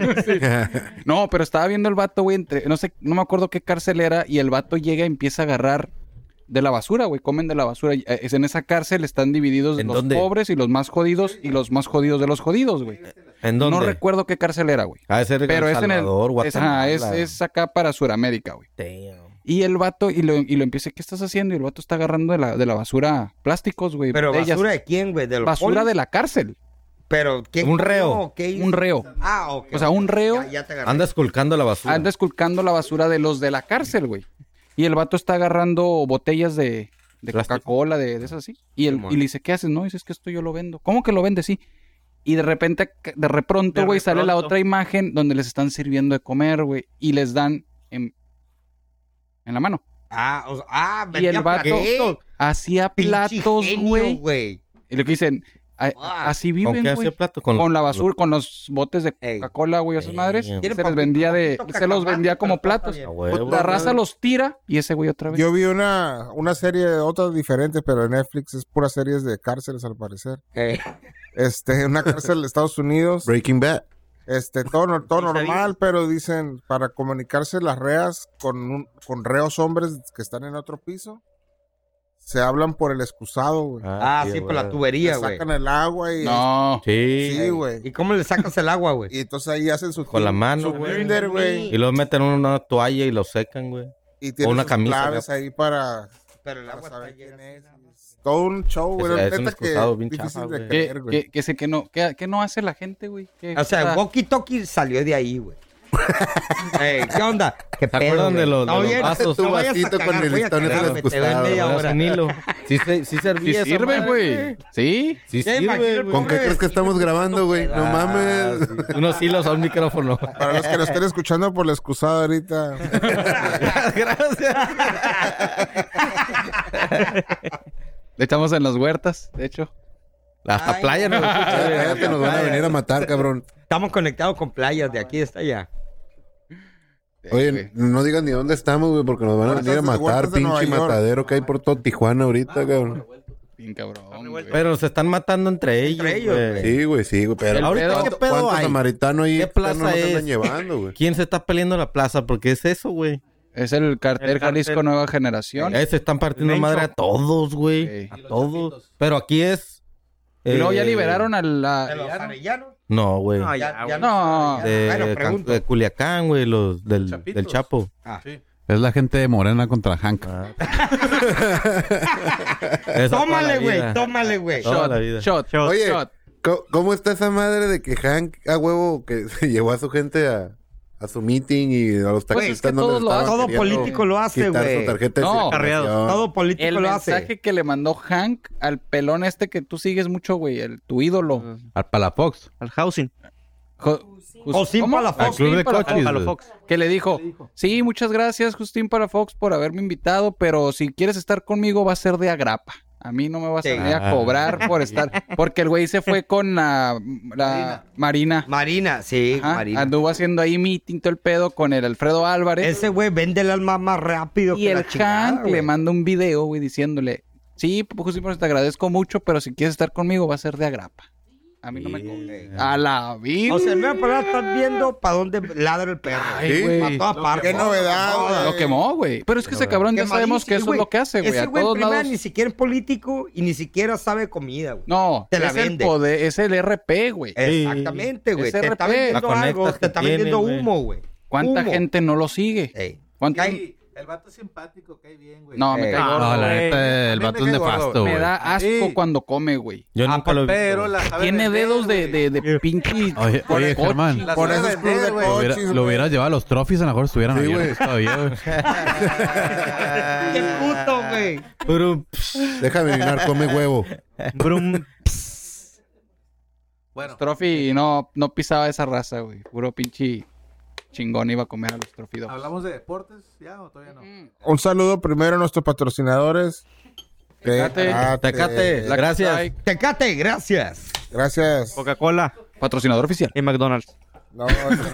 No, pero estaba viendo el vato, güey, entre... No sé, no me acuerdo qué cárcel era. Y el vato llega y empieza a agarrar de la basura, güey. Comen de la basura. Y, eh, es en esa cárcel están divididos ¿En los dónde? pobres y los más jodidos. Y los más jodidos de los jodidos, güey. ¿En dónde? No recuerdo qué cárcel era, güey. Ha de ser Pero El es en el... Salvador, es, ajá, es, Guatemala. es acá para Sudamérica, güey. Damn. Y el vato, y lo, y lo empieza, ¿qué estás haciendo? Y el vato está agarrando de la, de la basura plásticos, güey. Pero botellas. basura de quién, güey, de los Basura polis? de la cárcel. Pero ¿quién Un comió reo. o qué hizo? Un reo. Ah, ok. O sea, un reo Ya, ya te agarré. Anda esculcando la basura. anda esculcando la basura de los de la cárcel, güey. Y el vato está agarrando botellas de, de Plástico. Coca-Cola, de, de esas así. Y, el, Simón. y le dice, ¿qué haces? No, dice, es que esto yo lo vendo. ¿Cómo que lo vende? Sí. Y de repente, de repronto, De güey, sale la repronto. otra imagen donde les están sirviendo de comer, güey. Y les dan en, en la mano. Ah, o sea, ah, Y vendía el vato platos. hacía Pinche platos, genio, güey. güey. Y lo que dicen, a- Ah. así ¿Con viven, qué güey. hacía plato? Con, la basura, con los botes de Ey. Coca-Cola, güey, esas Ey. madres. ¿Tiene Se les papito, vendía de, papito se los vendía cacahuate, como pero está platos. bien. A huevo. La raza los tira y ese güey otra vez. Yo vi una, una serie, otra diferente, pero en Netflix es puras series de cárceles al parecer. Eh, Este, en una cárcel de Estados Unidos. Breaking Bad. Este, todo, no- todo normal, pero dicen, para comunicarse las reas con, un- con reos hombres que están en otro piso, se hablan por el excusado, güey. Ah, sí, por la tubería, Le güey. sacan el agua y... No. Sí. Sí, güey. ¿Y cómo le sacas el agua, güey? Y entonces ahí hacen su... Con la mano, su güey. Tinder, güey. Y luego meten una toalla y lo secan, güey. Y O tienen una sus camisa, claves güey. ahí para... Pero el para agua saber está quién llena es. así, nada más. Todo un show, güey. Es- es Neta un que excusado bien difícil chafa, de güey. ¿Qué, creer, güey. qué, qué sé que no, qué, qué no hace la gente, güey? ¿Qué- O sea, qué- el walkie-talkie salió de ahí, güey. Ey, ¿qué onda? ¿Qué ¿Se acuerdan de los, de No, los bien, vasos? no Tu vayas a vasito con cagar, el voy a listón ese cagarme, te veo en excusado, media ¿verdad? hora. Sin hilo. Sí, se- sí Sí servía esa sirve, madre, güey. Sí. Sí Ya imagino sirve, el güey. ¿Con qué crees que estamos grabando, güey? No Ah, mames. sí. Unos hilos a un micrófono. Para los que lo estén escuchando por la excusada ahorita. Gracias. Estamos en las huertas, de hecho. Hasta Ay, playa no. Cállate, nos van a venir a matar, cabrón. Estamos conectados con playas de aquí hasta allá. Oye, no digan ni dónde estamos, güey, porque nos van a Ahorita venir a es de matar. Huertas de Nueva Pinche York. matadero que hay por todo Tijuana ahorita, cabrón. Bien cabrón, güey. Pero se están matando entre ellos, Entre ellos, güey. Sí, güey, sí, güey. Pero El Ahorita, pedo- ¿qué pedo ¿cuántos hay? samaritanos ahí ¿Qué externos plaza nos andan es? llevando, güey? ¿Quién se está peleando en la plaza? Porque es eso, güey. Es el cartel El cartel. Jalisco Nueva Generación. Eh, se están partiendo El madre Mencho. a todos, güey. Sí. A todos. Pero aquí es... Y luego ya eh, liberaron a la... ¿De los arellanos? No, güey. No, Ya- ya, ya güey. No. De, Bueno, Can- pregunto. de Culiacán, güey, los del, Chapitos. del Chapo. Ah. Es la gente de Morena contra Hank. Ah. Esa toda Tómale, la güey, vida. tómale, güey. Toda Shot, la vida. shot, shot, Oye, shot. ¿cómo, cómo está esa madre de que Hank a huevo que se llevó a su gente a, a su meeting y a los Güey, es que taxistas no les todos lo estaban hacen. Todo queriendo político lo hace, quitar güey. su tarjeta de No. circulación? Todo político El lo mensaje hace. que le mandó Hank al pelón este que tú sigues mucho, güey, el, tu ídolo. Al Palafox. Al housing. Jo- Jus- Justín ¿cómo? Palafox. Al club de Palafox. coches. Palo güey. Fox. Que le dijo, sí, muchas gracias, Justín Palafox, por haberme invitado, pero si quieres estar conmigo va a ser de agrapa. A mí no me vas a Sí. venir a cobrar por estar... Porque el güey se fue con la, la Marina. Marina, sí, Ajá, Marina. anduvo haciendo ahí meeting todo el pedo con el Alfredo Álvarez. Ese güey vende el alma más rápido Y que el la chingada, Hank güey. le manda un video, güey, diciéndole, sí, pues Justín, Palafox, te agradezco mucho, pero si quieres estar conmigo va a ser de agrapa. A mí no me cobres. A la vida. O sea, en verdad, pero estás viendo para dónde ladra el perro. Ay, güey. A todas partes. Qué novedad, güey. Lo quemó, güey. Pero es que ese cabrón ya sabemos que eso es lo que hace, güey. Ese A güey todos primero lados. ni siquiera es político y ni siquiera sabe comida, güey. No, Te la es el vende. poder, es el R P, güey. Exactamente, güey. Es Te R P. está vendiendo La algo, conectas te está que tiene, vendiendo güey. humo, güey. ¿Cuánta Humo. gente no lo sigue? Ey. ¿Cuánta? Sí, el vato es simpático, cae bien, güey. No, me Eh, cae gordo. No, la güey. neta, el También vato me es cae gordo. nefasto, Me güey. da asco Sí. cuando come, güey. Yo Ah, nunca lo he pero visto. la sabe Tiene vender, dedos de, güey. de, de pinche... Oye, oye, cochi. Germán. La Por sabe eso es club de vender, güey. Lo, hubiera- coches, lo güey. hubieras llevado a los trophies, a lo mejor estuvieran Sí, abiertos güey. todavía, güey. Qué puto, güey. Pero, Déjame adivinar, come huevo. Brum. Bueno, Trophy no, no pisaba esa raza, güey. Puro pinche chingón iba a comer a los Trophy Dogs. ¿hablamos de deportes ya o todavía no? Un saludo primero a nuestros patrocinadores. Tecate. Tecate. Black Gracias. Strike, Tecate, gracias. Gracias. Coca-Cola patrocinador oficial. y McDonald's. No,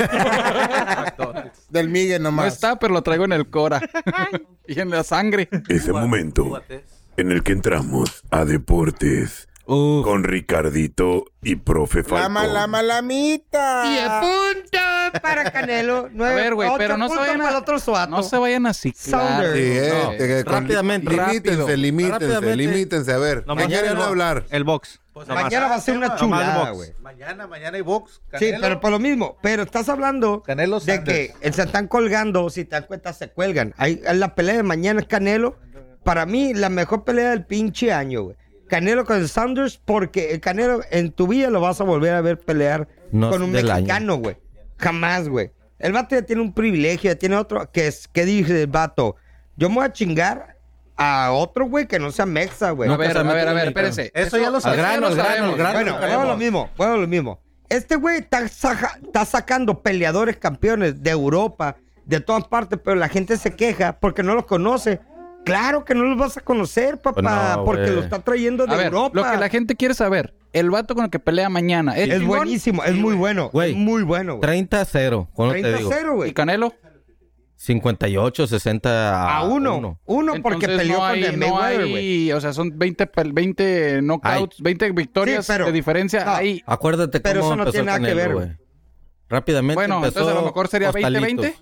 del Miguel No nomás. está, pero lo traigo en el Cora. Y en la sangre. Ese momento en el que entramos a deportes Uf. con Ricardito y Profe Lama, Falcón. lama, lamita. Y el punto para Canelo. Nueve, A ver, güey, ocho pero no se puntos vayan para el a, otro suato. no se vayan a ciclar. Saunders. Sí, güey, eh, no. que- que con- Rápidamente, Limítense, rápido. limítense, Rápidamente. limítense. A ver, Nomás mañana el van a bo- hablar. El box. Pues Mañana va a ser una Nomás chulada, box. güey. Mañana, mañana hay box. Sí, Canelo. pero por lo mismo. Pero estás hablando Canelo de Sanders. que eh, se están colgando, si te das cuenta, se cuelgan. Ahí, la pelea de mañana es Canelo. Para mí, la mejor pelea del pinche año, güey. Canelo con el Sanders, porque el Canelo en tu vida lo vas a volver a ver pelear No con un del año. mexicano, güey. Jamás, güey. El vato ya tiene un privilegio, ya tiene otro. Que es, ¿qué dice el vato? Yo me voy a chingar a otro, güey, que no sea mexa, güey. A No, ver, que se a ver, mete a ver, en el espérense. Eso ya lo Al sabemos. grano, al grano, al grano. Bueno, bueno, lo mismo, bueno, lo mismo. Este güey está, saja- está sacando peleadores campeones de Europa, de todas partes, pero la gente se queja porque no los conoce. Claro que no los vas a conocer, papá, Pues no, porque güey. lo está trayendo de A ver, Europa. lo que la gente quiere saber. El vato con el que pelea mañana. ¿Es, Es chingón? buenísimo, es muy bueno, Güey, es muy bueno, güey. treinta a cero. ¿Cuándo te treinta a digo? cero, ¿Y güey. Canelo? cincuenta y ocho, sesenta A uno. Uno porque Entonces, peleó no con hay, el no Mayweather, güey. hay, o sea, son veinte, pel- veinte knockouts, veinte victorias Sí, pero- de diferencia. no. Ahí. Acuérdate Pero cómo eso no empezó tiene el nada que Canelo, ver, güey. Rápidamente Bueno, empezó entonces a lo mejor sería veinte veinte.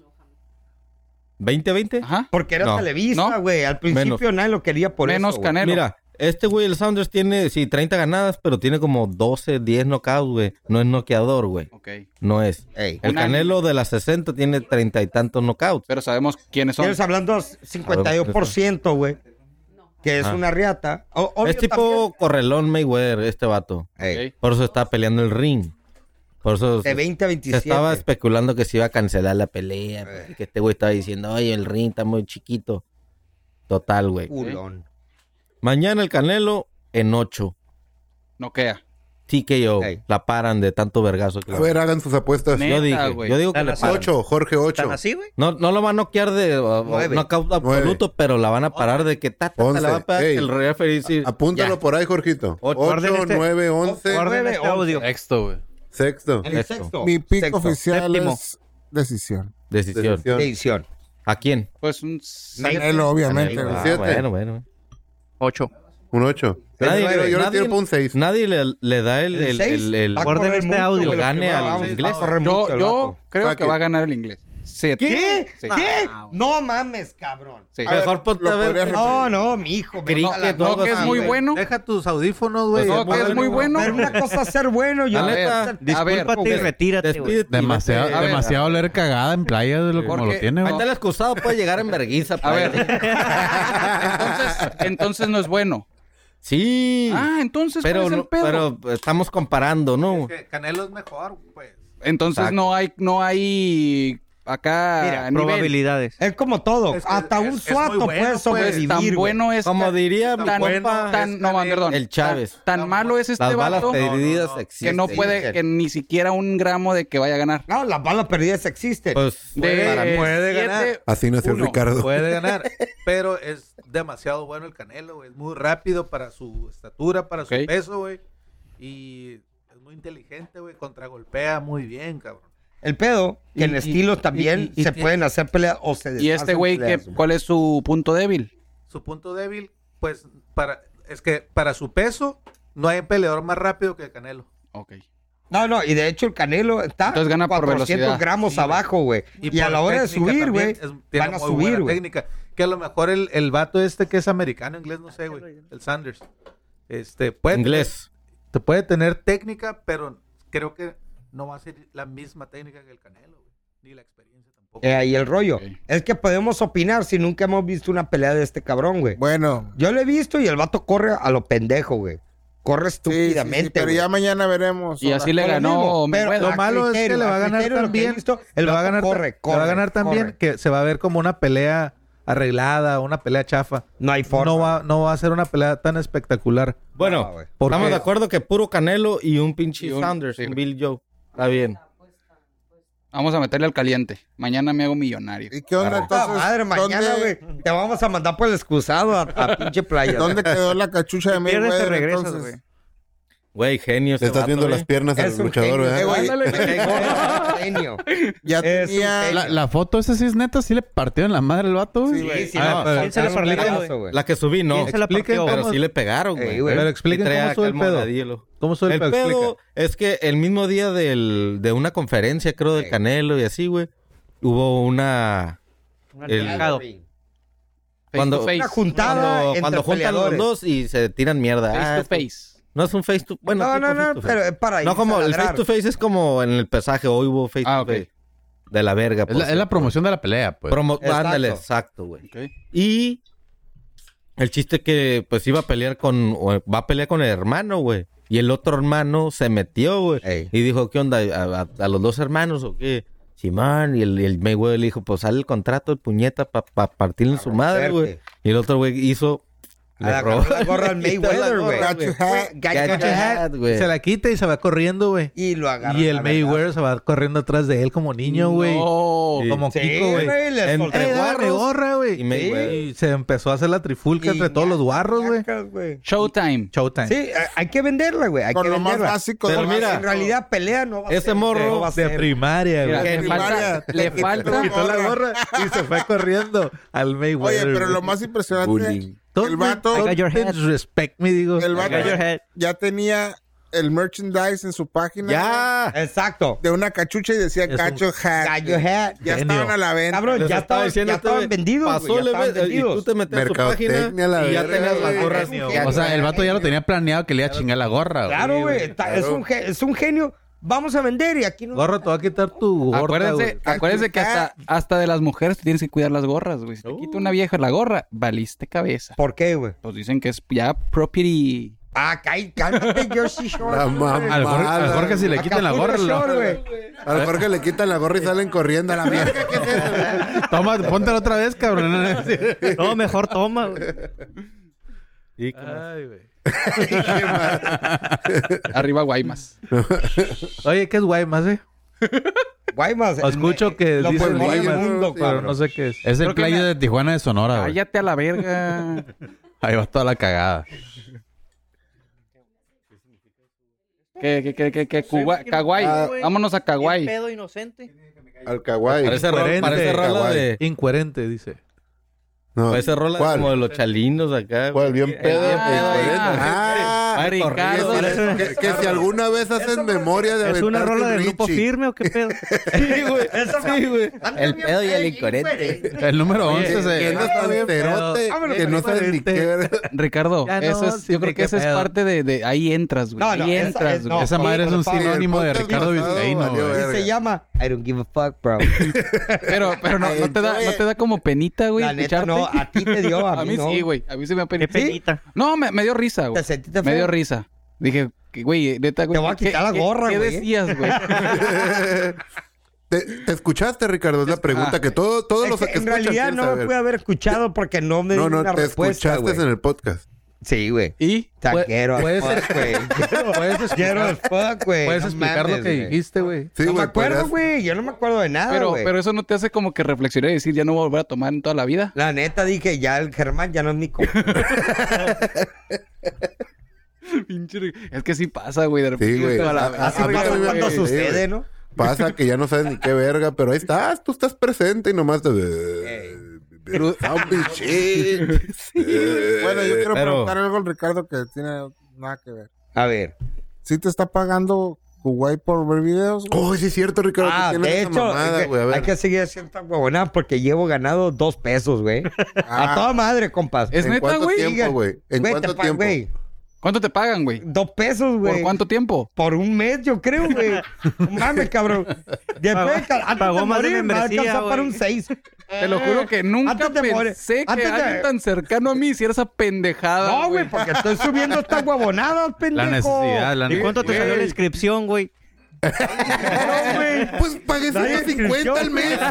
¿veinte veinte? Ajá. Porque era No. Televisa, ¿No? güey. Al principio Menos. nadie lo quería por Menos eso, güey. Canelo. Mira, este güey, el Saunders, tiene, sí, treinta ganadas, pero tiene como doce, diez knockouts, güey. No es noqueador, güey. Ok. No es. Ey. El Una- Canelo de las sesenta tiene treinta y tantos knockouts. Pero sabemos quiénes son. Estamos hablando cincuenta y dos por ciento, güey. Que es Ah. una riata. O- obvio Es tipo correlón Mayweather, este vato. también. Ey. Ok. Por eso está peleando el ring. Por eso De veinte a se veintisiete. estaba especulando que se iba a cancelar la pelea. porque Que este güey estaba diciendo, oye, el ring está muy chiquito. Total, güey. Culón. Mañana el Canelo en ocho. Noquea. T K O. Ey. La paran de tanto vergazo que A le- ver, hagan sus apuestas. Neta, Yo dije, güey. yo digo que Tan le así. paran. Ocho, Jorge, ocho. ¿Tan así, güey? No, no lo van a noquear de uh, Nueve. knockout absoluto, pero la van a parar de que ta, ta, ta, Once. la va a pegar Ey. el referee dice, Apúntalo ya. por ahí, Jorgito. Ocho. Orden Ocho, este- nueve, once. Orden Nueve, este once. audio. Sexto, güey. Sexto. El Sexto. sexto. Mi pick Sexto. oficial Séptimo. es decisión. Decisión. Decisión. Decisión. ¿A quién? Pues un... Canelo, obviamente. Ah, güey. Siete. bueno, bueno, bueno. Ocho. Un ocho. Nadie- yo le tiro- yo le nadie- tiro por un seis. Nadie le, le da el... El el, seis. el- el- Va a Orden correr este mucho, audio. güey, Gane los que al vamos, inglés. va a correr Yo, mucho el yo vato. creo Ah, que ¿qué? va a ganar el inglés. Siete. ¿Qué? Sí. ¿Qué? No mames, cabrón. Sí. Mejor ponte lo a ver... podrías No, no, mi hijo. Cricket, No, algo que es así, muy güey. bueno. Deja tus audífonos, güey. No, que es muy bueno. Pero una cosa es ser bueno y La otra neta, cosa es ser Discúlpate y des- retírate, güey. Despídete y Demasiado, vete. A ver, demasiado leer cagada en playa de lo como Porque- lo tiene, Ahí güey. está el excusado, puede llegar en vergüenza. A ver. entonces, entonces no es bueno. Sí. Ah, entonces, pero, ¿cuál es el no- pedo? pero estamos comparando, ¿no? Que Canelo es mejor, pues. Entonces Exacto. no hay, no hay acá Mira, nivel. Probabilidades. Es como todo. Es que Hasta es- un es muy suato bueno, puede pues. sobrevivir. Tan güey. bueno es Como diría mi tan, compa, tan- es no, Canelo. perdón. el Chávez. Tan, tan malo es este Las balas vato perdidas no, no. existen. que no puede, que ni siquiera un gramo de que vaya a ganar. No, las balas perdidas existen. Pues, De para mí. puede siete- ganar. Así nació Uno. Ricardo. Puede ganar, pero es demasiado bueno el Canelo, güey. Es muy rápido para su estatura, para su Ok. peso, güey. Y es muy inteligente, güey. Contragolpea muy bien, cabrón. El pedo, que Y- en y- estilos también y- y- se y- pueden hacer peleas o se Y deshacen este güey, que, peleas, ¿cuál es su punto débil? Su punto débil, pues, para es que para su peso no hay peleador más rápido que el Canelo. Ok. No, no, y de hecho el Canelo está Entonces gana por cuatrocientos velocidad. gramos Sí, güey. abajo, güey. Y, a por la hora de técnica subir, también güey, es- tiene van a muy subir, buena güey. técnica. Que a lo mejor el, el vato este que es americano, inglés, no sé, güey. El Sanders. Este, puede Inglés. tener- te puede tener técnica, pero creo que no va a ser la misma técnica que el Canelo, güey. Ni la experiencia tampoco. Eh, ahí el rollo. Ok. Es que podemos opinar si nunca hemos visto una pelea de este cabrón, güey. Bueno, Yo lo he visto y el vato corre a lo pendejo, güey. Corre sí, sí, sí, estúpidamente, pero güey. ya mañana veremos. Y Ahora, así le Por lo ganó mismo, pero Mayweather. Lo a malo es que criterio, le va a ganar criterio de lo tan que he bien. visto, el le va a vato ganar, corre, ta- corre, le va a ganar tan bien corre. que se va a ver como una pelea arreglada, una pelea chafa. No hay forma. No va, no va a ser una pelea tan espectacular. Bueno, No, güey. Porque- estamos de acuerdo que puro Canelo y un pinche Y un- Sanders, sí. un Bill Joe. Está bien. Vamos a meterle al caliente. Mañana me hago millonario. ¿Y qué onda Puta entonces? madre, mañana, ¿dónde, güey. Te vamos a mandar por el excusado a, a pinche playa. ¿Dónde quedó la cachucha de Pierdes, te Mayweather regresas, entonces? güey. Güey, genio. Le ese estás vato, viendo güey. las piernas Es al un luchador, genio. ¿verdad? Eh, güey, Es un genio. Ya Es un tenía... genio. La, la foto esa sí es neta, sí le partieron la madre al vato, güey. Sí, güey. Sí, sí, Ah, no, pero- soltaron ¿quién se le un partió, pedazo, güey. La que subí, no. ¿Quién se la Expliquen, partió? pero sí le pegaron, Ey, güey. güey. Pero expliquen Sí traía cómo estuvo el acá pedo. moradillo. ¿Cómo estuvo el, El pedo? pedo Explica. es que el mismo día del, de una conferencia, creo, del Sí. Canelo y así, güey, hubo una... Un El- altercado. Face Cuando- to face. Una juntada Cuando, entre cuando juntan peleadores. los dos y se tiran mierda. Face Ah, to esto- face. No es un face to... Bueno, No, tipo no, face no, to face. pero es para No, irse como a el ladrar. face to face es como en el pesaje. Hoy hubo face Ah, to ok. face. De la verga. Es por la, es la cierto. promoción de la pelea, pues. Promo- Exacto. Ándale, exacto, güey. Ok. Y el chiste que pues iba a pelear con... o va a pelear con el hermano, güey. Y el otro hermano se metió, güey. Ey. Y dijo, ¿qué onda? ¿A, a- a los dos hermanos o qué? Simón. Y el, y el Mayweather le dijo, pues sale el contrato de puñeta para pa partirle su madre, güey. verte. Y el otro güey hizo Le agarró la gorra al Mayweather, güey. Got your hat. Got your hat, güey. Se la quita y se va corriendo, güey. Y lo agarra. Y el la Mayweather verdad. se va corriendo atrás de él como niño, güey. No. Como Sí, Kiko, güey. güey, le soltó Entre guarros. gorra, gorra, güey. Y Mayweather. Y se empezó a hacer la trifulca entre todos los guarros, güey. güey. Showtime. Showtime. Sí, hay- hay que venderla, güey. Hay Con que lo más venderla. básico. Pero de mira, En realidad, pelea no va a ese ser, morro no va a De ser. primaria, Mira, güey. le falta, le Se falta, quitó la gorra y se fue corriendo al Oye, Mayweather. pero lo güey. más impresionante, Bullying. Don't- el vato, I got your head. Disrespect me, digo. el vato got your head. ya tenía el merchandise en su página Ya. Exacto. de una cachucha y decía Es Cacho un- Hat. Got your head. Ya Genio. estaban a la venta. Cabrón, Les ya estaba estaban, diciendo ya este, estaban güey, vendidos, güey. pasó, Ya le estaban ves, y vendidos. tú te metes en su Mercadotecnia, página la y ya verga, tenías las güey. gorras. Es un Ya- genio. O sea, el vato ya lo tenía planeado que le iba a chingar la gorra, güey. Claro, güey. está- Es, un ge- es un genio. Vamos a vender y aquí no. Gorro, te va a quitar tu gorra, Acuérdense, güey. acuérdense que hasta, hasta de las mujeres te tienes que cuidar las gorras, güey. Si te quita una vieja la gorra, valiste cabeza. ¿Por qué, güey? Pues dicen que es ya property. Ah, cállate, cálmate, Jersey Shore. La güey. mamá. Al Jorge, al Jorge si le Acapulco quitan la gorra, lo- Shore, güey. A lo mejor que le quitan la gorra y salen corriendo a la mierda. ¿Qué es eso? Toma, póntela otra vez, cabrón. No, mejor toma, güey. Ay, güey. Arriba Guaymas. Oye, ¿qué es Guaymas, eh? Guaymas. O escucho que lo dicen pulmón del Guaymas, mundo, pero cabrón. no sé qué es. Es el Creo que playo me- de Tijuana de Sonora, güey. Cállate a la verga. Ahí va toda la cagada. Que, que, que, que, que, Kuwa- Kawaii. Ah. Vámonos a Kawaii. Pedo inocente. Al kawaii. Parece, ro- Incoherente, parece rola kawaii. de... Incoherente, dice. No. Parece rola ¿Cuál? como de los chalinos acá. ¿Cuál? güey. Bien pedo. Ah, bien ah, Ah, Ricardo. que, que- que si alguna vez hacen memoria de ¿Es una aventarte rola un del grupo Richie. firme o qué pedo? Sí, güey. Sí, güey. El pedo y el incoherente. El número once Que se... no está bien cerote, Vámonos, que no vámonos, sabes ni qué ver. Ricardo, Ya no, eso es, yo ni creo que qué esa es pedo. parte de, de... Ahí entras, güey. No, no, ahí esa entras, es- güey. no. Esa madre es un Pablo, sinónimo de el podcast Ricardo pasado Vizcaíno, valió güey. Y verga. se llama I don't give a fuck, bro. Pero, pero no, no, te da, no te da como penita, güey, La neta, escucharte. no, a ti te dio, a, A mí no. sí, güey. A mí sí me da Qué penita. penita. No, me, me dio risa, güey. ¿Te sentiste Me feo? dio risa. Dije, que, güey, neta, güey. Te voy a ¿qué- quitar la qué- gorra, ¿Qué güey. decías, güey? ¿Te, te escuchaste, Ricardo? Es la pregunta ah. que todo, todos Es los que que en escuchan realidad quieren no me saber. pude haber escuchado porque no me dio No, no, una te respuesta, escuchaste güey. en el podcast. Sí, güey. Y Pu- Taquero as puedes- fuck, güey. Puedes Quiero explicar, as fuck, güey. puedes No explicar lo mames, que güey. dijiste, güey. Sí, No me güey, acuerdo, podrías- güey. Yo no me acuerdo de nada, pero, güey. pero eso no te hace como que reflexionar y decir, ya no voy a volver a tomar en toda la vida. La neta dije, ya el Germán ya no es mi compa. Pinche Ric- Es que sí pasa, güey. De repente. Sí, güey. toda la- A- a- Así a mí pasa también me cuando pasó, sucede, güey. ¿no? Pasa que ya no sabes ni qué verga, pero ahí estás, tú estás presente y nomás te... Zombie shit. Bueno, yo quiero Pero- preguntar algo al Ricardo que tiene nada que ver. A ver. ¿Sí te está pagando Kuwait por ver videos? güey? Oh, sí es cierto, Ricardo. Ah, que tienes de esa hecho, mamada, hay, que, güey. A ver. hay que seguir haciendo esta huevonada porque llevo ganado dos pesos, güey. A Ah. toda madre, compas. ¿Es ¿En neta, cuánto güey? tiempo, güey? ¿En Güey, cuánto te pa- tiempo? güey, ¿Cuánto te pagan, güey? dos pesos, güey. ¿Por cuánto tiempo? Por un mes, yo creo, güey. No mames, cabrón. Después, Pagó- antes pagó de más de morir, me va a membresía, alcanzar para güey. un seis. Te lo juro que nunca Antes de morir- pensé que antes de- alguien tan cercano a mí hiciera esa pendejada, No, güey, porque estoy subiendo estas huevonadas, pendejo. La necesidad, la ¿Y cuánto te salió la inscripción, güey? No, güey. Pues pagué Nadie ciento cincuenta inscripción, al mes.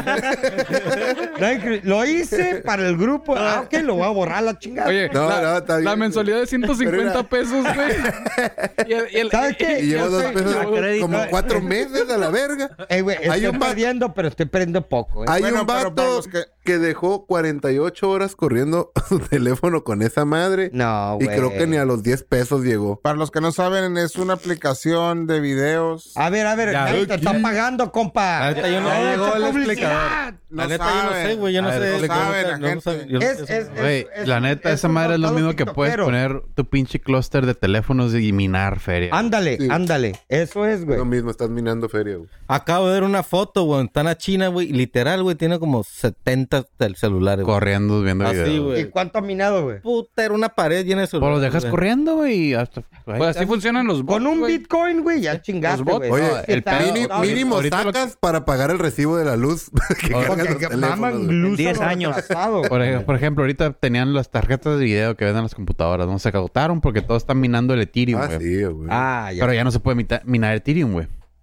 La inscri- Lo hice para el grupo. Ah, ok, lo voy a borrar la chingada. Oye, No, la, no, está bien, la güey. mensualidad de ciento cincuenta pesos, güey. Y el- y el- ¿Sabes qué? Y llevo Yo dos soy- pesos, yo- crédito. como cuatro meses a la verga. Eh, güey, Hay estoy un va- perdiendo, pero estoy perdiendo poco, eh. Hay Bueno, un pero para vato los que... que- dejó cuarenta y ocho horas corriendo su teléfono con esa madre. No, Y güey. creo que ni a los diez pesos llegó. Para los que no saben, es una aplicación de videos. A ver, a ver, Ya, nadie te está pagando, compa. La neta, yo no- No, Ya llegó echa el publicidad. La No neta, yo no saben. sé, güey. Yo no A ver, sé. no yo no saben, sé, la yo no gente. sé, yo no Es, sé. es, es, Güey, es- la neta, es esa un madre es lo mercado mismo que puedes tiktokero. poner tu pinche clúster de teléfonos y minar feria. Ándale, Sí. ándale. Eso es, güey. Lo mismo, estás minando feria, güey. Acabo de ver una foto, güey. Está en la China, güey. y Literal, güey. Tiene como setenta tel- celulares, güey. Corriendo, viendo Así, videos. güey. ¿Y cuánto ha minado, güey? Puta, era una pared llena de Pues celulares. los dejas güey. corriendo, güey. y hasta- Pues así funcionan los bots, Con un güey. Bitcoin, güey, ya chingaste, Los bots. güey. Oye, No, el está- pedo- Mini- no, mínimo ahorita lo- sacas para pagar el recibo de la luz que cargan porque los que teléfonos, maman güey. luz diez a lo años. retrasado. Por, ej- por ejemplo, ahorita tenían las tarjetas de video que venden las computadoras, ¿no? Se agotaron porque todos están minando el Ethereum, Ah, güey. sí, güey. Ah, ya. Pero ya no se puede mita- minar Ethereum, güey.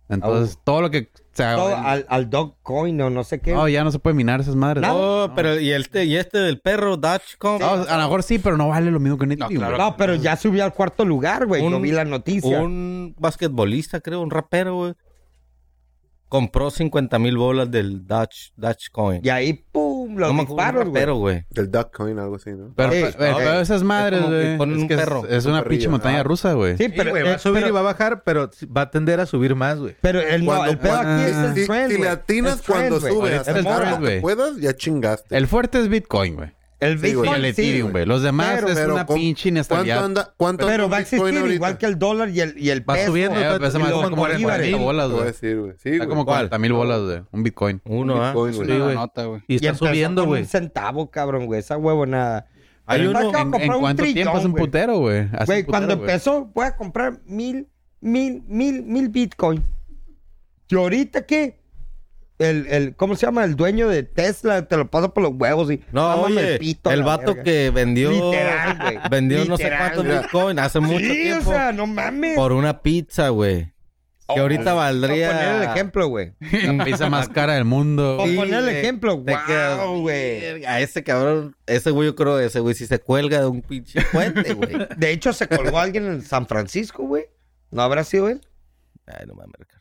Entonces, todo lo que... O sea, Todo el- al, al Dogecoin o no sé qué. No, ya no se puede minar esas madres. Nada. Oh, pero y este, y este del perro, Dogecoin. No, a lo mejor sí, pero no vale lo mismo que un Ethereum. claro. güey. No, pero ya subió al cuarto lugar, güey. Un- Yo vi la noticia. Un basquetbolista, creo, un rapero, güey. Compró cincuenta mil bolas del Doge, Dogecoin. Y ahí, pum, los No me acuerdo, un disparos, güey. rapero, güey. Del Duckcoin, algo así, ¿no? Pero, Sí, pero- no, pero eh, esas madres, es como que güey. ponen Es, un que es- perro. es una Un pinche perrillo, montaña ah. rusa, güey. Sí, Sí, pero, güey, va eh, a subir pero- y va a bajar, pero va a tender a subir más, güey. pero el, no, Cuando- el pedo cuando- aquí es el si, trend, si güey. le atinas El trend, cuando güey. sube Es hasta el sacar trend, lo que güey. puedas, ya chingaste. El fuerte es Bitcoin, güey. El Sí, güey. Bitcoin, Y el sí, Ethereum, güey. Los demás Pero- es Pero una ¿cómo- pinche ¿Cuánto inestabilidad. anda? ¿Cuánto Pero anda va a un Bitcoin existir ahorita? igual que el dólar y el, y el Va peso. subiendo, Eh, pero esa y madre los está como cuarenta bolívares. mil bolas, Te voy a güey. decir, güey. Sí, Está güey. como cuarenta mil bolas, güey. Un Bitcoin. Uno, ¿ah? Bitcoin, güey. Sí, Una güey. nota, güey. Y Y está empezó subiendo, con güey. un centavo, cabrón, güey. Esa huevonada. Hay Pero uno- acabo de ¿En, comprar en un cuánto trillón, tiempo es un güey. putero, güey? Hace Güey, un putero, cuando güey. empezó, voy a comprar mil, mil, mil, mil Bitcoin. Y ahorita, ¿qué? El, el, ¿cómo se llama? El dueño de Tesla te lo pasa por los huevos y... No, mámame oye, el, pito a la vato verga. que vendió... Literal, güey. Vendió no sé Literal, cuántos güey. Bitcoin hace mucho Sí, tiempo. o sea, no mames. Por una pizza, güey. Que ahorita Voy a poner el valdría... ejemplo, güey. La pizza más cara del mundo. Por Sí, poner el güey. ejemplo, Te quedas, wow, güey. A ese cabrón, ese güey, yo creo, ese güey, si se cuelga de un pinche puente, güey. De hecho, se colgó alguien en San Francisco, güey. ¿No habrá sido él? Ay, no mames, Ricardo.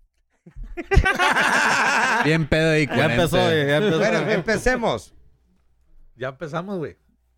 Bien pedo y Ya empezó, güey, ya empezó. Bueno, empecemos. Ya empezamos, güey.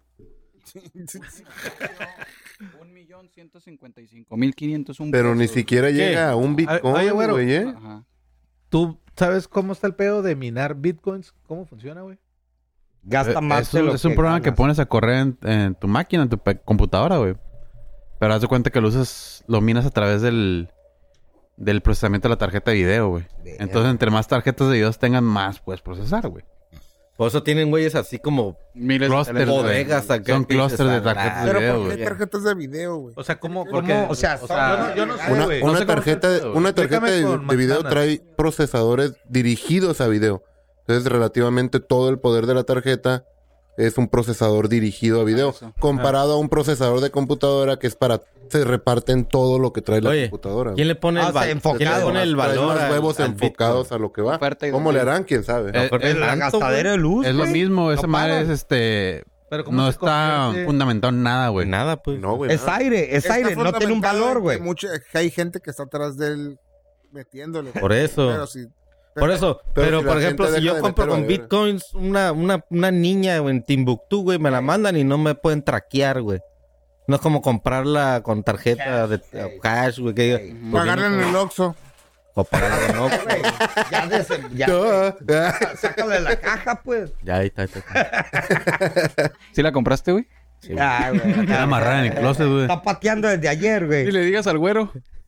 Un millón ciento cincuenta y cinco mil quinientos un Pero ni pesos. siquiera llega a un Bitcoin, Oye, güero. güey, ¿eh? Ajá. ¿Tú sabes cómo está el pedo de minar bitcoins? ¿Cómo funciona, güey? Gasta más es de un, lo es un programa que ganas. pones a correr en, en tu máquina, en tu pe- computadora, güey. Pero haz de cuenta que lo usas, lo minas a través del, del procesamiento de la tarjeta de video, güey. Verga. Entonces, entre más tarjetas de videos tengan, más puedes procesar, güey. Por eso tienen güeyes así como Miles de Clusters, teléfonos. güey. bodegas acá. Son que dices, clusters de "A la tarjetas de Pero video, ¿por qué güey. tarjetas de video, güey? O sea, ¿cómo? ¿Cómo? Porque, O sea, yo no, yo no sé, Una, güey. una No sé cómo tarjeta, está el pedo, una güey. tarjeta de, Explícame con de video manzanas. trae procesadores dirigidos a video. Entonces, relativamente todo el poder de la tarjeta es un procesador dirigido a video. Eso. Comparado a un procesador de computadora que es para... Se reparten todo lo que trae la Oye, computadora. ¿quién le pone Ah, el, o sea, val- enfocado. ¿quién le pone el Trae valor más al- huevos al enfocados Bitcoin? a lo que va. Oferta y ¿Cómo le demanda. harán? ¿Quién sabe? Eh, Oferta y Es la tanto, gastadera de luz, Es lo güey. mismo, No esa madre paran. es este... Pero ¿cómo No se está convierte? fundamentado en nada, güey. Nada, pues. No, güey. Es nada. aire, es Está aire. No tiene un fundamentado valor, en güey. que mucha- que hay gente que está atrás de él metiéndole. Por eso. Pero sí. Por eso, Pero pero, si la por ejemplo, gente si deja yo de compro meter, con vale, verga. bitcoins una, una, una niña güey, en Timbuktu, güey, me la mandan y no me pueden traquear, güey. No es como comprarla con tarjeta de o cash, güey, que diga, pues, Pagarle en viene el Oxxo. con- o pagarla en Oxxo. Güey, ya, des- ya, No, ah, sácale la caja, pues. Ya, ahí está, ahí está. Ahí está. ¿Sí la compraste, güey? Ya, güey. Queda amarrada en el closet, güey. Está pateando desde ayer, Y güey. le digas al güero.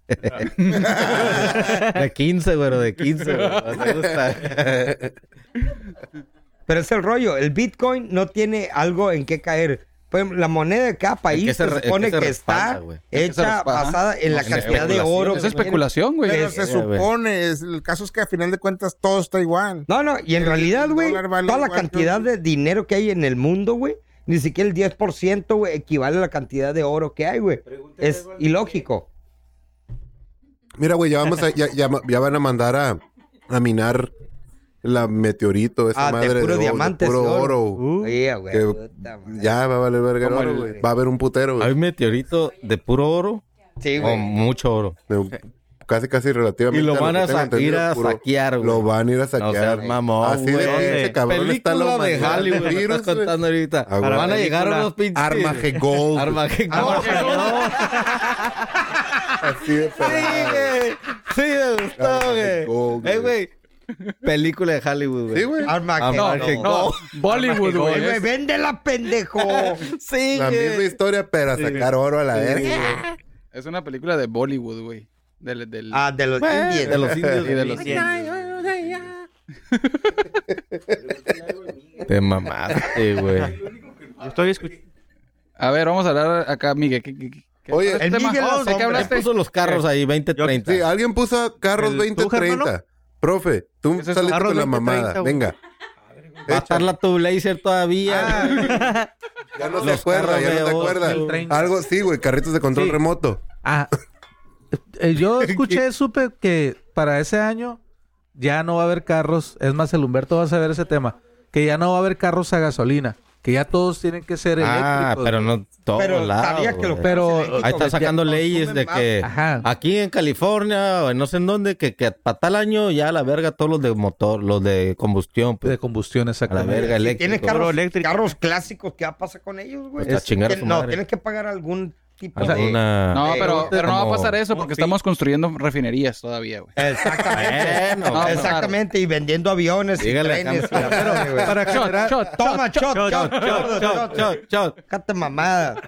De quince, güey, de quince, güey. Me gusta. Pero es el rollo. El Bitcoin no tiene algo en qué caer. Por ejemplo, la moneda de cada país que se se, re- supone en que que, se está respalda, güey. En que se hecha respalda. basada en la En cantidad de especulación. oro. Es que especulación, güey. Pero Sí, se sí, güey. supone, es- el caso es que a final de cuentas todo está igual. No, no, y en El realidad, güey, dólar vale toda la igual, cantidad ¿no? de dinero que hay en el mundo, güey, ni siquiera el diez por ciento, güey, equivale a la cantidad de oro que hay, güey. Es ilógico. Mira, güey, ya vamos a, ya, ya, ya van a mandar a, a minar la meteorito, esa Ah, madre de puro oro, diamantes. puro y oro. Uh, Oye, güey, que puta madre. ya va a valer verga el Como oro, el- güey. Va a haber un putero, ¿Hay güey. un meteorito de puro oro Sí, o güey. mucho oro? De- Casi, casi relativamente. Y lo lo van que a tengo sa- entendido, ir a puro- saquear, güey. Lo van a ir a No saquear. seas mamón, Así de güey. pinche cabrón está la Película de humanidad. Hollywood, me Virus, estás güey. contando ahorita. Ah, güey. Van a llegar Película. unos pinches... Armageddon. Armageddon. Así de Sí, pelado. güey. Sí, me gustó, Armageddon, güey. Eh, güey. Película de Hollywood, güey. Sí, güey. Armageddon. Armageddon. No, Bollywood, Güey, güey. güey, Es- véndela, pendejo. Sí, La güey. misma historia, pero a sacar oro a la verga. Es una película de Bollywood, güey. Del, del... Ah, de los Bueno, indios. de los indios. Sí, de los Te mamaste, güey. Yo estoy escuchando. A ver, vamos a hablar acá, Miguel. ¿Qué, qué, qué- qué- Oye, El tema? Miguel Oh, la ¿de qué sombra. hablaste? Puso los carros ahí, veinte treinta. sí, alguien puso carros ¿El- veinte tú, Germano? treinta. Profe, tú ¿Qué es eso? saliste Carros con la veinte mamada. treinta, güey. Venga. Va a estar la tu blazer todavía. Ya no se Los acuerda, carros ya no de se ocho, acuerda. el treinta. Algo, sí, güey, carritos de control Sí. remoto. Ah, Eh, yo escuché, supe que para ese año ya no va a haber carros. Es más, el Humberto va a saber ese tema. Que ya no va a haber carros a gasolina. Que ya todos tienen que ser Ah, eléctricos. pero güey. no todos Pero lados, sabía que güey. lo Pero Ahí está sacando leyes de que Ajá. aquí en California o en no sé en dónde, que, que para tal año ya a la verga todos los de motor, los de combustión, pues, De combustión, a la exactamente. verga Tienes eléctrico. carros, eléctrico. carros clásicos, ¿qué pasa con ellos, güey? Pues a chingar a Tien- su No, madre. tienes que pagar algún tipo O sea, de... una... No, Eh, pero, pero no va a como- pasar eso porque estamos construyendo refinerías todavía, güey. Exactamente. Bueno, No, Exactamente. Y vendiendo aviones Dígale y acá, trenes. y la verga, güey. Para Shot, generar... shot, Toma, shot, shot, Shot, shot, shot, shot. shot, shot. Déjate mamada.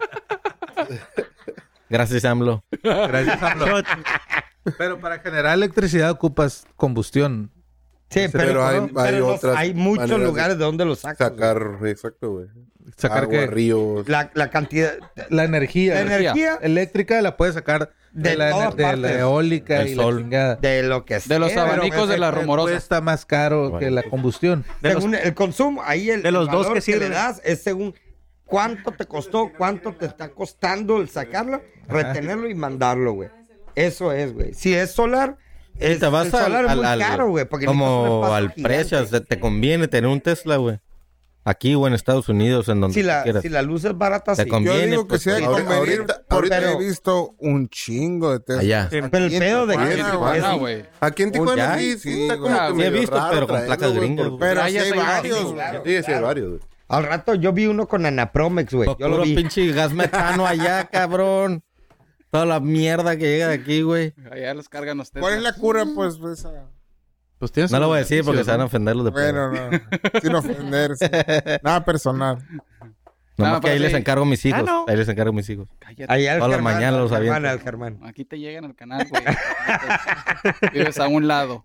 Gracias, AMLO. Gracias, AMLO. Pero para generar electricidad ocupas combustión. Sí, pero, Pero hay- pero hay los- otras hay muchos maneras de lugares de donde lo sacas. güey. Sacar, exacto, güey. Sacar Agua, que ríos. La, la cantidad... la energía, La energía eléctrica la puedes sacar de, De la, todas de la partes. eólica Del y sol. la chingada. de lo que sea. De los pero abanicos de la Te rumorosa. Cuesta más caro que la combustión. De los- Según el consumo, ahí el, de los el dos valor que que, sirven. le das es según cuánto te costó, cuánto te está costando el sacarlo, retenerlo y mandarlo, güey. Eso es, güey. Si es solar, es, Te vas el al, solar es al- muy al- caro, güey. porque necesitas un como espacio al gigante. precio, o sea, te conviene tener un Tesla, güey. Aquí o en Estados Unidos, en donde Si tú la, quieras. si la luz es barata, Te sí. conviene. Yo Viene, digo que pues, sí hay que ahorita- convenir ahorita- porque ahorita- he visto un chingo de Tesla. Allá. Sí. Pero el pedo de Tijuana, que... güey. Tijuana, es- güey. Aquí en Tijuana ya, sí, sí, sí, está güey. como que Sí he medio visto, raro pero con traerlo, placas güey, gringas, porque- Pero Ah, sí ya hay está igual, varios, sí, güey. claro. Sí, sí, hay varios, güey. Al rato yo vi uno con Anapromex, güey. Pues Yo lo puro vi. pinche gas metano allá, cabrón. Toda la mierda que llega de aquí, güey. Allá los cargan ustedes. ¿Cuál es la cura, pues? pues esa? Pues tienes No lo sus voy a decir porque beneficios, se van a ¿no? ofender los de Bueno, pedo. no. Sin ofender. sí. Nada personal. Nomás Ah, que ahí pero les sí. encargo a mis hijos. Ah, no. Ahí les encargo a mis hijos. Cállate. Allá el Todas las Germán, mañanas los al Germán, aviento. al Germán. Aquí te llegan al canal, güey. Vives a un lado.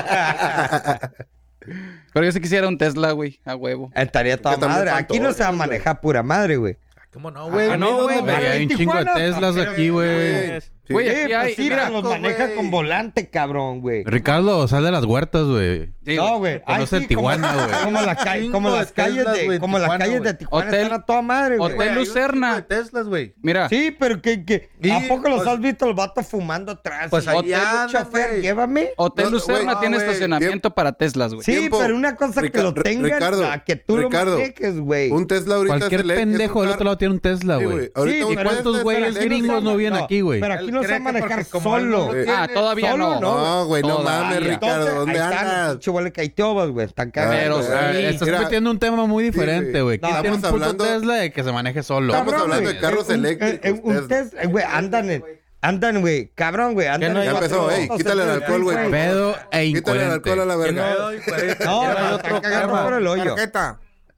Pero yo sí quisiera un Tesla, güey, a huevo. Estaría toda Que también madre. son Aquí no se va a todos, güey. manejar pura madre, güey. ¿Cómo no, güey? Ah, no, güey. Güey, hay un chingo de Tijuana, Teslas pero- aquí, güey. Sí. Güey, Sí, aquí pues hay... sí, mira, los güey. maneja con volante, cabrón, güey. Ricardo, sal de las huertas, güey. sí, No, güey. Ay, Conoce sí, Tijuana, como, güey. como, las ca- Chingo como de las calles Teslas, de, güey, como las Tijuana, calles de güey. Tijuana Hotel- están a toda madre, güey. Hotel Lucerna. De Teslas, güey. Mira, Sí, pero que, que Y, ¿a poco los pues- has visto los vatos fumando atrás? Pues Y, ahí "Hotel, andan, chofer, güey". llévame. Hotel No, Lucerna güey, tiene no, güey, estacionamiento para Teslas, güey. Sí, Tiempo. pero una cosa Rica- que lo Ri- tengan Ricardo, a que tú Ricardo, lo manejes, güey. Un Tesla ahorita Cualquier es elec- es un pendejo del carro- otro lado tiene un Tesla, Sí, güey. güey. Ahorita Sí, un pero Tesla estos es güeyes eléctrico. gringos no vienen No, aquí, güey. Pero aquí Él no se va cree a que manejar porque como él no solo. lo Ah, todavía Solo no. no. No, güey, no Todavía. mames, Ricardo. Entonces, ¿Dónde ahí están, andas? pinche huele caitobas, güey. Están Pero cagados. sí. Eh, estás Mira, metiendo un tema muy sí, diferente, güey. güey. No, ¿Quién tiene un estamos puto hablando- Tesla de que se maneje solo? Estamos Cabrón, hablando güey. de carros Un- eléctricos, eh, Un Tesla. Tesla, eh, güey, andan en... Andan, güey. Cabrón, güey. Andan no hay en Ya empezó, cuatro ey, motos, quítale el en alcohol, güey. Pedo e Quítale el incoherente. alcohol a la verga. No, no no, hay no, otro están cagando tema. por el hoyo. Tarjeta.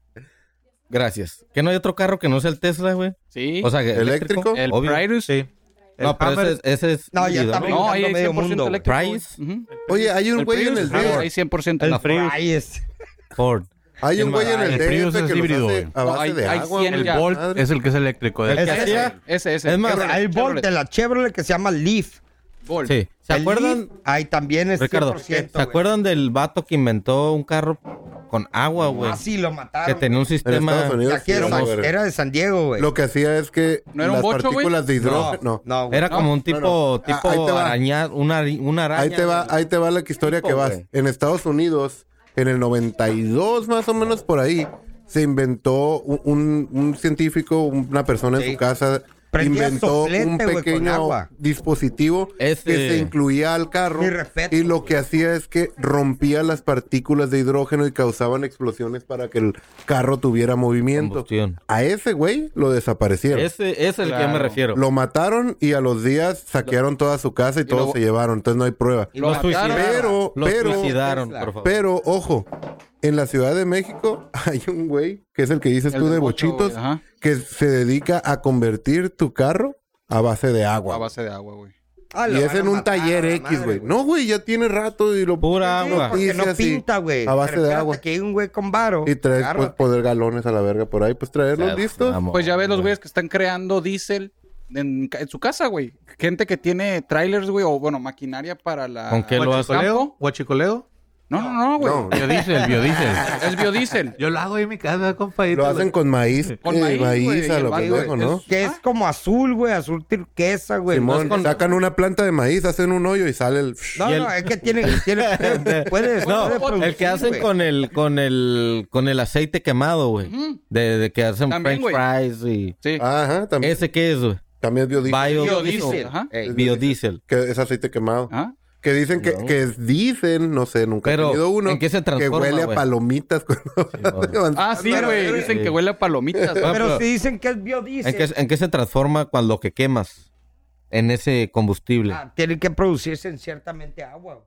Gracias. ¿Que no hay otro carro que no sea el Tesla, güey? Sí. O sea, que ¿Eléctrico? el obvio. Prius. Sí. No, El pero Hammer- ese, es- ese es... No, ya individual. está No, ahí hay medio cien por ciento mundo, eléctrico. Price. güey. Ujú. Oye, hay un El güey en Prius, el ajá, D hay cien por ciento El eléctrico. Prius. Ford. Hay un güey en el El Prius D F es que los híbrido, hace güey. a base Hay- de hay agua. cien güey. El ya. Bolt Madre. es el que es eléctrico. El De que hecho, hacía- Ese, ese. Es más, Chevrolet, Hay Volt Chevrolet. de la Chevrolet que se llama Leaf. Volt. Sí. ¿Se El acuerdan, Leaf, ahí también es Ricardo, cien por ciento, ¿se güey. acuerdan del vato que inventó un carro con agua, güey? Ah, sí, lo Que mataron. tenía un En sistema... Estados Y Unidos. aquí sí, era, no, San- güey. era de San Diego, güey. Lo que hacía es que ¿No era un las bocho, güey? partículas de hidrógeno... No, No, güey. Era como un tipo, no, no. tipo Ah, ahí te va. araña, una, ari- una araña. Ahí te va, güey. ahí te va la historia Tipo, que vas. güey. En Estados Unidos, en el noventa y dos más o menos por ahí, se inventó un, un- un científico, una persona en Sí. su casa, Prendía inventó soplete, un güey, con pequeño agua. dispositivo Ese- que se incluía al carro Mi respeto, y lo que hacía es que rompía las partículas de hidrógeno y causaban explosiones para que el carro tuviera movimiento. Combustión. A ese güey lo desaparecieron. Ese, ese es el que yo me Claro. refiero. Lo mataron y a los días saquearon toda su casa y, todo lo- se llevaron. Entonces no hay prueba. Lo Lo mataron. suicidaron. Pero, Lo pero, suicidaron, Tesla. por favor. pero, ojo, en la Ciudad de México hay un güey, que es el que dices El tú de del bocho, bochitos, güey, ajá. que se dedica a convertir tu carro a base de A agua. base de agua, güey. Ah, Y lo es van a en un matar taller a la X, madre, güey. No, güey, ya tiene rato y lo... Pura Sí, agua. porque Dice no así, pinta, güey. a base Pero de espérate agua. que hay un güey con varo. Y traes, Agarra. pues, poder galones a la verga por ahí. Pues traerlos Ya, listos. vamos, Pues ya ves los güey. güeyes que están creando diésel en, ca- en su casa, güey. Gente que tiene trailers, güey, o bueno, maquinaria para la... ¿Con qué lo para el hace? campo. ¿Huachicoleo? ¿Huachicoleo? No, no, no, güey. No. Biodiesel, biodiesel. Es biodiesel. Yo lo hago en mi casa, compadre. Lo hacen con maíz, Con eh, maíz, maíz, güey, y a el lo vato, pendejo, güey, ¿no? es- Que es como azul, güey, azul turquesa, güey. No, Simón, es con- sacan una planta de maíz, hacen un hoyo y sale el... no, Y el- no, es que tiene, tiene puedes, No, puede producir, el que hacen güey. con el, con el, con el aceite quemado, güey. Ujú. de, de que hacen También, French fries y... Sí. Ajá, también, ¿Ese qué es, güey? también es biodiesel. Biodiesel. Biodiesel. Ajá. Ey. Biodiesel. Que es aceite quemado. Ajá. Que dicen que, No. que dicen, no sé, nunca Pero, he tenido uno. ¿en qué se que transforma, huele a güey? palomitas. cuando- Ah, sí, güey. Dicen Sí. que huele a palomitas. Ah, Pero pero- si dicen que es biodiesel, ¿En qué, ¿En qué se transforma cuando lo que quemas en ese combustible? ah, tiene que producirse en ciertamente agua.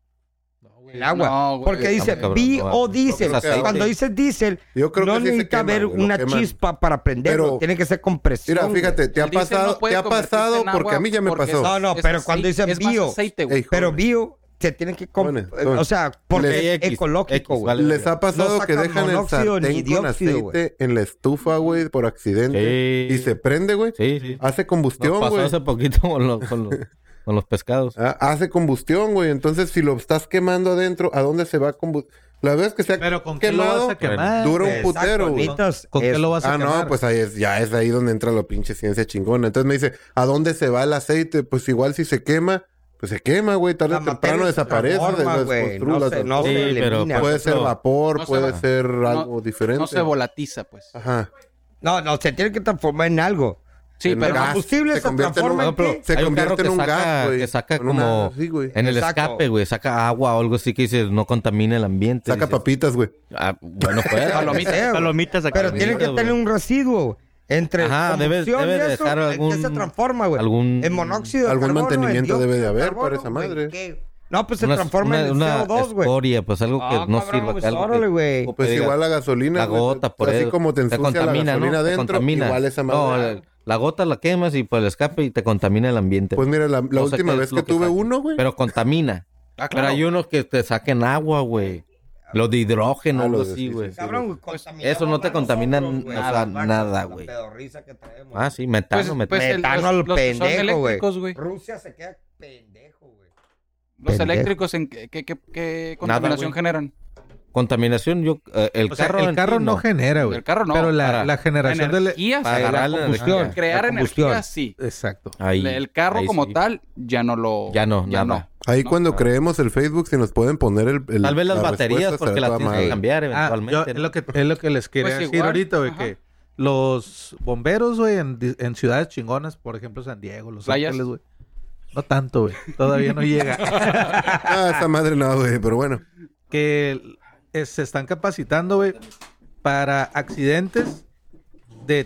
El agua. No, güey. Porque dice Estamos cabrón, biodiesel. no, no, Cuando no. dices diésel, Yo creo no que sí se necesita quema, haber güey, lo una queman. chispa para prenderlo. Pero- Tiene que ser con presión. Mira, güey. fíjate, te ha El diésel no pasado, puede te ha convertirse pasado en porque agua a mí ya me porque pasó. No, no, es pero aceite- cuando dicen es más bio, aceite, güey. Ey, Pero joder. bio se tiene que... com- Jóvenes, eh, jóvenes. o sea, porque Les- es X, ecológico, X, güey. vale. Les ha pasado No que sacan dejan el monóxido ni sartén con dióxido, aceite en la estufa, güey, por accidente. Sí. Y se prende, güey. Sí, sí. Hace Nos combustión, pasó güey. hace poquito con, los- con, los, con los pescados. Ah, hace combustión, güey. Entonces, si lo estás quemando adentro, ¿a dónde se va a combustir? La vez que sea Pero ¿con qué lo quemado, vas a quemar? dura un Exacto, putero, güey. necesitas ¿Con qué eso. lo vas a Ah, quemar? no, pues ahí es, ya es ahí donde entra la pinche ciencia chingona. Entonces me dice, ¿a dónde se va el aceite? Pues igual si se quema, pues se quema, güey. Tarde La o temprano materia se desaparece. transforma, se güey. desconstruye, No la se- no transforma. se Sí, pero elimina. Puede por ser ejemplo, vapor, no se puede va- ser no- algo diferente. No se volatiza, pues. Ajá. No, no, se tiene que transformar en algo. Sí, En pero gas. combustible se convierte en un- transforma en Por ejemplo, qué? Se hay un carro convierte en que un saca, gas, güey. que saca Con una- como sí, güey. en el Exacto. escape, güey. Saca agua o algo así que dices no contamina el ambiente. Saca dices, papitas, güey. ah, bueno, pues. Palomitas. Sea, güey. Palomitas acá. Pero tiene que güey. tener un residuo entre Ajá, debe- combustión debe y de eso. dejar ¿En algún- qué se transforma, güey? algún- En monóxido de algún carbono, en mantenimiento debe de dióxido haber carbono, para esa güey, madre. ¿qué? No, pues se una, transforma una, en una C O dos, güey. escoria, pues algo que Ah, no cabrón, sirva. pues, que algo órale, que- güey. o que Pues diga, igual la gasolina. la güey, gota, por así eso. como te ensucia la contamina, ¿no? gasolina Te adentro, contamina. igual esa No, madre. la, la gota la quemas y por el escape y te contamina el ambiente. Pues mira, la, la No sé última qué vez es que lo que tuve saca. uno, güey. Pero contamina. Ah, Pero claro. hay unos que te saquen agua, güey. Los de hidrógeno, Ah, algo los de- así, sí, güey. sí, Cabrón, güey, Pues, contaminamos eso no te a contamina, nosotros, güey, o a sea, las vacas, nada, la güey. pedorriza que traemos. Ah, sí, metano, Pues- metano. pues, el- Metano los- al los que son pendejo, güey. eléctricos, güey. Rusia se queda pendejo, güey. Los Pendejo. eléctricos, ¿en qué, qué, qué- qué contaminación güey. generan? Contaminación, yo, eh, el O sea, carro, el en carro sí, no genera, güey. El carro no. Pero la, para- la generación de... Energía, para sí. agarrar la la combustión. energía. Crear la combustión. energía, sí. Exacto. Ahí, Le- el carro ahí como sí. tal ya no lo... Ya no, ya nada. no. Ahí ¿no? cuando creemos el Facebook, si nos pueden poner el. el- Tal vez las la baterías, respuesta, porque será las toda tienes que madre. cambiar Ah, eventualmente. yo, ¿no? es, lo que, es lo que les quería Pues decir igual, ahorita, güey, ajá. que los bomberos, güey, en, di- en ciudades chingonas, por ejemplo, San Diego, Los Playas. Ángeles, güey. No tanto, güey. Todavía no llega. Ah, esa madre no, güey, pero bueno. que eh, se están capacitando, güey, para accidentes de,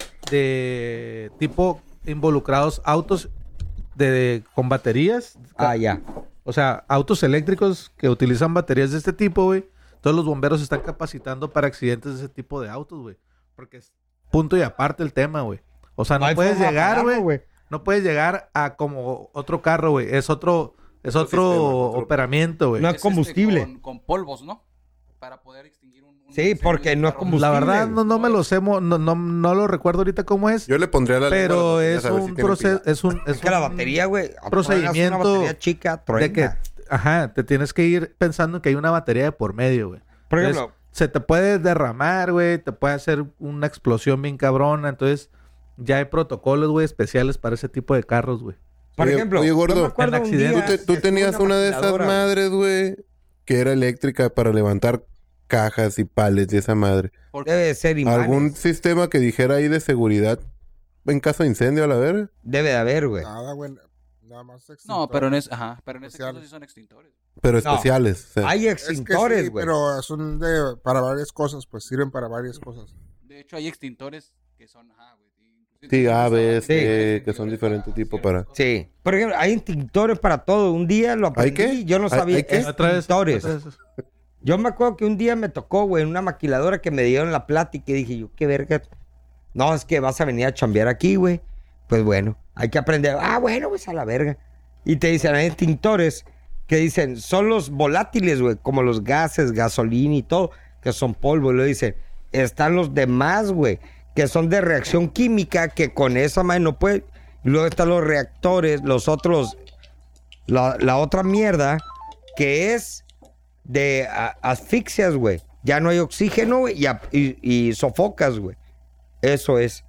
de tipo involucrados autos de, con baterías. Ah, ya. O sea, autos eléctricos que utilizan baterías de este tipo, güey. Todos los bomberos se están capacitando para accidentes de ese tipo de autos, güey. Porque es punto y aparte el tema, güey. O sea, no, hay puedes forma de llegar, pararlo, güey. No puedes llegar a como otro carro, güey. Es otro, es otro sistema, otro- operamiento, güey. No es este, combustible. con, con polvos, ¿no? Para poder extinguir un... un Sí, incendio porque de no es carro. combustible. La verdad, no, no me lo sé, mo- no, no, no lo recuerdo ahorita cómo es. Yo le pondría la lengua a Pero las es baterías a ver si un tienen proceso, pila. es un, es Es que la un batería, güey. procedimiento Una batería chica, truena. de que, ajá, te tienes que ir pensando que hay una batería de por medio, güey. Por Entonces, ejemplo, se te puede derramar, güey, te puede hacer una explosión bien cabrona, entonces ya hay protocolos, güey, especiales para ese tipo de carros, güey. por Oye, ejemplo, oye, gordo, yo me acuerdo en un accidentes. día, Tú, te- tú estuve tenías en una de esas maquiladora. madres, güey, que era eléctrica para levantar cajas y palets y esa madre. Debe de ser imanes. ¿Algún sistema que dijera ahí de seguridad en caso de incendio a la verga? Debe de haber, güey. Nada, güey. Nada más No, extintor. pero en, es, ajá, pero en ese caso Especiales. sí son extintores. Pero No. especiales. o sea. Hay Es que extintores, sí, güey. pero son de, para varias cosas, pues sirven para varias cosas. De hecho, hay extintores que son... Ajá, güey. Sí, aves, Sí. eh, que son diferentes tipos para... Sí. Por ejemplo, hay extintores para todo. Un día lo aprendí. qué? Yo no ¿Hay- sabía. hay qué? Otra vez, Extintores. otra vez. Yo me acuerdo que un día me tocó, güey, en una maquiladora que me dieron la plática y dije yo, qué verga. No, es que vas a venir a chambear aquí, güey. Pues bueno, hay que aprender. Ah, bueno, pues a la verga. Y te dicen, hay extintores que dicen, son los volátiles, güey, como los gases, gasolina y todo, que son polvo. Y lo dicen, están los demás, güey, que son de reacción química, que con esa madre no puede. Y luego están los reactores, los otros, la, la otra mierda, que es de a- asfixias, güey. Ya no hay oxígeno, güey, y, a- y, y sofocas, güey. Eso es.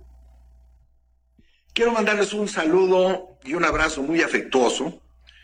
Quiero mandarles un saludo y un abrazo muy afectuoso.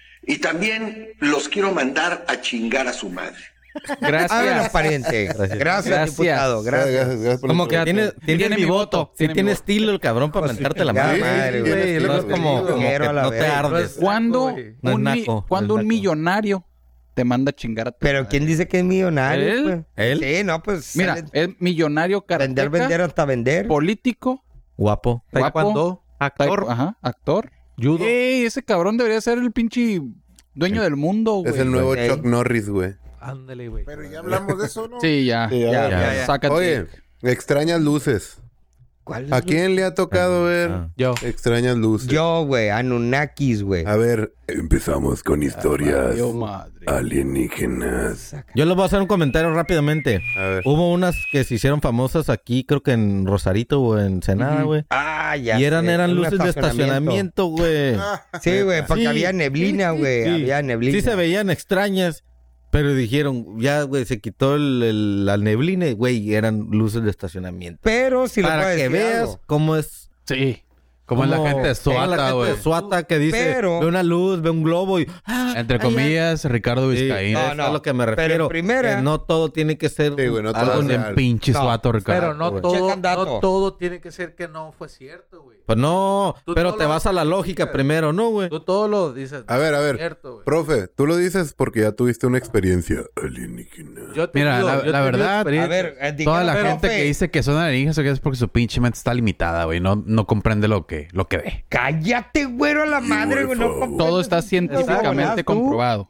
Y también los quiero mandar a chingar a su madre. Gracias. Háganlo, pariente. Gracias, Gracias. diputado. Gracias. Gracias, gracias por Como la que tiene, información. tiene, Tiene mi mi voto. voto, Sí tiene tiene mi estilo el cabrón para mentarte la chingada madre. madre, Sí, güey. sí, No no es es como, como como que a la no te verga. ardes. ¿Cuándo, güey. No es un, mi- naco, cuando no es un naco. millonario te manda a chingar a tu Pero madre? ¿quién dice que es millonario? ¿Él? güey? ¿Él? Sí, no, pues. Mira, sale- es millonario vender, karateca, vender hasta vender. político, Guapo. Taekwondo, Actor. taekw- ajá, actor. judo. Ey, ese cabrón debería ser el pinche dueño del mundo, güey. Es el nuevo Ey. Chuck Norris, güey. Ándale, güey. Pero ya hablamos de eso, ¿no? Sí, ya. Sí, ya, Ya, ya. ya, ya. Sácate. Oye, extrañas luces. ¿Cuál es, ¿A güey? quién le ha tocado ver ah. Yo. extrañas luces? Yo, güey. Anunnakis, güey. A ver, Empezamos con historias Dios madre. alienígenas. Yo les voy a hacer un comentario rápidamente. a ver. Hubo unas que se hicieron famosas aquí, creo que en Rosarito o en Senada, güey. Ah, ya. Y eran, sé, eran un luces de estacionamiento, güey. Sí, güey, porque Sí. había neblina, güey. Sí. Había neblina. Sí se veían extrañas, pero dijeron, ya, güey, se quitó el- el- la neblina y, güey, eran luces de estacionamiento. Pero si lo Para puedo que decir veas algo. cómo es... Sí. Como es la cómo- gente de cómo la Suata, gente güey. de Suata que dice, Pero- ve una luz, ve un globo y... ah, Entre allá. comillas, Ricardo Sí, Vizcaíno. No, eso no. es a lo que me Pero refiero. primera- que no todo tiene que ser Sí, güey, no todo algo es ne- real. Pinche No, suato, Ricardo. Pero no güey. todo, Checan dato. no todo tiene que ser que no fue cierto, güey. Pues no, Tú pero todo te lo vas a la lógica dices. primero, ¿no, güey? Tú todo lo dices. A ver, a ver. Cierto, güey. Profe, tú lo dices porque ya tuviste una experiencia alienígena. Yo he Mira, tenido- la- yo he la tenido verdad, A experiencias. ver, eh, Toda diga- la pero, gente Fe, que dice que son alienígenas es porque su pinche mente está limitada, güey. No, no comprende lo que, lo que ve. Cállate, güero, a la madre, güey. No, U F O. Todo está científicamente Tú. comprobado.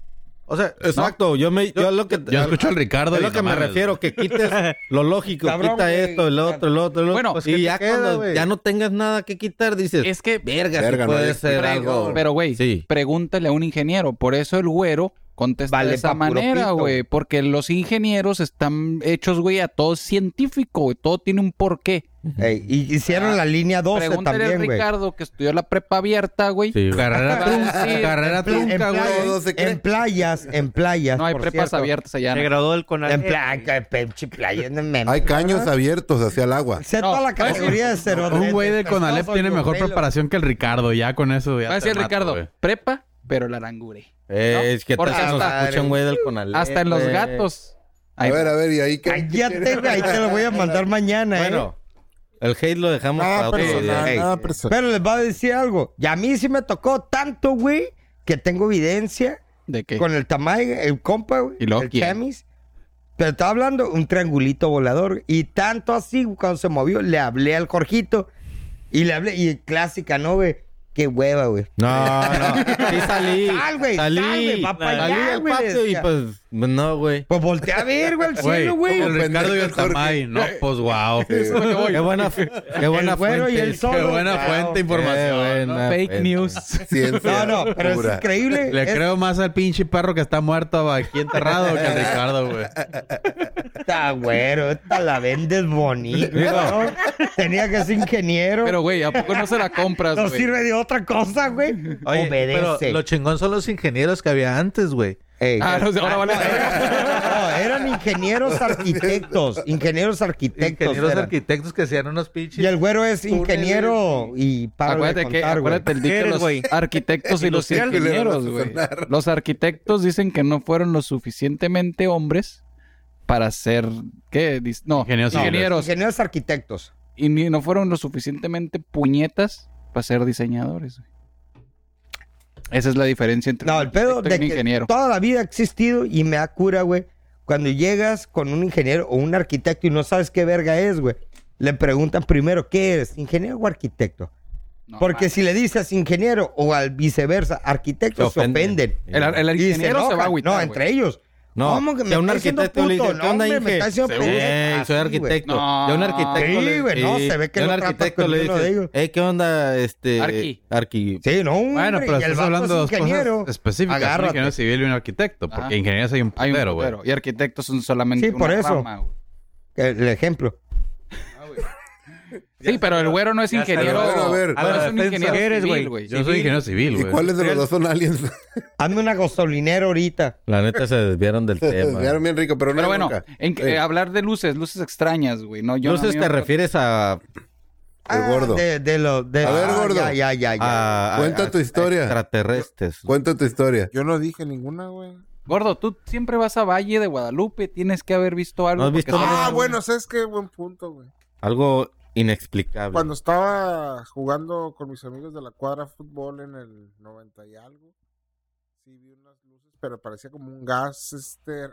O sea, Exacto, yo me yo, lo que Yo escucho al Ricardo es y lo que no me mames, refiero, que quites lo lógico, Cabrón, quita güey. esto, el otro, el otro, el otro. Bueno, pues, y ¿qué ya te queda, cuando güey? ya no tengas nada que quitar, dices, Es que, verga, Verga, sí no puede hay ser explicación. algo. pero güey, Sí. pregúntale a un ingeniero. Por eso el güero contesta Vale de esa pa' puro manera, pito. güey. Porque los ingenieros están hechos, güey, a todo científico, güey. Todo tiene un porqué. Ey, y hicieron la línea doce Pregúntale también, a güey. Ricardo que estudió la prepa abierta, güey. Sí, güey. Carrera trunca, Sí, carrera En trunca, güey. playas, Todo se cree. en playas, en playas. No hay por prepas cierto. abiertas allá. Se ¿no? graduó del En Conalep. playa, pinche playa. No me Hay caños abiertos hacia el agua. Sé No, toda la va a decir- categoría de cero. Un güey de Conalep pestoso, tiene mejor pelo. preparación que el Ricardo. Ya con eso ya Va a te decir mato, Ricardo, güey. prepa, pero la langure. Eh, es que Porque tal nos hasta- escucha un güey del Conalep, Hasta en los güey. gatos. A Hay- ver, a ver, y ahí que... Cállate, güey. Ahí te lo voy a mandar mañana, Bueno, el hate lo dejamos para Nada otro personal, video. Ey. nada personal. Pero les voy a decir algo. Y a mí sí me tocó tanto, güey, que tengo evidencia ¿De qué? con el Tamay, el compa, güey. ¿Y luego el quién? Chemis. Pero estaba hablando un triangulito volador. Y tanto así, cuando se movió, le hablé al Jorgito. Y le hablé, y clásica, ¿no, güey? Qué hueva, güey. No, no, sí salí, Sal, güey, salí, sal, güey, va pa' salí allá, del güey, patio y decía. pues, no, güey. Pues volteé a ver, güey, al Güey, cielo, güey. el Ricardo y el Jorge. Tamay. No, pues wow. Qué buena, qué buena El güero fuente. y el sol. Qué buena Wow. fuente de información. Qué ¿no? buena Fake fuente. news. Ciencia No, no, pero es pura. increíble. Le Es- creo más al pinche perro que está muerto aquí enterrado que al Ricardo, güey. Está güero, esta la vendes bonito. ¿no? Tenía que ser ingeniero. Pero, güey, ¿a poco no se la compras, no güey? sirve de otra cosa, güey. Oye, pero Obedece. lo chingón son los ingenieros que había antes, güey. Ey, Ah, no, ahora vale. no, eran ingenieros arquitectos. Ingenieros arquitectos. Ingenieros eran. arquitectos que hacían unos pinches. Y el güero es ingeniero y para de Acuérdate que, contar, güey. acuérdate el dicho de eres, los güey? arquitectos y los Industrial. ingenieros, Le güey. vas a sonar. Los arquitectos dicen que no fueron lo suficientemente hombres para ser, ¿qué? Dis- No, Ingenieros No, ingenieros. Ingenieros arquitectos. Y ni- no fueron lo suficientemente puñetas para ser diseñadores, güey. Esa es la diferencia entre No, un el pedo arquitecto de y un que ingeniero. toda la vida ha existido y me da cura, güey. Cuando llegas con un ingeniero o un arquitecto y no sabes qué verga es, güey, le preguntan primero, ¿qué eres? ¿Ingeniero o arquitecto? No, Porque man. si le dices ingeniero o al viceversa, arquitecto, Se se ofenden. ofenden. El, ar- el Y se ingeniero se, va a enojan. agüitar, No, güey. entre ellos. No, ¿Cómo que me que a un está diciendo arquitecto le puto? dice, ¿qué No, onda, hombre, me Inge? está diciendo Ey, pendejo. soy Así, arquitecto. No. Y a un arquitecto Sí, le- güey, no, se ve que y a un no tratas arquitecto con le ninguno de dice, ellos. hey, ¿qué onda, este... Arqui. Arqui. güey. Sí, no, hombre. Bueno, pero y el estás vato hablando de es dos ingeniero. cosas específicas. Un Agárrate. ingeniero civil y un arquitecto. Porque Ajá. ingenieros hay un Hay un putero, güey. putero. Y arquitectos son solamente Sí, por una eso. rama, güey. El ejemplo. Sí, pero el güero no es Ya está, ingeniero. bueno, a ver. no A la es un defensa. ingeniero ¿Qué eres, civil, güey? güey. Yo soy ingeniero civil, ¿Y güey. cuáles de los dos son aliens? Hazme una gasolinera ahorita. La neta se desviaron del Se tema. desviaron bien rico, pero no Pero hay bueno, bronca. en, que- Eh, eh, hablar de luces, luces extrañas, güey. No, yo, a Entonces mí te me- refieres a, El gordo. Ah, De, de lo, de, A ver, ah, gordo. Ya, ya, ya, ya. a- a- Cuenta a- tu historia. a extraterrestres. Cuenta tu historia. Yo no dije ninguna, güey. Gordo, tú siempre vas a Valle de Guadalupe, tienes que haber visto algo. ¿No has porque visto sabes- Ah, bueno, ¿sabes qué? Buen punto, güey. Algo inexplicable. Cuando estaba jugando con mis amigos de la cuadra de fútbol en el noventa y algo, sí vi unas luces, pero parecía como un gas, este...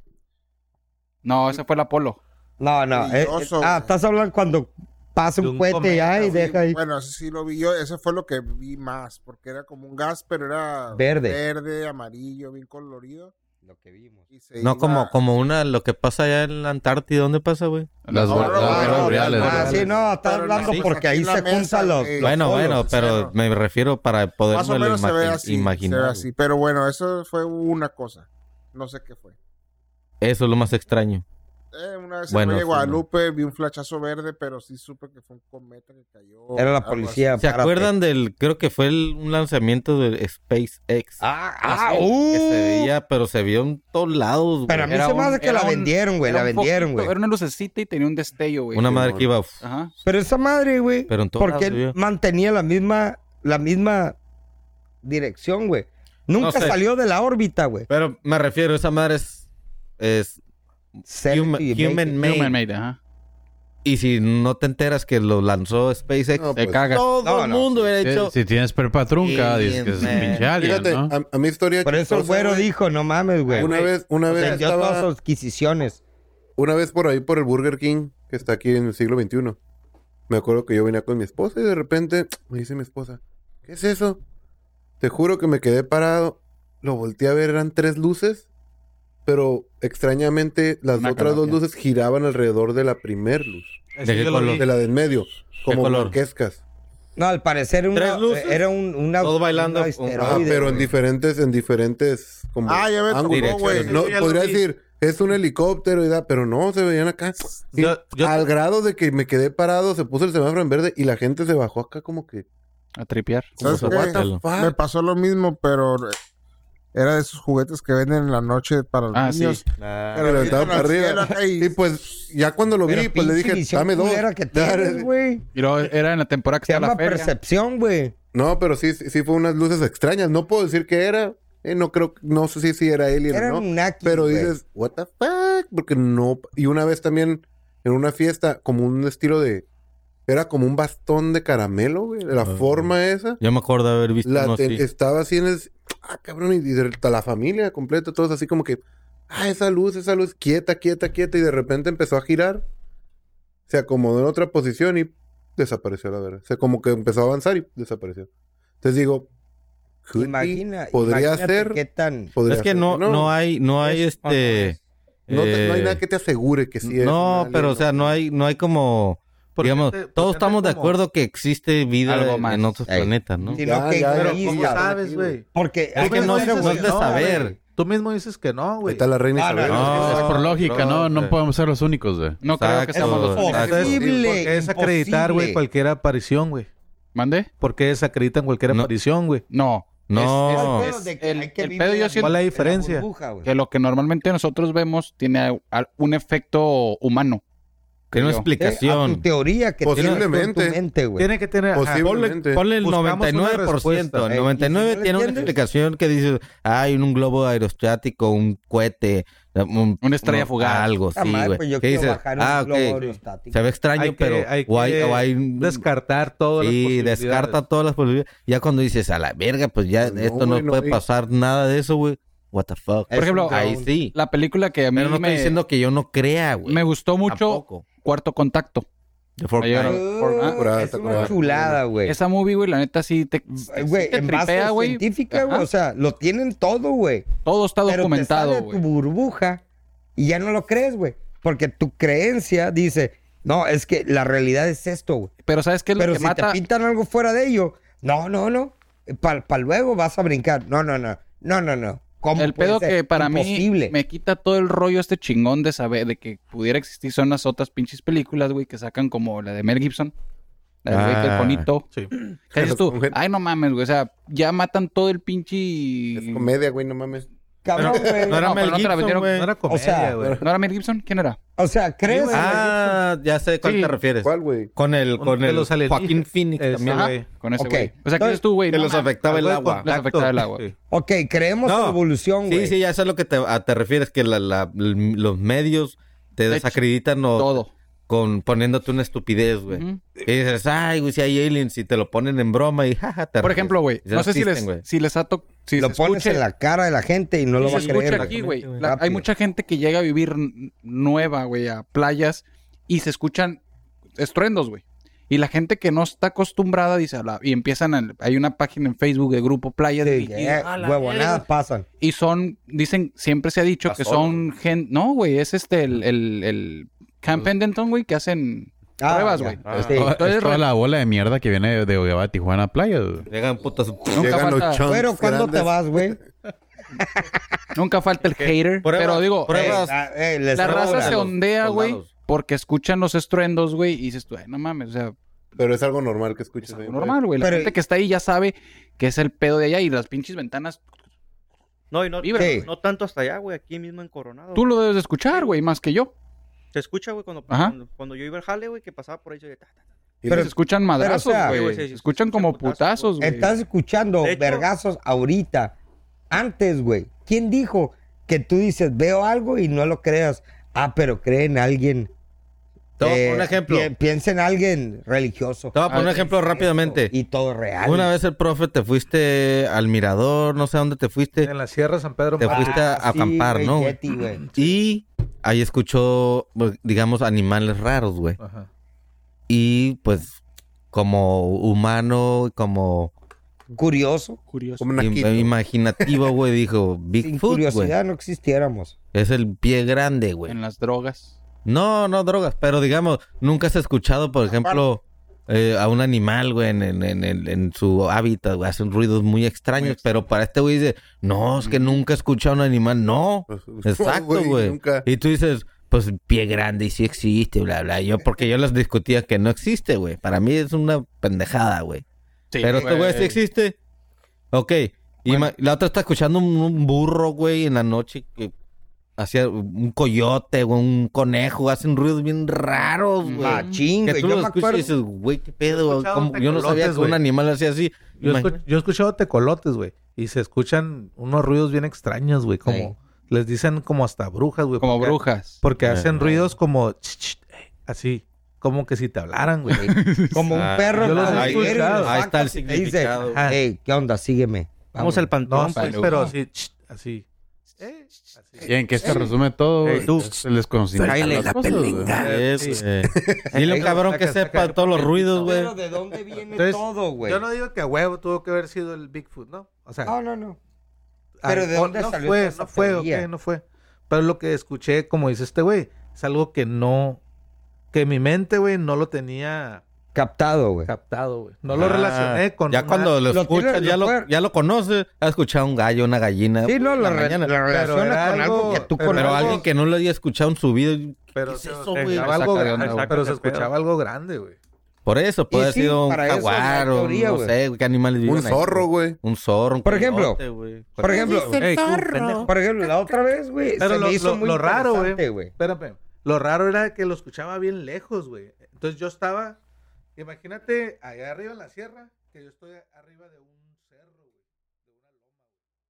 No, ese fue el Apolo. No, no. eh, eh, Brilloso, ah, güey. estás hablando cuando pasa De un un cohete cometa, ya y Sí, deja ahí. Bueno, ese sí lo vi yo, ese fue lo que vi más, porque era como un gas, pero era Verde. verde, amarillo, bien colorido. Lo que vimos. Y se No iba- como, como una, lo que pasa allá en la Antártida. ¿Dónde pasa, güey? Las No, bo- no, las no, auroras no, boreales. no, Ah, no, sí, no, estás Pero hablando sí, porque aquí ahí en la se mesa, juntan los, güey. los Bueno, polos. bueno, pero cero. me refiero para poder Más o menos se ve así, imaginar. se ve así. Pero bueno, eso fue una cosa. No sé qué fue. Eso es lo más extraño. Eh, una vez Bueno, en sí, Guadalupe vi un flachazo verde, pero sí supe que fue un cometa que cayó. Era la algo policía. ¿Se párate. acuerdan del, creo que fue el- un lanzamiento de SpaceX? Ah, ah, Que uh. se veía, pero se vio en todos lados, güey. Pero a mí Era se me un- hace que era la un- vendieron, güey. Era La un vendieron, foquito, güey. Era una lucecita y tenía un destello, güey. Una madre que iba... uf, Ajá. Pero esa madre, güey, Pero en todos ¿por qué lados se vio. mantenía la misma, la misma dirección, güey? Nunca No sé. salió de la órbita, güey. Pero me refiero, esa madre es... es human, Selfie, human made. Human made, ajá. Y si no te enteras que lo lanzó SpaceX, No, Te pues, cagas. todo No, el no, mundo hubiera Si, hecho... si tienes perpa trunca, Sí, dices que es man. pinche alien, Fíjate, ¿no? a, a mi historia Por eso el chistosa, güero güey. dijo, no mames, güey. Una vez, una vez Vendió todas estaba... sus adquisiciones. Una vez por ahí, por el Burger King, que está aquí en el siglo veintiuno. Me acuerdo que yo venía con mi esposa y de repente me dice mi esposa, ¿qué es eso? Te juro que me quedé parado, lo volteé a ver, eran tres luces, pero extrañamente las Una otras dos canopia. luces giraban alrededor de la primer luz, Ese qué yo lo color? vi. de la del medio, como color? marquescas. No, al parecer una, ¿Tres luces? era un, una, Todos bailando. un Ajá, asteroide, pero en güey. diferentes, en diferentes como Ah, ya me tocó, ángulos. güey. No, Yo ya lo podría vi. decir, es un helicóptero y da, pero no, se veían acá. Y Yo- yo- al grado de que me quedé parado, se puso el semáforo en verde y la gente se bajó acá como que... A tripear. Como ¿Sabes que, qué? what the Pelo. fuck? Me pasó lo mismo, pero eh, era de esos juguetes que venden en la noche para los Ah, sí. niños. Ah, Me lo aventaba iban al para cielo arriba. acá y- Y pues, ya cuando lo Pero vi, pues le pinche dije, visión dame dos. culera que tienes, güey. Y luego era en la temporada que Se estaba llama la feria. percepción, güey. No, pero sí, sí sí fue unas luces extrañas. No puedo decir qué era. Eh, no creo, no sé si, si era alien Era o no. un Naki, Pero güey. dices, what the fuck? Porque no. Y una vez también, en una fiesta, como un estilo de. Era como un bastón de caramelo, güey. La Ah. forma esa. yo me acuerdo de haber visto La uno te- así. estaba así en el. Ah, cabrón. Y de la familia completa, todos así como que. Ah, esa luz, esa luz, quieta, quieta, quieta. Y de repente empezó a girar. Se acomodó en otra posición y desapareció, la verdad. O sea, como que empezó a avanzar y desapareció. Entonces digo. could be, Imagina, podría imagínate ser. qué tan... podría Es que ser no, no hay, no hay Es- este... No, te- no hay eh, nada que te asegure que sí es. No, un alien, pero o sea, no hay, no hay como... ¿Por qué Digamos, te- por todos qué te estamos de como- acuerdo que existe vida Algo en, más. en otros Ey. planetas, ¿no? Sino Ya, que ya, ya, egoísta, ¿Cómo ya, güey. sabes, güey? Porque Es hay que no, cosas, no güey, es de no, saber. güey. Tú mismo dices que no, Ahí güey. está la reina Ah, no, Isabel. no, Es por lógica, no, no güey. podemos ser los únicos, güey. No creo que seamos los Exacto. únicos. Exacto. Imposible, Porque es acreditar, güey, imposible. cualquier aparición, güey. ¿Mande? Porque desacreditan cualquier No. aparición, güey. No. No. Es- Pero es- de que el, hay que el vivir pedo yo en siento ¿Cuál es la la diferencia? burbuja, güey. que lo que normalmente nosotros vemos tiene a- un efecto humano. Tiene una Yo. Eh, a explicación. tu teoría que tienes tú en tu Posiblemente. mente, güey. Tiene que tener... ajá, Posiblemente. Ponle el Buscamos noventa y nueve por una ciento. respuesta. El Eh, noventa y nueve ¿y si no le tiene una entiendes? explicación que dice, hay un globo aerostático, un cohete, un, Una estrella no, fugaz. algo, Ah, sí, madre, güey. pues yo ¿Qué quiero dices? bajar un Ah, globo ok. aerostático. Se ve extraño, hay que, pero hay o hay, que o hay un- descartar todas las Sí, posibilidades. descarta todas las posibilidades. Ya cuando dices, a la verga, pues ya No, esto no güey, no, puede güey. pasar nada de eso, güey. What the fuck. Es Por ejemplo, un ahí drone. sí. La película que a mí Pero no me, estoy diciendo que yo no crea, güey. me gustó mucho, Tampoco. Cuarto Contacto. De Fort Ayer- Knight. por- ah, curada, es está una curada. chulada, güey. Esa movie, güey, la neta sí te, Eh, Güey, sí te en base tripea, güey. científica, güey. Ajá. O sea, lo tienen todo, güey. Todo está Pero te documentado, sale tu güey. burbuja y ya no lo crees, güey. Porque tu creencia dice, no, es que la realidad es esto, güey. Pero ¿sabes qué es lo Pero que si mata? te pintan algo fuera de ello, no, no, no. Para luego vas a brincar. No, no, no. No, no, no. ¿Cómo El puede pedo ser? que para Imposible. mí me quita todo el rollo este chingón de saber de que pudiera existir son las otras pinches películas, güey, que sacan como la de Mel Gibson. La del güey del Ah, conito. Sí. ¿Qué dices tú? Ay, no mames, güey. O sea, ya matan todo el pinche... Es comedia, güey, no mames. Cabrón, güey. No era No, pero Mel no te la Gibson, vendieron, güey. No era comedia, sea, güey. ¿No era Mel Gibson? ¿Quién era? O sea, ¿crees? Ah, ya sé a cuál Sí. te refieres. ¿Cuál, güey? Con el, Un- con de el los alienígenas. Joaquín Phoenix Ese, también. Ajá, güey. con ese Ok. güey. O sea, ¿qué dices tú, güey? Que No los mames. afectaba el Algo de agua. Les afectaba el agua. Sí. Ok, creemos en la evolución, güey. Sí, sí, ya eso es lo que te, a- te refieres, que la- la- l- los medios te De desacreditan o Todo. con poniéndote una estupidez, güey. Ujú. Y dices, ay, güey, si hay aliens, y te lo ponen en broma y jaja, te Por ríes. ejemplo, güey, Y no sé si existen, les, güey. si les ha tocado... Si Lo se pones escuche- en la cara de la gente y no lo si va a se creer. escucha güey. aquí, güey. La- Rápido. Hay mucha gente que llega a vivir n- nueva, güey, a playas y se escuchan estruendos, güey. Y la gente que no está acostumbrada dice, a la- y empiezan, a- hay una página en Facebook de Grupo Playas Sí, y, y- eh, a la huevonadas verga. pasan. Y son, dicen, siempre se ha dicho que son gente, no, güey, es este, el, el, el Camp Pendleton, güey, que hacen Ah, pruebas, ya. güey. Ah, Es, sí. toda- Entonces, es toda re- la bola de mierda que viene de, de Ogaba a Tijuana Playa, güey. Llegan putas. Nunca Llegan falta- los chunks Pero ¿cuándo te grandes. vas, güey? Nunca falta el hater, Pruebas- pero digo, pruebas- eh, Ah, eh, les la sobra. raza se los ondea, güey, soldados. porque escuchan los estruendos, güey, y dices tú, ay, no mames, o sea, Pero es algo normal que escuches. es ahí, algo normal, güey. La Pero- gente que está ahí ya sabe que es el pedo de allá y las pinches ventanas, No, y no, Vibra. Sí. no tanto hasta allá, güey, aquí mismo en Coronado. tú lo debes de escuchar, güey, más que yo. Se escucha, güey, cuando, Ajá. cuando, cuando yo iba al jale, güey, que pasaba por ahí, yo de, ta, ta, ta. Y Pero les- se escuchan madrazos, sea, güey. güey, sí, sí, se escuchan se como escuchan putazos, putazos, güey. Estás escuchando De hecho- vergazos ahorita. Antes, güey. ¿Quién dijo que tú dices, veo algo y no lo creas? Ah, pero cree en alguien. Te voy a eh, poner un ejemplo. pi- piensa en alguien religioso. Te voy a poner un Ah, ejemplo rápidamente. Y todo real. Una vez el profe te fuiste al mirador, no sé a dónde te fuiste, En la Sierra San Pedro. te Mártir. fuiste a Ah, sí, acampar, güey, ¿no? güey? Yeti, güey. Y ahí escuchó, pues, digamos, animales raros, güey. Ajá. Y pues, como humano, como Curioso. Curioso. Como una im- quito. imaginativo, güey, dijo Sin Bigfoot, güey. curiosidad no existiéramos. Es el pie grande, güey. En las drogas. No, no drogas, pero digamos, nunca has escuchado, por ejemplo, eh, a un animal, güey, en, en, en, en- en su hábitat, güey, hacen ruidos muy extraños, pero para este güey dice, no, es que nunca he escuchado a un animal, no, Pues, exacto, güey, güey. nunca. Y tú dices, pues pie grande y sí existe, bla, bla, yo, porque yo les discutía que no existe, güey, para mí es una pendejada, güey. Sí, Pero este güey sí existe, ok, y ma- la otra está escuchando un, un burro, güey, en la noche que hacía un coyote, güey, un conejo, hacen ruidos bien raros, güey. Machín, Que güey. tú Yo lo me escuchas y acuerdo. dices, güey, qué Yo he pedo, güey, escuchado ¿cómo? Yo no sabía tecolotes, que un güey. animal hacía así. Yo, Imagina- escu- yo he escuchado tecolotes, güey. Y se escuchan unos ruidos bien extraños, güey. Como Sí. les dicen como hasta brujas, güey. Como porque- brujas. Porque hacen Eh. ruidos como ch, ch, eh, así. Como que si te hablaran, güey. Como un Ah, perro. yo los he cuando ahí- quiere y escuchado. lo ahí está el sacas y te dice, significado. Ajá. hey, ¿qué onda? Sígueme. Vamos al No, panteón, sí, pa. pero sí, ch, así. Eh, así. ¿Y en qué se resume todo? Ey, tú. Es el desconocimiento. Cáele. de las cosas, güey. Es, Sí. eh, Dile a un cabrón que Saca, sepa saca. todos los ruidos, güey. Pero ¿de dónde viene Entonces, todo, güey? Yo no digo que a huevo tuvo que haber sido el Bigfoot, ¿no? O sea, No, no, no. ah, Pero ¿de no- dónde no salió fue, toda esa no fue, teoría? ok, no fue. Pero lo que escuché, como dice este güey, es algo que no, que mi mente, güey, no lo tenía Captado, güey. captado, güey. No lo Ah, relacioné con Ya una- cuando lo lo escuchas, tiene- ya lo lo, puede- ya lo conoces. Has escuchado un gallo, una gallina. Sí, no, en lo, la re- mañana. lo relaciona era con algo algo- que tú pero- Pero conoces. alguien que no lo haya escuchado en su vida. pero ¿qué es se, eso, se güey? escuchaba algo Saca de grande, onda, güey. pero se escuchaba algo grande, güey. Por eso, puede Y haber sí, sido un para eso jaguar no hay o teoría, no güey. sé qué animales viven Un ahí. zorro, güey. Un zorro, un Por ejemplo, coyote, güey. Por ejemplo, Ey, tú, pendejo. por ejemplo, la otra vez, güey, Pero se lo, me hizo lo- muy lo raro, interesante, güey. güey. Espérame. Lo raro era que lo escuchaba bien lejos, güey. Entonces yo estaba, imagínate, allá arriba en la sierra, que yo estoy arriba de un cerro, güey. De una loma,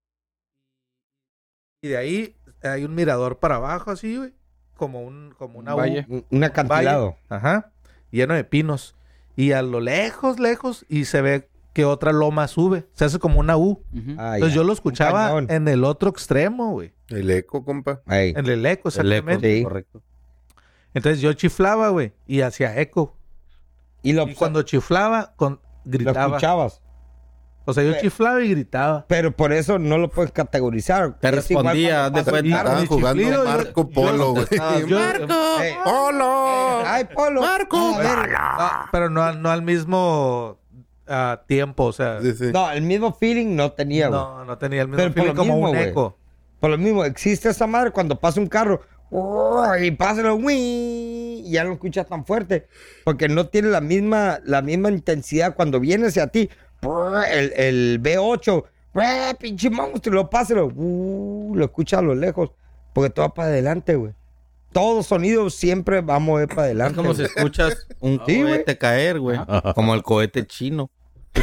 güey. Y de ahí hay un mirador para abajo, así, güey. Como un, como una U. Valle. Un- Un acantilado. Ajá. Lleno de pinos. Y a lo lejos, lejos, y se ve que otra loma sube. Se hace como una U. Ujú. Ah, Entonces ya. yo lo Un escuchaba cañón. en el otro extremo, güey. El eco, compa. Ey. En el eco, El eco, exactamente. Sí. correcto. Entonces yo chiflaba, güey, y hacía eco. Y lo, Y cuando chiflaba, con, lo gritaba. escuchabas. O sea, yo Pe- chiflaba y gritaba. Pero por eso no lo puedes categorizar. Te Es igual respondía, cuando haz de pasa cuenta. un carro. Estaban mi jugando chiflido, yo- Marco yo- Polo, güey. Yo- Ey, ¡Polo! ¡Ay, Polo! ¡Marco! A ver. Ah, pero no, al- no al mismo ah, tiempo, o sea. Sí, sí. No, el mismo feeling no tenía, güey. No, no tenía el mismo Pero por feeling lo como mismo, un güey. eco. Por lo mismo, existe esa madre cuando pasa un carro y pasa el y ya no lo escuchas tan fuerte. Porque no tiene la misma, la misma intensidad cuando viene hacia ti. El, el V ocho, pinche monstruo, lo pasa, lo, uh, lo escuchas a lo lejos. Porque todo va para adelante, güey. Todo sonido siempre va a mover para adelante. Es como si güey. escuchas un Sí, güey. cohete caer, güey. Como el cohete chino.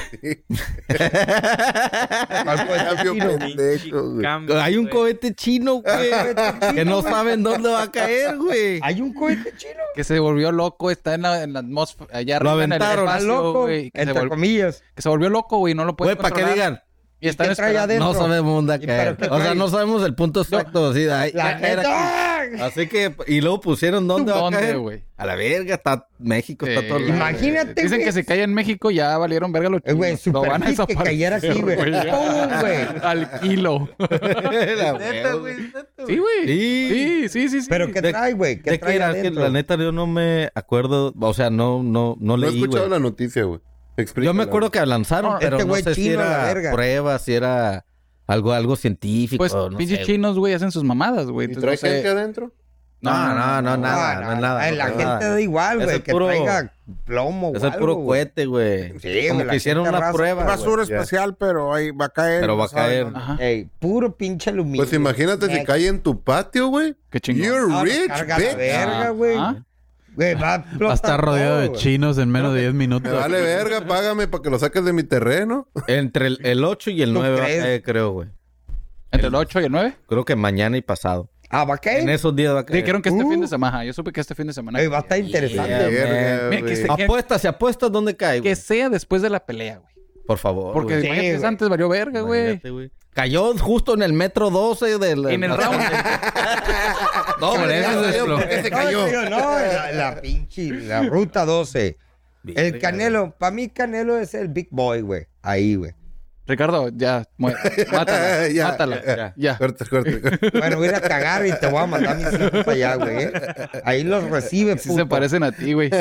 ¿Cuál fue el Cambio chino? pendejo, güey. Cambio, Hay un güey. cohete chino, güey. que no saben dónde va a caer, güey. ¿Hay un cohete chino? Que se volvió loco, está en la, en la atmósfera, allá Lo arriba en el aventaron. Está espacio, loco, güey, que, se entre vol- comillas. que se volvió loco, güey, no lo puede Güey, para que controlar. digan. Y están ¿Qué trae esperando. adentro? No sabemos dónde ¿Y caer. pero qué O sea, trae? no sabemos el punto exacto. Sí, ahí- La era neta. aquí. Así que, y luego pusieron dónde va a ¿Dónde, caer. güey? A la verga, está México, está Sí, todo. güey. Imagínate, Dicen güey. que si cae en México ya valieron verga los Eh, güey, chinos. Lo van a super hit que cayera aquí, desaparecer, güey. ¡Pum, güey! Al kilo. Neta, güey. neta, güey. Sí, güey. Sí. Sí, sí, sí, sí. ¿Pero qué De- trae, güey? ¿Qué De que trae era que adentro? la neta yo no me acuerdo, o sea, no, no, no No he leí, escuchado güey. la noticia, güey. Yo Explícala, me acuerdo que lanzaron, No, pero este no güey sé si chino, la era verga. pruebas, si era algo, algo científico, Pues no pinches sé, chinos, güey, hacen sus mamadas, güey. ¿Y Entonces, trae no sé- gente adentro? No, no, no, nada, no es nada. eh, La no es gente nada. da igual, Es güey. el Que puro- traiga plomo, Es o el puro algo, güey. cohete, güey. Sí, Como güey, la que hicieron gente una raza- prueba, Basura güey. especial, pero ahí va a caer. Pero va a no saben caer. dónde. Ajá. Ey, puro pinche aluminio. Pues imagínate si Eh, cae en tu patio, güey. Qué chingón. You're ah, rich, carga la bitch. verga, güey. Ah. Güey, va a Va a explotar estar rodeado todo, de güey. chinos en menos de diez Me minutos. vale verga, págame para que lo saques de mi terreno. Entre el, el ocho y el ¿Tú nueve va a crees? caer, creo, güey. ¿Entre el ocho y el nueve? Creo que mañana y pasado. Ah, ¿va a caer? En esos días va a caer. Dijeron que este Uh. fin de semana. Yo supe que este fin de semana. Ey, va a estar interesante. Yeah, Verga, Mira, que güey. se- Apuestas, si apuestas, ¿dónde cae, Que güey? sea después de la pelea, güey. Por favor, Porque güey. Sí, imagínate, güey. antes valió verga, güey. Imagínate, güey. Cayó justo en el metro doce del... En el round. No, ¿Por hombre, qué eso se es cayó? lo- ¿Por qué se No, cayó? tío, no, la, la pinche, la ruta doce. El Canelo, para mí Canelo es el big boy, güey. Ahí, güey. Ricardo, ya, mu- mátala, Ya, mátala, ya. ya. Corte, corte, corte. Bueno, voy a ir a cagar y te voy a mandar mis hijos para allá, güey. ¿eh? Ahí los recibe, Sí puto. se parecen a ti, güey.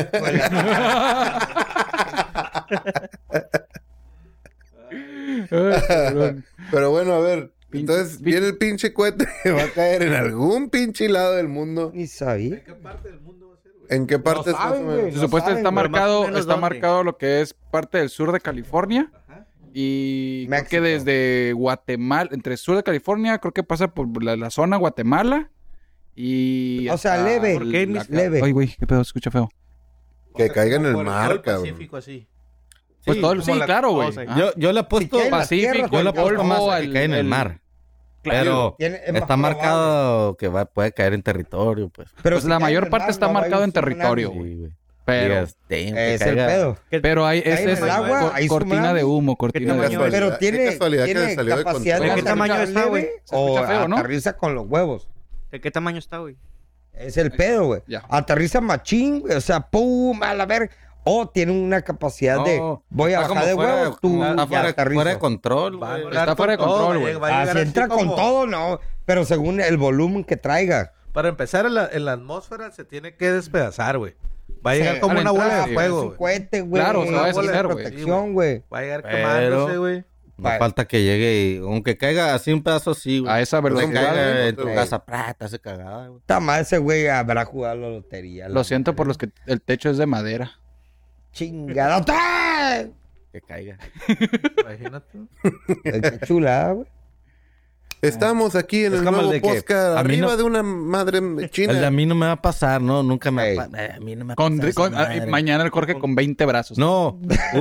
Pero bueno, a ver. Pinche- Entonces, pinche- viene el pinche cohete que va a caer en algún pinche lado del mundo. Ni sabía. ¿En qué parte No está? saben, güey. Se No supone saben, está güey. marcado, más o menos está dónde. marcado lo que es parte del sur de California. Y creo que México. desde Guatemala, entre el sur de California, creo que pasa por la, la zona Guatemala. Y. O sea, hasta leve. el- ¿Por qué la- leve? Ay, güey, qué pedo, se escucha feo. Que caiga en el Por mar, todo cabrón. Pacífico, así. Pues Sí, todo el. como Sí, la claro, güey. cosa. Ajá. Yo, yo le apuesto... Si cae en la Pacífico, tierra, Yo le el apuesto más Golfo, a que el- cae en el el- mar. Claro. Pero Tiene- es más está probable. marcado que va, puede caer en territorio, pues. Pero Pues si la cae mayor en el parte mar, está no va a marcado ir en un tsunami, territorio, güey. Sí, güey. Pero, Digas, damn, que Es el caiga. pedo. pero hay, cae es, en es el agua, co- hay cortina tsunami. de humo, cortina de tamaño humo. es? Pero Qué tiene, casualidad que tiene le salió de capacidad control. ¿De qué tamaño aterrizar está, güey? leve Se o escucha feo, ¿no? aterriza con los huevos. ¿De qué tamaño está, güey? Es el pedo, güey. Ya. Aterriza machín, güey, o sea, pum, a la verga. O tiene una capacidad de No, voy a está bajar de como fuera- huevos, tú como está ya fuera, aterrizo. fuera de control, Va a güey. llegar Está fuera de con todo, control, va a güey. llegar- va a Ah, llegar si así entra con como- todo, no. Pero según el volumen que traiga. Para empezar, en la, en la atmósfera se tiene que despedazar, güey. Va a Sí, llegar como al una entrar, bola sí, de Es fuego, un güey. cohete, güey. Claro, se va a Una bola de deshacer, güey. protección, güey. Va a llegar Pero- quemándose, güey. No Pa- falta que llegue y... Aunque caiga así un pedazo así, güey. A esa Que velocidad. caiga güey. en tu güey. casa, prata, se cagada, güey. Está mal ese güey, habrá jugado la lotería. Lo siento por los que el techo es de madera. Chingada. ¡Tá! Que caiga. Imagínate. Qué chulada, güey. Estamos aquí en Es el como el nuevo de que podcast a mí arriba no- de una madre china. El de a mí no me va a pasar, ¿no? Nunca me Ey. va a pasar. A mí no me va a Con, pasar esa con- ah, madre. mañana el Jorge con veinte brazos. No.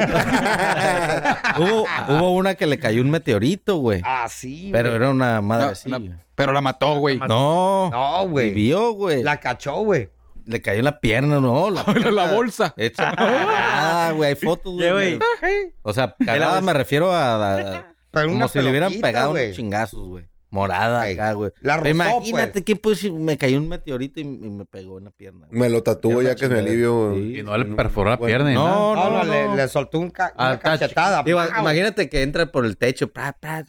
hubo, hubo una que le cayó un meteorito, güey. Ah, sí, Pero güey. era una madre No, así. no, güey. pero la mató, güey. No. No, güey. Vivió, güey. La cachó, güey. Le cayó en la pierna, no. La, La bolsa. Hecha cagada, güey. Hay fotos, güey. Ya, güey. O sea, cagada me refiero a... a- Pero como una si le hubieran pelotita, pegado güey. unos chingazos, güey. Morada Ey, acá, güey. la Pero rozó, imagínate pues. que pues si me cayó un meteorito y, y me pegó en la pierna. güey. Me lo tatúo Ya ya la que me chingada. alivio. Sí. Y no le perforó la Bueno, pierna ni nada. No, No, no, no, no. Le, le soltó un ca- Al una tacho. cachetada. Digo, ¡Pau! imagínate que entra por el techo pra, pra, y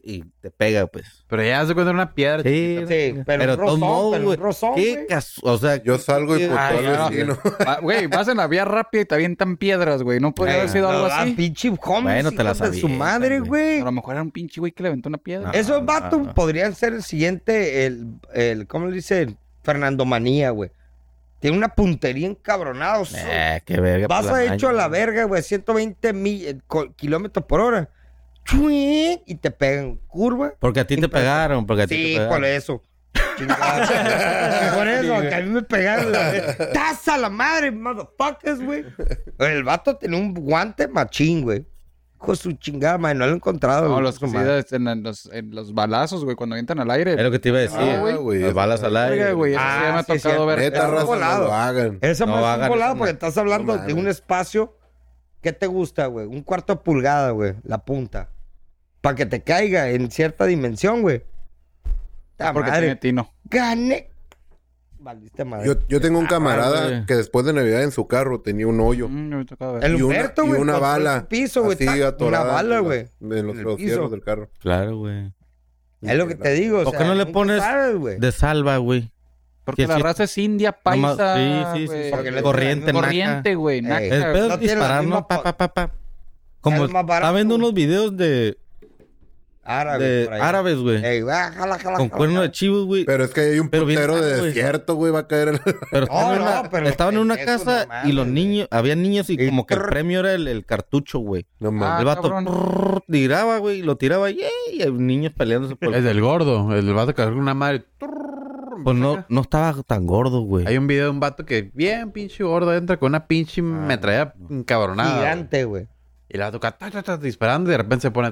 te pega, pues. Pero ya se cuenta una piedra. Sí, Sí, pero, pero de un todos rozón, modos, pero un güey. rozón, Qué güey. casu- O sea, Yo salgo y puto Ay, al no. vecino. Ah, Güey, vas en la vía rápida y te avientan piedras, güey. ¿No podría haber sido algo Ah, así? pinche homeless, Bueno, te las hijos de su avientan, madre, güey. güey. A lo mejor era un pinche güey que le aventó una piedra. Ah. Esos vatos ah. podrían ser el siguiente, el, el ¿cómo le dice? Fernando Manía, güey. Tiene una puntería encabronada. so- Eh, qué verga. Vas por la a hecho a maña, la güey. verga, güey, ciento veinte mil, eh, co- kilómetros por hora. ¡Chuic! Y te pegan curva. Porque a ti te pegaron, porque a ti Sí, te pegaron. por eso. Chingada. Por eso, que a mí me pegaron la taza la madre, motherfuckers, güey. El vato tenía un guante machín, güey. Con su chingada, madre, no lo he encontrado. No, güey, los, su sí, madre. en, en los, en los balazos, güey, cuando avientan al aire. Es lo que te iba a decir. Ah, güey. Las balas al aire. Verga, güey, eso Ah, sí ya me ha sí, tocado sí. ver. Neta, Está raza, no volado. lo hagan. Esa No más es hagan un volado eso, porque no. estás hablando No de un mames. espacio. ¿Qué te gusta, güey? Un cuarto de pulgada, güey. La punta. Para que te caiga en cierta dimensión, güey. Ta Porque madre. tiene tino. Gané. Valiste madre. Yo, yo tengo un camarada güey. que después de Navidad en su carro tenía un hoyo. Mm, me ha tocado ver. El y una, Humberto, y güey, una encontró bala. en su piso, güey, así tac, una atorada bala, en güey, los- En los en el los piso. fierros del carro. Claro, güey. Es lo que te digo. o ¿Por sea, qué no le nunca pones sabes, güey? de salva, güey? Porque Sí, la sí. raza es india, Nomás- paisa. sí, sí, sí, güey. porque le- Corriente, naca. Corriente, güey. naca, Ey. El güey. pedo No es tiene la disparar, misma ¿no? Pa, po- pa, pa, pa. Como Es más barato, está viendo güey. unos videos de, Árabe, de por ahí. árabes, güey. Ey, va, jala, jala, Con jala, cuernos jala. de chivos, güey. Pero es que hay un Pero bien putero de raro, güey. desierto, güey. Va a caer en... Pero estaban, en no, una, pero estaban en una pendejos, casa no mames, y los güey. niños, había niños y, Y como que el trrr. premio era el, el cartucho, güey. No Ah, mames. el vato cabrón. trrr, tiraba, güey, y lo tiraba y, ¡ey! y hay niños peleándose por Es del gordo. El vato que carga una madre. Pues no, no estaba tan gordo, güey. Hay un video de un vato que bien pinche gordo entra con una pinche metralla encabronada. güey. Gigante, güey. Y la toca ta, ta, ta, disparando y de repente se pone.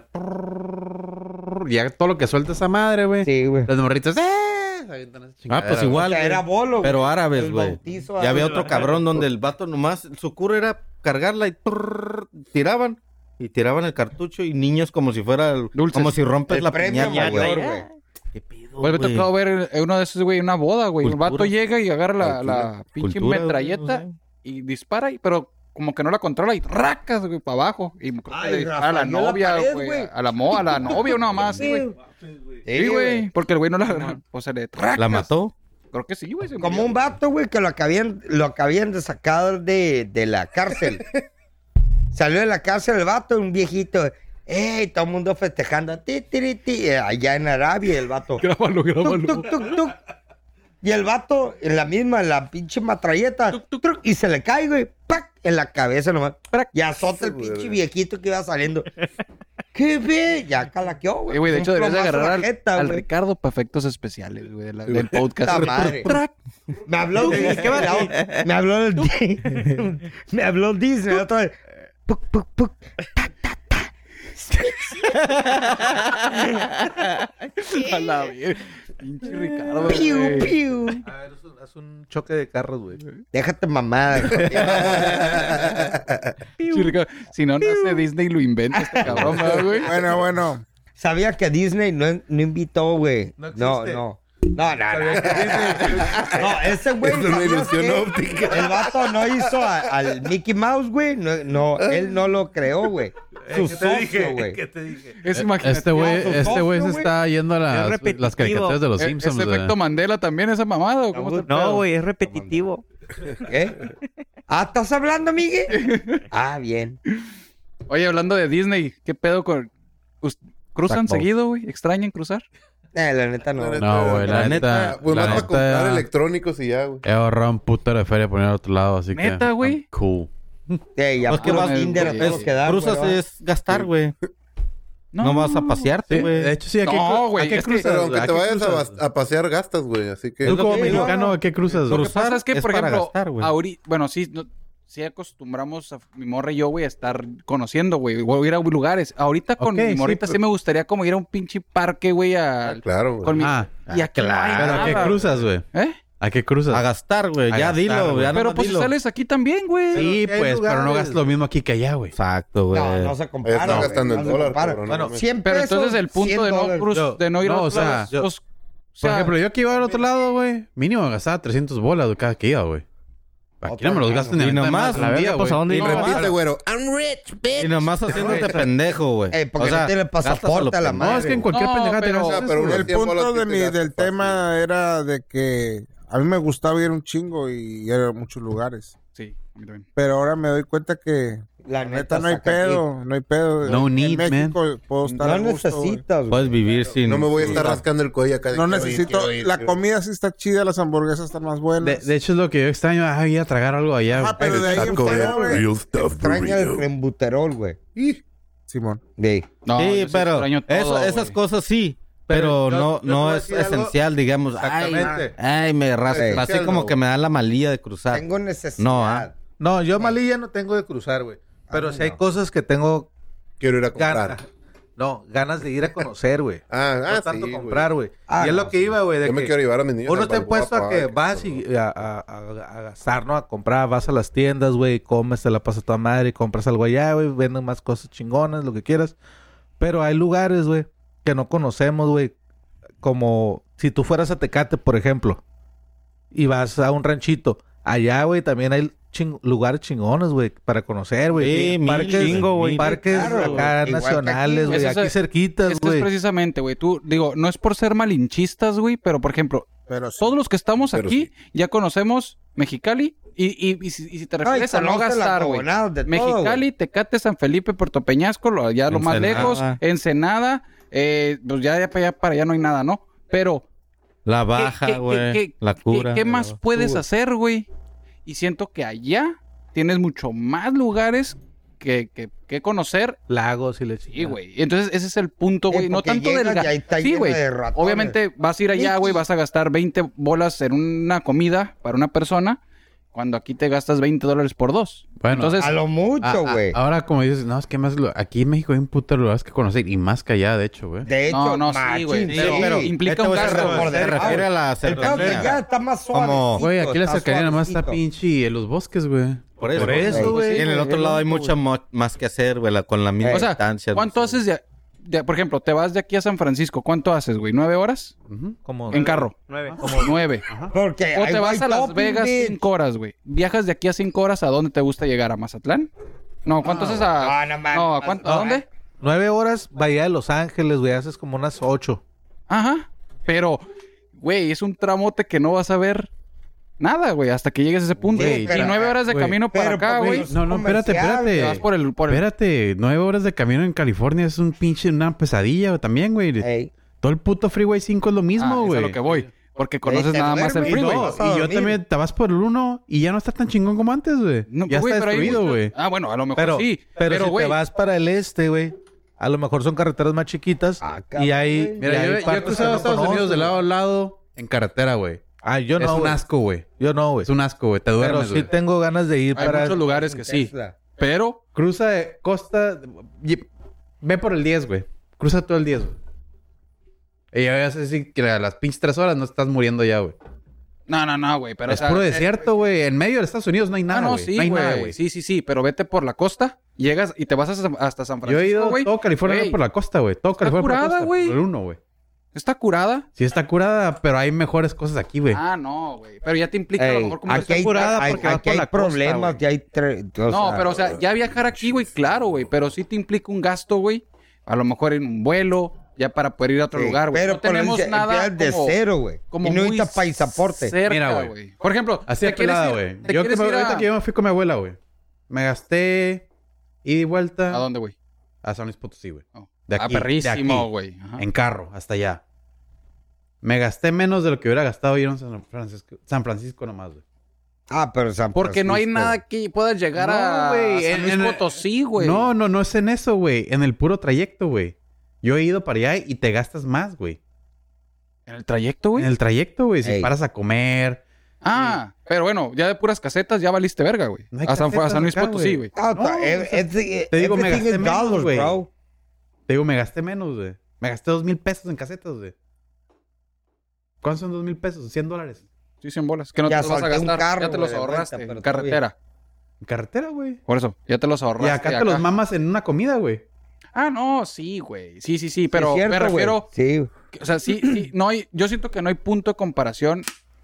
Y ya todo lo que suelta esa madre, güey. Sí, güey. Los morritos. ¡Eh! Se avientan esa Ah, chingadera, pues güey. igual, O sea, güey. era bolo, güey. Pero árabes, El güey. bautizo Y había árabe. otro cabrón donde el vato nomás, su cura era cargarla y trrr, tiraban. Y tiraban el cartucho y niños como si fuera, el- Dulces. como si rompes El la premio piñata, mayor, güey. güey. ¿Qué pedo, Pues me güey? tocado ver eh, uno de esos, güey, en una boda, güey. El Cultura. vato llega y agarra la, la Cultura. pinche Cultura, metralleta güey, no sé. y dispara, y- pero como que no la controla y racas, güey, para abajo. Y creo que Ay, le dispara a la Rafael, la novia, pared, güey. güey. A la mo, a la novia, una mamá así, güey. Sí, güey. Porque el güey no la... O sea, le racas. ¿La mató? Creo que sí, güey. se Como murió. un vato, güey, que lo acabían, lo acabían de sacar de, de la cárcel. Salió de la cárcel el vato, un viejito. ¡Ey! Todo el mundo festejando. Ti, ti, ti, eh, allá en Arabia, el vato. Grábalo, grábalo. Tuc, tuc, tuc, tuc. Y el vato, en la misma, en la pinche matralleta. truc, y se le cae, güey. ¡Pac! En la cabeza nomás. ¡Prac! Y azota el pinche viejito que iba saliendo. ¡Qué ve! Ya calaqueó, güey. Eh, güey, de Un hecho deberías de plomazo agarrar en la al, jeta, al güey. Ricardo para efectos especiales, güey, de la- del podcast. Puta madre. Me habló Disney. Me habló el Di- Me habló Disney otra vez. Puc, puc, puc. A la verga. Pinche Ricardo, Piu, güey. piu. A ver, es un, es un choque de carros, güey. Déjate mamada. Pinche Ricardo. Si no nace Disney, lo inventa este cabrón, ¿verdad, güey. Bueno, bueno. Sabía que Disney no, no invitó, güey. No No, existe. no. No, no, no. No, ese güey. Es una ¿sabías ilusión qué? óptica. El vato no hizo a- al Mickey Mouse, güey. No, no, él no lo creó, güey. Su ¿Qué te socio, dije? güey. ¿Qué te dije? Es imagínate. Este güey, su este güey se socio, está yendo a las, repetitivo. las caricaturas de los ¿E- Simpsons. ¿Ese güey. efecto Mandela también, esa mamada? ¿o cómo está el No, pedo? güey, es repetitivo. ¿Qué? Ah, ¿estás hablando, Miguel? Ah, bien. Oye, hablando de Disney, ¿qué pedo con... us- ¿Cruzan Backbone. seguido, güey? ¿Extrañan cruzar? Eh, la neta no. No, güey, la, La neta. neta, Pues la vas a comprar neta, electrónicos y ya, güey. he ahorrado un putero de feria poner al otro lado, así que. ¿Neta, güey? I'm Cool. Eh, ya Pues que puro vas- Tinder a es- todo lo que da, Cruzas güey, ¿va? es gastar, güey. No. vas a pasearte, Sí, güey. de hecho, sí, ¿a qué, No, cru- güey, ¿a qué es que- cruzas? Pero aunque ¿A te qué vayas a, cruzas? bas- a pasear, gastas, güey. Así que... Tú como Sí, mexicano, ¿a qué cruzas? Lo que güey? Cruzar pasa es que, es por para ejemplo, gastar, güey. ahorita... Bueno, sí, no- sí acostumbramos a mi morra y yo, güey, a estar conociendo, güey. Voy a ir a lugares. Ahorita con Ok, mi sí, morrita sí, pero- me gustaría como ir a un pinche parque, güey, a... Ah, claro, güey. con mi... Ah, y aquí no hay ¿Pero a qué nada. cruzas, güey? ¿Eh? ¿A qué cruzas? A gastar, güey. A Ya gastar, dilo, güey. ya Pero nomás pues si dilo. sales aquí también, güey. Sí, Pero hay pues, pero no lugares. gastas lo mismo aquí que allá, güey. Exacto, güey. No, no se Ahí compara. están güey, gastando no el se dólar, compara. cabrón. Bueno, no mames. cien Pero pesos, entonces el punto cien de no, dólares. cruz, Yo- de no ir no, a o otros sea, lados, yo- pues, o Por sea, ejemplo, yo que iba al otro lado, güey, mínimo gastaba trescientas bolas de cada que iba, güey. Aquí no me los gastan Y en nomás, la un día, verga, pues, ¿a dónde güey. Y No, nomás- repite, güero. I'm rich, bitch. Y nomás haciéndote pendejo, güey. Ey, porque no tiene pasaporte a la No, es que en cualquier No, pendejada te pero- gastas O sea, pero eso, uno- güey. El cien bolas punto que de te mi, gastas del fácil. tema era de que a mí me gustaba ir a un chingo y ir a muchos lugares. Sí, a mí también. Pero ahora me doy cuenta que La la neta no hay saca pedo, no hay pedo. No en need, México puedo aquí. estar No a gusto, güey. necesitas, güey. Puedes vivir sin... No me voy a sin- estar rascando el cuello acá. de No quiero ir, necesito. quiero ir, La quiero ir. comida sí está chida, las hamburguesas están más De, buenas. de hecho, es lo que yo extraño. Ah, ir a tragar algo allá. Ah, pero de ahí en Taco fuera, Bell, güey. Real stuff Extraña el burrito. embuterol, güey. Y- Simón. Sí. No, sí, yo sí pero extraño todo, eso, esas güey. cosas sí. Pero, Pero yo- no, yo te no voy a es decir algo- esencial, digamos. Ay, Exactamente. ay, me raspa. Sí. Así como que me da la malilla de cruzar. Tengo necesidad. No, ah. No, yo malilla no tengo de cruzar, güey. Pero si hay cosas que tengo Quiero ir a ganas. comprar. No, ganas de ir a conocer, güey. Ah, ah, No tanto sí, güey. comprar, güey. Ah, y es no, lo que iba, güey. de Yo me que quiero llevar a mis niños. Uno al te ha Balboa puesto a que Park, vas y a, a, a- a gastar, ¿no? A comprar, vas a las tiendas, güey, comes, te la pasas a toda madre, compras algo allá, güey, venden más cosas chingonas, lo que quieras. Pero hay lugares, güey, que no conocemos, güey. Como si tú fueras a Tecate, por ejemplo, y vas a un ranchito. Allá, güey, también hay ching- lugares chingones, güey, para conocer, güey. Sí, mil parques, chingo, güey. Parques Claro, acá güey. Igual que nacionales, aquí, güey, güey. aquí Eso es- cerquitas, Esto es güey. precisamente, güey. Tú, digo, no es por ser malinchistas, güey, pero por ejemplo, Pero sí. todos los que estamos Pero aquí sí. ya conocemos Mexicali y, y, y, si, y si te No, y refieres a no conoce las gastar, güey. comunadas de todo, Mexicali, Tecate, San Felipe, Puerto Peñasco, lo, ya lo más Ensenada. lejos, Ensenada, eh, pues ya de para allá, para allá no hay nada, ¿no? Pero La ¿qué- baja, qué- güey. qué- La qué- cura. ¿Qué más la- puedes Sube. hacer, güey? Y siento que allá tienes mucho más lugares que, que, que conocer. Lagos y le Sí, güey. Entonces ese es el punto, Sí, güey. No porque tanto del llegas ga- y ahí está Sí, lleno güey. de ratones. Obviamente vas a ir allá, güey, vas a gastar veinte bolas en una comida para una persona, cuando aquí te gastas veinte dólares por dos. Bueno, Entonces, A lo Ah, mucho, ah, güey. ahora, como dices, no, es que más... lo- Aquí en México hay un puto de lugares que conocer. Y más que allá, de hecho, güey. De hecho, no, no, sí, machín, güey. sí. Pero, pero implica Este un güey se gasto. re- por se debajo. refiere a la El pedo que cercanía. ya está más suave. Como- Güey, aquí la está cercanía nomás está suavecito. pinche en los bosques, güey. Por eso, Por eso, güey. Y en el otro es lado hay lógico, mucho mo- más que hacer, güey, la- con la misma O sea, distancia. ¿cuánto güey. haces de, de- por ejemplo, te vas de aquí a San Francisco? ¿Cuánto haces, güey? ¿Nueve horas? Ujú. Como En carro. Nueve. Como nueve. Porque O hay te vas a white Las topping, Vegas bitch. cinco horas, güey. ¿Viajas de aquí a cinco horas a dónde te gusta llegar? ¿A Mazatlán? No, ¿cuánto haces a...? No, no mames. No, ¿a cuánto? ¿A No, dónde? eh. Nueve horas, Bahía de Los Ángeles, güey, haces como unas ocho. Ajá. Pero, güey, es un tramote que no vas a ver nada, güey, hasta que llegues a ese punto. Güey, y pero, nueve horas de güey, camino para pero, acá, güey, güey. es No, no, espérate, comercial, espérate. Te vas por el... Por el... Espérate, nueve horas de camino en California es un pinche, una pesadilla güey, también, güey. Ey. Todo el puto Freeway cinco es lo Ah, mismo, es a güey. lo que voy. Porque conoces te nada más el duermes, Y, freeway. no, vas a y yo dormir. también te vas por el uno y ya no está tan chingón como antes, güey. No, ya güey, está pero hay destruido, mucho- güey. Ah, bueno, a lo mejor Pero, sí. pero, Pero, si güey, te vas para el este, güey, a lo mejor son carreteras más chiquitas Ah, y cabrón, hay, güey. y Mira, hay yo, yo he partes cruzado que no Estados conoces, Unidos de güey. lado a lado en carretera, güey. Ah, yo es no, un güey. asco, güey. Yo no, güey. Es un asco, güey. Te Pero duermes, sí güey. tengo ganas de ir hay para... muchos lugares que sí. Tesla. Pero, Cruza de costa... y- Ve por el diez, güey. Cruza todo el diez, güey. Y ya vas a decir que a las pinches tres horas no estás muriendo ya, güey. no, no, no, güey. Pero, Es o sea, puro eh, desierto, güey. En medio de Estados Unidos no hay Ah, nada, no, güey. sí, no hay güey. nada, güey. Sí, sí, sí. Pero vete por la costa, llegas y te vas hasta, hasta San Yo Francisco, he ido güey. todo California Güey, por la costa, güey. Todo California por la curada, costa. güey. Por el uno, güey. Está curada. Sí está curada, pero hay mejores cosas aquí, güey. Ah, no, güey. Pero ya te implica a lo Ey, mejor como... aquí hay, curada hay- porque vas aquí por hay la costa, problemas, güey. ya hay... tre- o No, sea, pero o sea, ya viajar aquí, güey, claro, güey. Pero sí te implica un gasto, güey. A lo mejor en un vuelo, ya para poder ir a otro sí, lugar, güey. Pero No tenemos por el- nada empiezas de como... cero, güey. como Y no muy necesitas pasaporte. cerca, Mira, güey. güey. Por ejemplo, Así ¿te de quieres pelada, ir- güey. te Yo que quieres me, ir a- ahorita que yo me fui con mi abuela, güey. Me gasté ida y vuelta ¿A dónde, güey? a San Luis Potosí, güey. Oh. De Ah, aquí, de perrísimo, aquí. güey. Ajá. En carro, hasta allá. Me gasté menos de lo que hubiera gastado ir a San Francisco, San Francisco nomás, güey. Ah, pero San Porque no hay Francisco. nada que puedas llegar No, a güey, San en- Luis en el- Potosí, güey. No, no, no es en eso, güey. En el puro trayecto, güey. Yo he ido para allá y te gastas más, güey. ¿En el trayecto, güey? En el trayecto, güey. Si Ey. paras a comer. Ah, pero bueno, ya de puras casetas ya valiste verga, güey. No hay a, San, a casetas San Luis acá, Potosí, güey. güey. Ah, No, eh, o sea, es- te digo, me everything gasté is menos, dollars, güey. bro. Te digo, me gasté menos, güey. Me gasté dos mil pesos en casetas, güey. ¿Cuántos son dos mil pesos? ¿Cien dólares? Sí, cien bolas. Que no Ya te los vas a solté un gastar. carro, ya te los güey, de ahorraste renta, pero en está carretera. En carretera, güey. Por eso, ya te los Y ahorraste. acá te los mamas en una comida, güey. Ah, no, sí, güey. Sí, sí, sí. Sí, Pero es cierto, me güey. refiero... Sí. que, o sea, sí, sí. No hay... Yo siento que no hay punto de comparación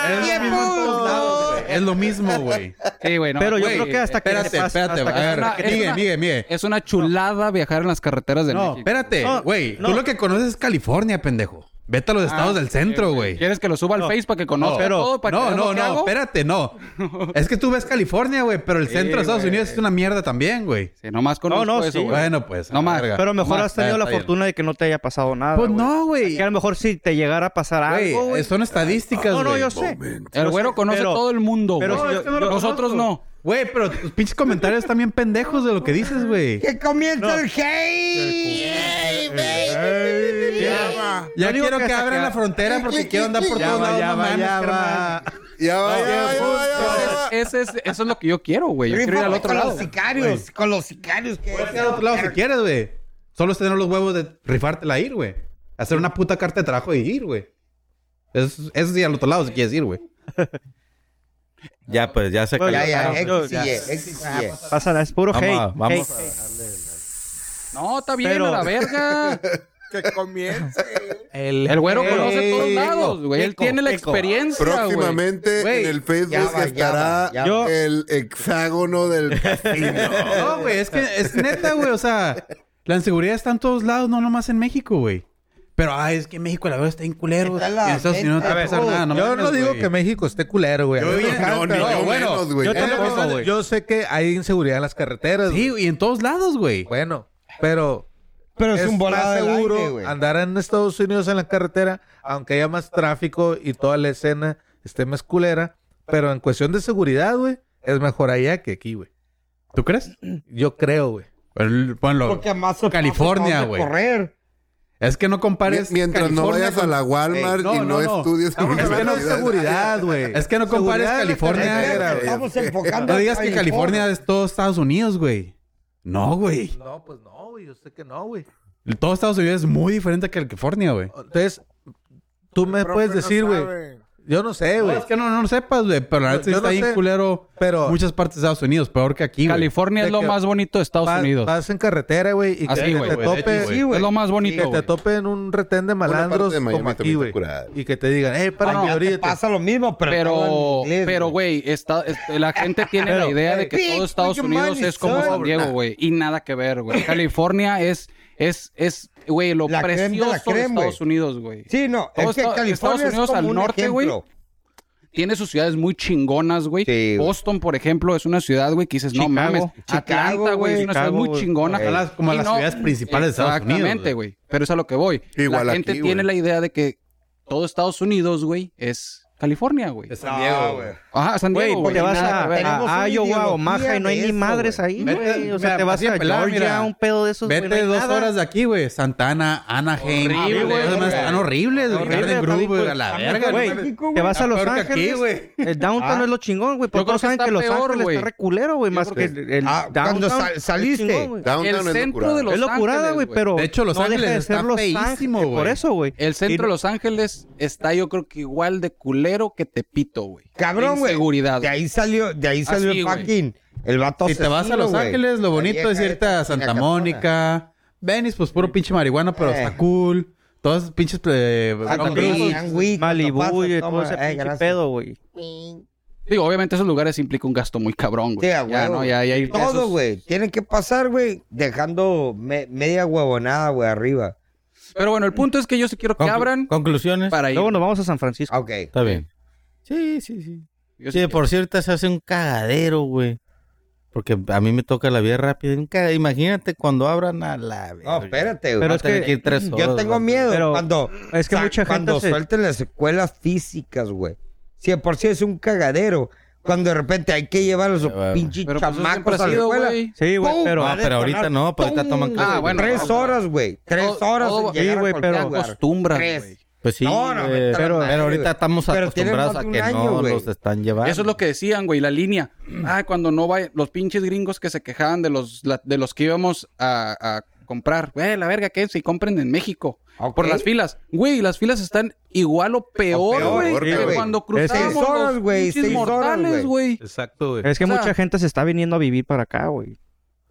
¡Ah! Es lo ¡Tiempo! mismo en todos lados, güey. Es lo mismo, güey. Sí, güey. No, Pero yo güey, creo que hasta que Espérate, te pasa- espérate. hasta que- A es una- ver, es Miguel, una- Miguel, Miguel. Es una chulada viajar en las carreteras de No, México. espérate, No, güey. no. Tú lo que conoces es California, pendejo. Vete a los estados del centro, güey. ¿Quieres que lo suba al No. Face para que conozca pero- todo? Para que No, veas no, lo que no, hago? espérate, no. Es que tú ves California, güey, pero el centro de Estados güey. Unidos es una mierda también, güey. Sí, nomás conozco No, no, eso, sí, güey. Bueno, pues. a No la más. verga. Pero mejor Más, has tenido la está bien. fortuna de que no te haya pasado nada. Pues no, güey. Que a lo mejor si te llegara a pasar Güey, algo, güey. son estadísticas, No, no, güey. yo sé. El güero conoce pero- todo el mundo, pero güey. si yo- yo- Nosotros no. Güey, pero tus pinches comentarios están bien pendejos de lo que dices, güey. ¡Que comienza el hate! Ya Ya Yo digo quiero que que hasta abran que- la frontera porque quiero andar por Ya todos va, lados. ya no va, mames, ya carnal. va. Ya va, ya va, ya va, ya va. Ese es, eso es lo que yo quiero, güey. Yo quiero ir al Rífate otro con lado. los sicarios, con los sicarios que... Puedes ir al otro lado si quieres, güey. Solo es tener los huevos de rifártela a ir, güey. Hacer una puta carta de trabajo y ir, güey. Eso, eso sí al otro lado si quieres ir, güey. Ya, pues, ya se Bueno, cayó. Ya, ya, No, X ya. Y, X Y. Pasa nada, es puro Vamos, hate. a- vamos hate. a- No, está bien, Pero- a la verga. Que comience. El, El güero Ey, conoce todos lados, güey. Él Eco, tiene la eco. experiencia, güey. Próximamente Güey, en el Facebook ya va, ya estará va, ya va. el hexágono del casino. No, güey, es que es neta, güey. O sea, la inseguridad está en todos lados, no nomás en México, güey. Pero, ay, es que en México la verdad está en culero. Está Y la en Estados Unidos no te va a mente, pasar nada. No yo mames, no digo güey. que México esté culero, güey. A Yo mí me bien- encanta, No, ni güey. yo bueno, menos, güey. Yo, Es lo que tampoco, pasa, güey. Yo sé que hay inseguridad en las carreteras. Sí, güey. y en todos lados, güey. Bueno, pero Pero es, es un volado más del seguro aire, güey. andar en Estados Unidos en la carretera, aunque haya más tráfico y toda la escena esté más culera. Pero en cuestión de seguridad, güey, es mejor allá que aquí, güey. ¿Tú crees? Yo creo, güey. Pero, ponlo. Porque más se California, pasa güey. correr. Es que no compares. Mientras no California vayas a con- la Walmart Ey, no, y no, no, no. estudies Estamos hablando de universidad. seguridad, güey. Es que no compares Seguridad en la California. carretera, güey. Estamos enfocando No a digas que California es todo Estados Unidos, güey. No, güey. No, pues no, güey. Yo sé que no, güey. Todo Estados Unidos es muy diferente a California, güey. Entonces, tú me Profe, puedes no decir, güey. sabe. Yo no sé, No, güey. es que no, no lo sepas, güey. Pero la Yo- neta sí yo está no bien sé, culero. pero- Muchas partes de Estados Unidos, peor que aquí, güey. California De es lo que más bonito de Estados Vas- Unidos. Vas en carretera, güey, y Así, que güey, te güey, de tope, hecho, güey. Sí, güey. Es lo más bonito, que te güey. tope en un retén de Una parte malandros de Miami como aquí, también güey. está curada. Y que te digan, hey, para Allá mi te orilla. pasa lo mismo, pero... Pero, todo en inglés, pero, güey. güey, está, este, la gente tiene la idea de que Big todo Estados fucking Unidos money, es como son. San Diego, güey. Y nada que ver, güey. California es, es, es, güey, lo La creme de precioso la de creme, Estados güey. Unidos, güey. Sí, no, Todo es que Estados- California Estados Unidos es como al un norte, güey. ejemplo. Tiene sus ciudades muy chingonas, güey. Sí, güey. Boston, por ejemplo, es una ciudad, güey, que dices, no Chicago. mames. Chicago, Atlanta, güey, es güey. una ciudad Chicago, muy güey. chingona. Son las- como Y las no- ciudades principales de Estados Unidos, Exactamente, güey. Pero es a lo que voy. Igual la aquí, gente güey. tiene la idea de que todo Estados Unidos, güey, es California, güey. De San Diego, güey. Ajá, San Güey, Diego, güey. te vas Nada a, que ver. Tenemos a una Iowa, ideología Omaha y no hay de ni eso, madres güey. ahí, Vete- güey. O sea, mira, te vas así a de pelada, Georgia, mira. un pedo de esos, güey, Vete no hay dos nada. horas de aquí, güey. Santana, Anaheim. Horrible, Los demás güey. están horribles, güey. Horrible, Garden Grove, también, güey, pues, a la también, verga, güey. güey. Te vas a Está Los peor que aquí, Ángeles, güey. el downtown Ah. es lo chingón, güey. Yo Porque creo todos que saben está que Los peor, Ángeles güey. está reculero, güey. Yo Más creo que que- el Ah, cuando downtown sal- es saliste. chingón, güey. Downtown El es centro locurada. de Los Es locurada, Ángeles, güey, güey. pero De hecho, Los no deja Ángeles de ser está Los feísimo, Ángeles. Por güey. eso, güey. El centro Y de no- Los Ángeles está, yo creo que igual de culero que Tepito, güey. Cabrón, güey. Seguridad. De ahí salió, de ahí salió Así, el güey. fucking... El vato Si te vas a asesino, Los güey. Ángeles, lo La bonito vieja es irte a esta Santa chinacatona. Mónica. Venice, pues puro pinche marihuana, pero Eh. está cool. Todos esos pinches... Eh, Santa Bronx. Cruz, Sandwich, Malibu cuando y pasa, todo toma, ese eh, pinche gracias. pedo, güey. Digo, obviamente esos lugares implica un gasto muy cabrón, güey. Sí, a ya, huevo. ¿no? Ya, ya hay Todo, esos- güey. Tienen que pasar, güey, dejando me- media huevonada, güey, arriba. Pero bueno, el punto es que yo sí quiero que Conclu- abran Conclusiones. para ir. Luego nos vamos a San Francisco. Ok. Está bien. Sí, sí, sí. Yo Sí, sí por cierto, se hace un cagadero, güey. Porque a mí me toca la vía rápida. Un caga- Imagínate cuando abran a la... No, espérate, Pero güey. Va a es tener que que ir tres Yo horas, tengo güey. miedo Pero cuando... es que sa- mucha gente Cuando se- suelten las escuelas físicas, güey. Si de por sí es un cagadero. Cuando de repente hay que llevar a los Ya va, pinches Pero pues eso siempre chamacos ha a la sido, escuela. güey. Sí, güey, ¡Pum! pero... No, Va a pero ahorita detonar. no, pero ahorita toman ¡Pum! clases. Ah, bueno, Tres no, horas, güey. Tres Todo- horas todo- en llegar Sí, a güey, cualquier pero- lugar. acostumbras, Tres. güey. Pues sí, No, no, güey. vete a la pero, madre, pero ahorita güey. estamos Pero tienen acostumbrados más a de un que año, no güey. los están llevando. Eso es lo que decían, güey, la línea. Ah, cuando no vaya, los pinches gringos que se quejaban de los, la- de los que íbamos a, a comprar. Güey, la verga, ¿qué? Si compren en México. Ok. Por las filas. Güey, las filas están igual o peor, peor, güey. sí, que güey. cuando Es cruzamos seis horas, los güey, pinches seis horas, mortales, güey. güey. Exacto, güey. Es que O sea- mucha gente se está viniendo a vivir para acá, güey.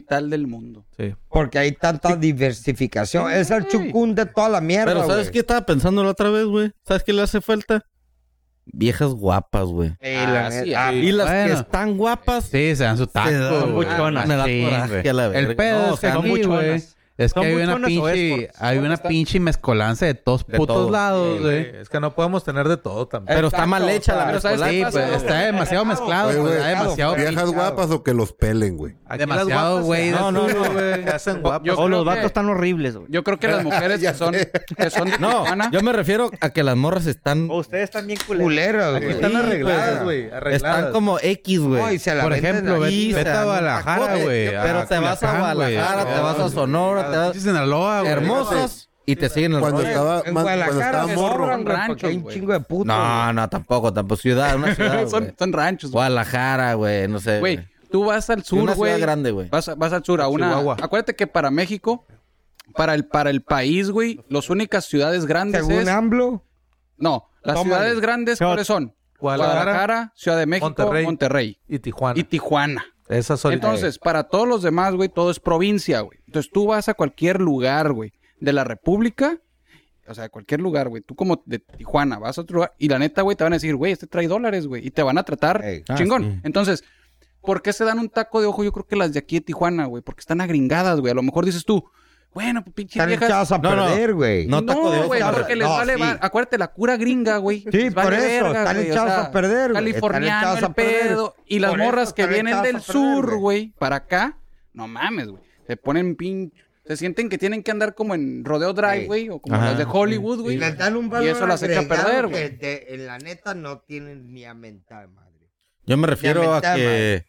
capital del mundo. Sí. Porque hay tanta diversificación. Es el chucún de toda la mierda, Pero ¿sabes güey. qué estaba pensando la otra vez, güey? ¿Sabes qué le hace falta? Viejas guapas, güey. Ey, la Ah, neta. sí, Ah, Y las que bueno. están guapas... Sí, se dan su taco, se dan güey. buchonas. Me da Sí, coraje güey. a la verga. El pedo No, es o que sea, aquí, son güey, buchonas. Es que ¿Son hay una buchonas o pinche, escorts? hay una Está- pinche mezcolanza de todos De putos todo. lados, Sí, güey. güey. Es que no podemos tener de todo también. Pero está mal hecha la Pero ¿sabes qué mezcolanza. Sí, pasa, pues güey? está demasiado mezclado, Oye, güey. güey, Está demasiado ¿Viejas pinche- guapas o que los pelen, güey? Aquí demasiado, las guapas güey, se- de No, no, azul, no, güey. Se hacen guapas. Yo O creo los que- vatos están horribles, güey. Yo creo que las mujeres Ya que son, sé. que son de No, Tijuana... yo me refiero a que las morras están... O ustedes están bien culeros. Culeras, Aquí güey. están Sí, arregladas, güey. güey. Arregladas. Están como X, güey. No, y se la Por venden ejemplo, ahí, vete, se vete a dan un Guadalajara, tacote. güey. Pero te vas a Culiacán, güey. Guadalajara, te vas a Sonora, te vas... Pinche Sinaloa, güey. Hermosas y te siguen el Cuando rollo. estaba, En más- cuando Guadalajara estaba morro. sobran, güey, ranchos, porque hay un güey. chingo de putos. No, no, tampoco, tampoco. Ciudad, una ciudad, son, güey. son ranchos, güey. Guadalajara, güey, no sé. Güey, tú vas al Una sur, ciudad güey. grande, güey. Vas, a- vas al sur a una... Chihuahua. Acuérdate que para México, para el, para el país, güey, las únicas ciudades grandes Según es... AMLO, No, las Tómale. ciudades grandes, ¿cuáles son? Guadalajara, Guadalajara, Ciudad de México, Monterrey. Monterrey, Y Tijuana. y Tijuana. Esas son... Entonces, para todos los demás, güey, todo es provincia, güey. Entonces, tú vas a cualquier lugar, güey, de la República, o sea, de cualquier lugar, güey. Tú como de Tijuana vas a otro lugar y la neta, güey, te van a decir, güey, este trae dólares, güey, y te van a tratar Ey. Ah, chingón. sí. Entonces, ¿por qué se dan un taco de ojo? Yo creo que las de aquí de Tijuana, güey, porque están agringadas, güey. A lo mejor dices tú, bueno, pues pinches están viejas... echados a No, no. perder, güey. No, No, taco de ojo, güey, no, porque les no, vale... sí. va- Acuérdate, la cura gringa, güey. Sí, les vale por eso, verga, están güey, o echados sea, a perder, güey. Californiano Están echados el a perder. pedo. Y las Por eso morras que están vienen echados del a perder, sur, güey. güey, para acá, no mames, güey. Se ponen pin... Se sienten que tienen que andar como en Rodeo Drive, Sí. güey, o como Ajá. las de Hollywood, güey. Y les dan un Y valor eso las echa a agregado perder, que güey. de- en la neta no tienen ni a mentar, madre. Yo me refiero a mentada, que...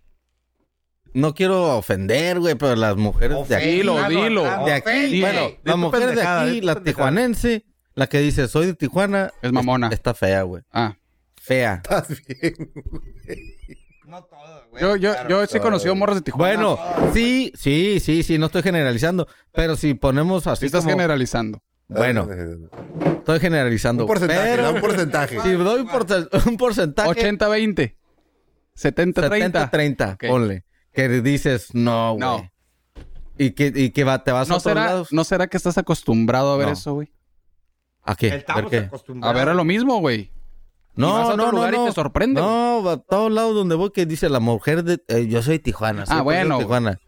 No quiero ofender, güey, pero las mujeres de aquí... Dilo, Ofende, dilo. Harold, De aquí, ofende. bueno, Di las tu mujeres de pendejada, aquí, di tu la pendejada. tijuanense, la que dice, soy de Tijuana... Es mamona. Está fea, güey. Ah. Fea. Estás bien. No todo, güey. Yo, yo, claro. yo sí he conocido morras de Tijuana. Bueno, sí, sí, sí, sí, no estoy generalizando. Pero si ponemos así sí estás como... generalizando. Bueno, estoy generalizando. Un porcentaje, pero da un porcentaje. si doy un, porce- un porcentaje... ochenta veinte. setenta treinta. setenta treinta, Ok. ponle. Que dices, no, güey. No. Y que, y que va, te vas a ¿No otros será, lados. ¿No será que estás acostumbrado a ver No. eso, güey? ¿A qué? Estamos ¿Ver qué? A acostumbrados. ver a lo mismo, güey. Y vas a No, otro no, no, lugar y no. te sorprende, No, a todos lados donde voy que dice la mujer de... eh, yo soy Tijuana. soy Ah, bueno, de Tijuana.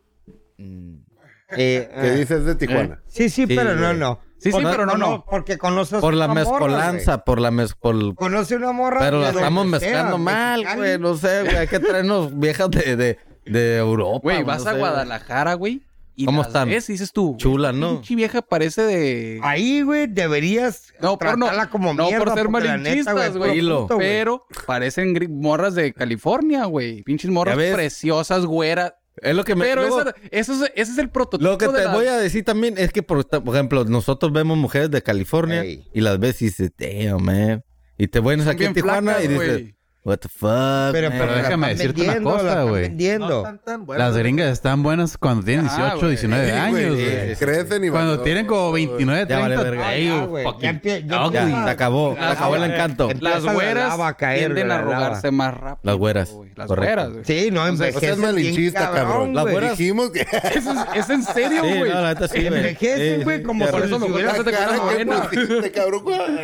Mm, Eh, ¿Qué eh, dices de Tijuana? Sí, sí, Sí, pero no, güey. no. Sí, sí, Por- pero no, no. Porque conoces por la una morra, mezcolanza, por la mez... por- güey. Conoce una morra. Pero de la donde estamos sea, mezclando mal, mexicana. güey. No sé, güey. Hay que traernos viejas de, de, de Europa. Güey, no vas sé, a güey. Guadalajara, güey. Y ¿Cómo las están? ves y dices tú, Chulas, ¿no? Pinche vieja parece de... Ahí, güey, deberías No, por no, tratarla como no mierda. por ser porque la neta, malinchistas, güey. Hilo. puto, güey. Pero parecen gri- morras de California, güey. Pinches morras ¿Ya ves? preciosas, güeras. Es lo que me... Pero luego- esa- eso es, ese es el prototipo Lo que de te la- voy a decir también es que, por, por ejemplo, nosotros vemos mujeres de California Ey. y las ves y dices, damn, man. Y te vuelves Son aquí en bien Tijuana flacas, y dices, güey. what the fuck, Pero, man? pero la déjame están decirte una vendiendo, cosa, la están güey. vendiendo. están tan buenas, Las güey. gringas están buenas cuando tienen Ah, dieciocho, güey. diecinueve Sí, años, güey, güey. Crecen y Cuando van- tienen como veintinueve, Ya vale treinta. verga. ey, Ah, güey, fucking ya empie- ya dog, Ya, güey. se acabó, se acabó el encanto. Empieza Las la güeras lava a caer, tienden a güey, la lava. arrugarse más rápido. Las güeras, güey. Las correcto. güeras, güey. Sí, no, O sea, envejecen es malinchista, bien cabrón. Las güey. güeras- Dijimos que... ¿Eso es, es en serio, Sí, güey? no, la neta sí, güey. Envejecen, Sí, güey, sí, como sí, por si eso me hubiera- gusta- La cara que morena. pusiste, cabrón.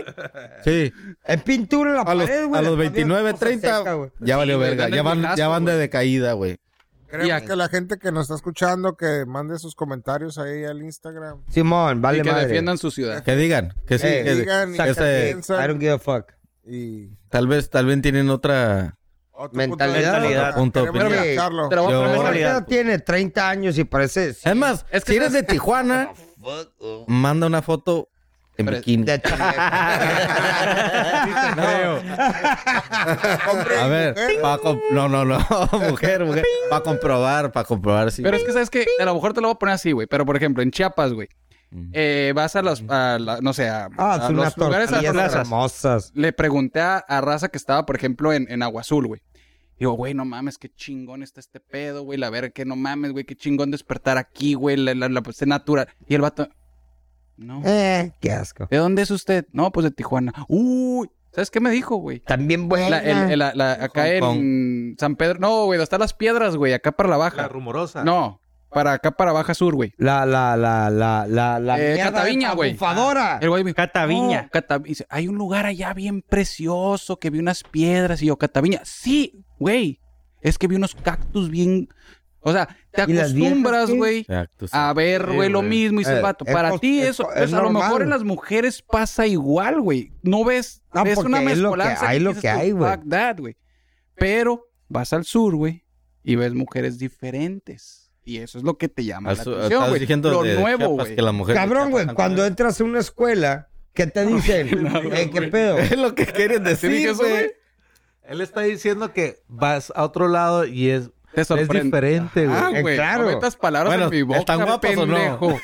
Sí. Es pintura en la A los, pared, güey. a los todavía veintinueve, no se treinta, seca, güey. ya valió güey, verga. dan Ya el van, viejazo, ya van de güey. decaída, güey. Queremos Y a- que la gente que nos está escuchando que mande sus comentarios ahí al Instagram. Simón, vale y que madre. defiendan su ciudad. Que digan, que sí. Eh, que- digan y que que se- piensan. I don't give a fuck. Y tal vez, tal vez tienen otra... otro Mentalidad. punto de vista. Otro punto de Queremos opinión. escucharlo. Te la voy a Yo- poner Esa en realidad. vieja tiene treinta años y parece... Es más, Es que si eres sabes- de Tijuana, manda una foto en Pero- bikini. de A ver, pa com- no, no, no, mujer, mujer. Para comprobar, para comprobar si... Pero es que, ¿sabes qué? A lo mejor te lo voy a poner así, güey. Pero, por ejemplo, en Chiapas, güey. Mm. eh, vas a los... a la- no sé, a, Ah, a son unas los lugares... a tortillas plazas. hermosas. Le pregunté a, a raza que estaba, por ejemplo, en, en Agua Azul, güey. Digo, güey, no mames, qué chingón está este pedo, güey. La verga, que no mames, güey, qué chingón despertar aquí, güey. La, la, la pues, natural. Y el vato... No. Eh, qué asco. ¿De dónde es usted? No, pues de Tijuana. Uy, ¿sabes qué me dijo, güey? También buena. La- el- el- la- la- acá Hong en San Pedro. No, güey, donde están las piedras, güey. Acá para la baja. La rumorosa. No, para acá para Baja Sur, güey. La, la, la, la, la, la Eh, mierda Cataviña, esa güey. bufadora. El güey me dijo, Cataviña. "No, Catavi-". Dice, hay un lugar allá bien precioso que vi unas piedras. Y yo, Cataviña. Sí, güey. Es que vi unos cactus bien O sea, te ¿Y las viejas acostumbras, qué? güey, Exacto, sí. a ver, güey, lo mismo. Y dices, Eh, vato, es para cos- ti es eso, co- pues, es a lo mejor normal. en las mujeres pasa igual, güey. No ves, No, ves porque una es lo que mezcolanza. hay, lo dices que tú, hay, güey. Fuck that, güey. Pero vas al sur, güey, y ves mujeres diferentes. Y eso es lo que te llama Al la su- atención, Estás güey. diciendo Lo de nuevo, Chiapas güey. que la mujer de Cabrón, güey, Chiapas cuando canta. entras a una escuela, ¿qué te dicen? Eh, ¿Qué pedo? Es lo que quieres ¿Sí dije decir, eso, güey? güey. Él está diciendo que vas a otro lado y es, Te es sorprende. diferente, güey. Ah, Eh, güey, claro. no metas palabras Bueno, en mi boca, ¿están guapas o no? pendejo.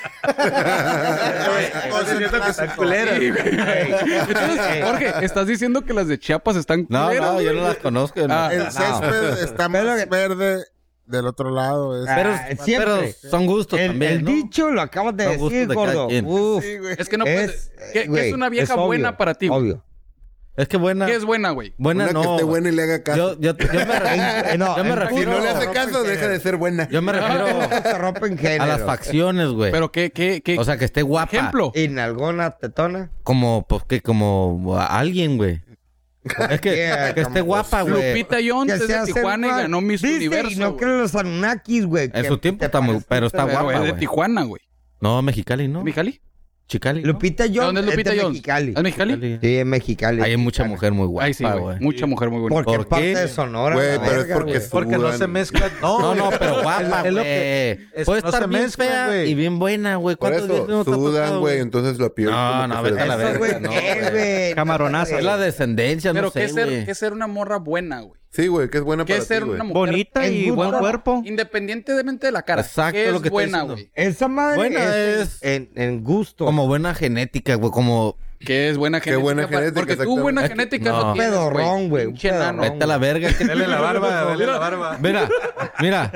Sí, güey. Entonces, Jorge, ¿estás diciendo que las de Chiapas están No, culeras, no, yo güey? no las conozco. no. Ah, El No. césped está Pero- más verde del otro lado. Es... Pero, Ah, siempre. pero son gustos El, también, el ¿no? dicho lo acabas de Son gustos decir, de cada gordo. quien. Uf, Sí, güey. Es que no puedes... es, ¿Qué, qué güey, es una vieja es obvio, buena para ti, güey? Obvio. Es que buena. ¿Qué es buena, güey? Buena Una no. que esté güey. buena y le haga caso. Yo, yo, yo me, re- Eh, no, yo me en- Si refiero, no le hace caso, deja de ser buena. yo me refiero Se rompen género. a las facciones, güey. Pero qué, qué, qué... O sea, que esté guapa. ejemplo. ¿Y nalgona tetona? Como, pues, que como a alguien, güey. Es que, Yeah, que esté como guapa, güey. Lupita Jones es de hace Tijuana y mal. ganó Miss Dice, Universo. Y no güey. creen los Anunnakis, güey. En que su tiempo te está muy... parece- Pero está Pero guapa, es de güey. Tijuana, güey. No, Mexicali, ¿no? ¿Mexicali? Chicali, ¿no? Lupita ¿De Jones dónde es Lupita es de Jones? Mexicali. ¿Es Mexicali? Mexicali. Sí, es Mexicali. Hay mucha mexicana. mujer muy guapa, Ay, sí, güey. güey. Mucha mujer muy bonita. ¿Por qué ¿Por parte qué? de Sonora? Güey, la pero es verga, porque güey? su- Porque no Sudan. se mezclan. No, No, no, güey. pero guapa, Es- es lo que- güey. es- Puede no estar se bien mezclan, fea güey. y bien buena, güey. Por ¿Cuántos días eso, no te ha sudan, tocado, güey. Entonces la piel No, como no, que vete se a la deshace. verga. Güey, No, ¿qué, güey. güey? Camaronazo. Es la descendencia, Pero no ¿qué sé, es ser, güey. qué es ser una morra buena, güey? Sí, güey, que es buena ¿Qué para es ser ti, güey. una mujer Bonita En y gusto. buen cuerpo. independientemente de la cara? Exacto, ¿Qué es lo que estoy buena, diciendo. güey? Esa madre Buena es, es- en, en gusto. Como buena genética, güey. Como... ¿Qué es buena Qué genética? buena pa- genética, Porque tú buena exactamente. genética No. no, tienes, güey. Pedorrón, güey, Pinche pedorrón. enano. Vete a la verga. que- Dele la barba, dele la barba. Mira, mira.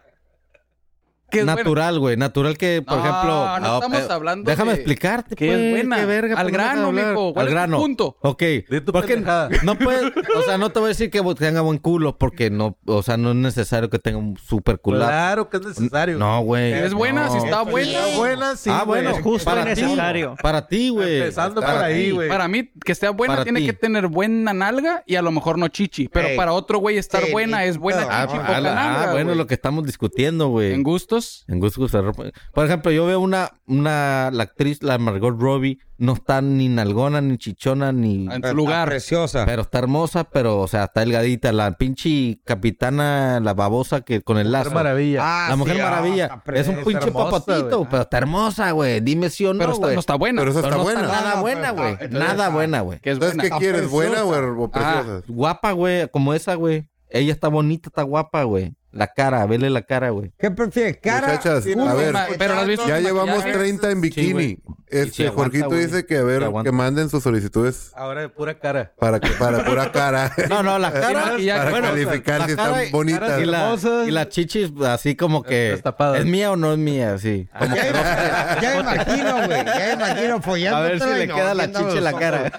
¿Qué es buena? Natural, güey. Natural que, por No, ejemplo... no ah, estamos eh, hablando Déjame de- explicarte, ¿Qué es pues, buena? qué verga, Al pues, no me grano, dejas hablar. mijo. ¿Cuál Al es tu grano. punto? Ok. Di tu Porque pendejada. no puedes... O sea, no te voy a decir que tenga buen culo porque no... O sea, no es necesario que tenga un super culo. Claro que es necesario. No, güey. Si es buena, no. si está buena. Está buena, sí, Ah, güey. bueno, Es justo para y ti, necesario. Para ti, güey. Empezando Para por ahí, ti. güey. Para mí, que esté buena, Para tiene ti. que tener buena nalga y a lo mejor no chichi. Pero Ey. para otro güey estar Sí, buena ni es buena pedo. Ah, chichi, ah, poca la- nalga, ah, bueno, güey. lo que estamos discutiendo, güey. En gustos. En gusto se rompe. Por ejemplo, yo veo una, una, la actriz, la Margot Robbie, no está ni nalgona, ni chichona, ni... En Está su lugar. Preciosa. Pero está hermosa, pero, o sea, está delgadita. La pinche capitana, la babosa que con el lazo. Qué maravilla. Ah, La Mujer sí, ah, Maravilla. está pre- es un está pinche hermosa, papatito, güey. pero está hermosa, güey. Dime sí o no, Pero está- güey. no está buena. Pero esa Pero está no buena. está nada No, buena, pero güey. está- Nada está- buena, güey. Que es Entonces, buena. ¿qué Está quieres? ¿Buena o, preciosa. o Ah. preciosa? Guapa, güey, como esa, güey. Ella está bonita, está guapa, güey. La cara, vele la cara, güey. ¿Qué prefieres? ¿Cara? Muchachas, culo, a ver. Ma- pero ¿lo has visto? Ya Su llevamos maquillaje. treinta en bikini. güey. Y este, sí aguanta, Jorgito güey. dice que a ver, Sí aguanta. que manden sus solicitudes Ahora de pura cara. para que para pura cara. No, no, la cara. maquillaje. para bueno, calificar la si cara están y- bonitas. Y, la, hermosas. y las chichis así como que... Destapadas. ¿Es mía o no es mía? Sí. Como que- Ya, ya me imagino, güey. Ya me imagino follando. a ver si le queda la chicha en la cara.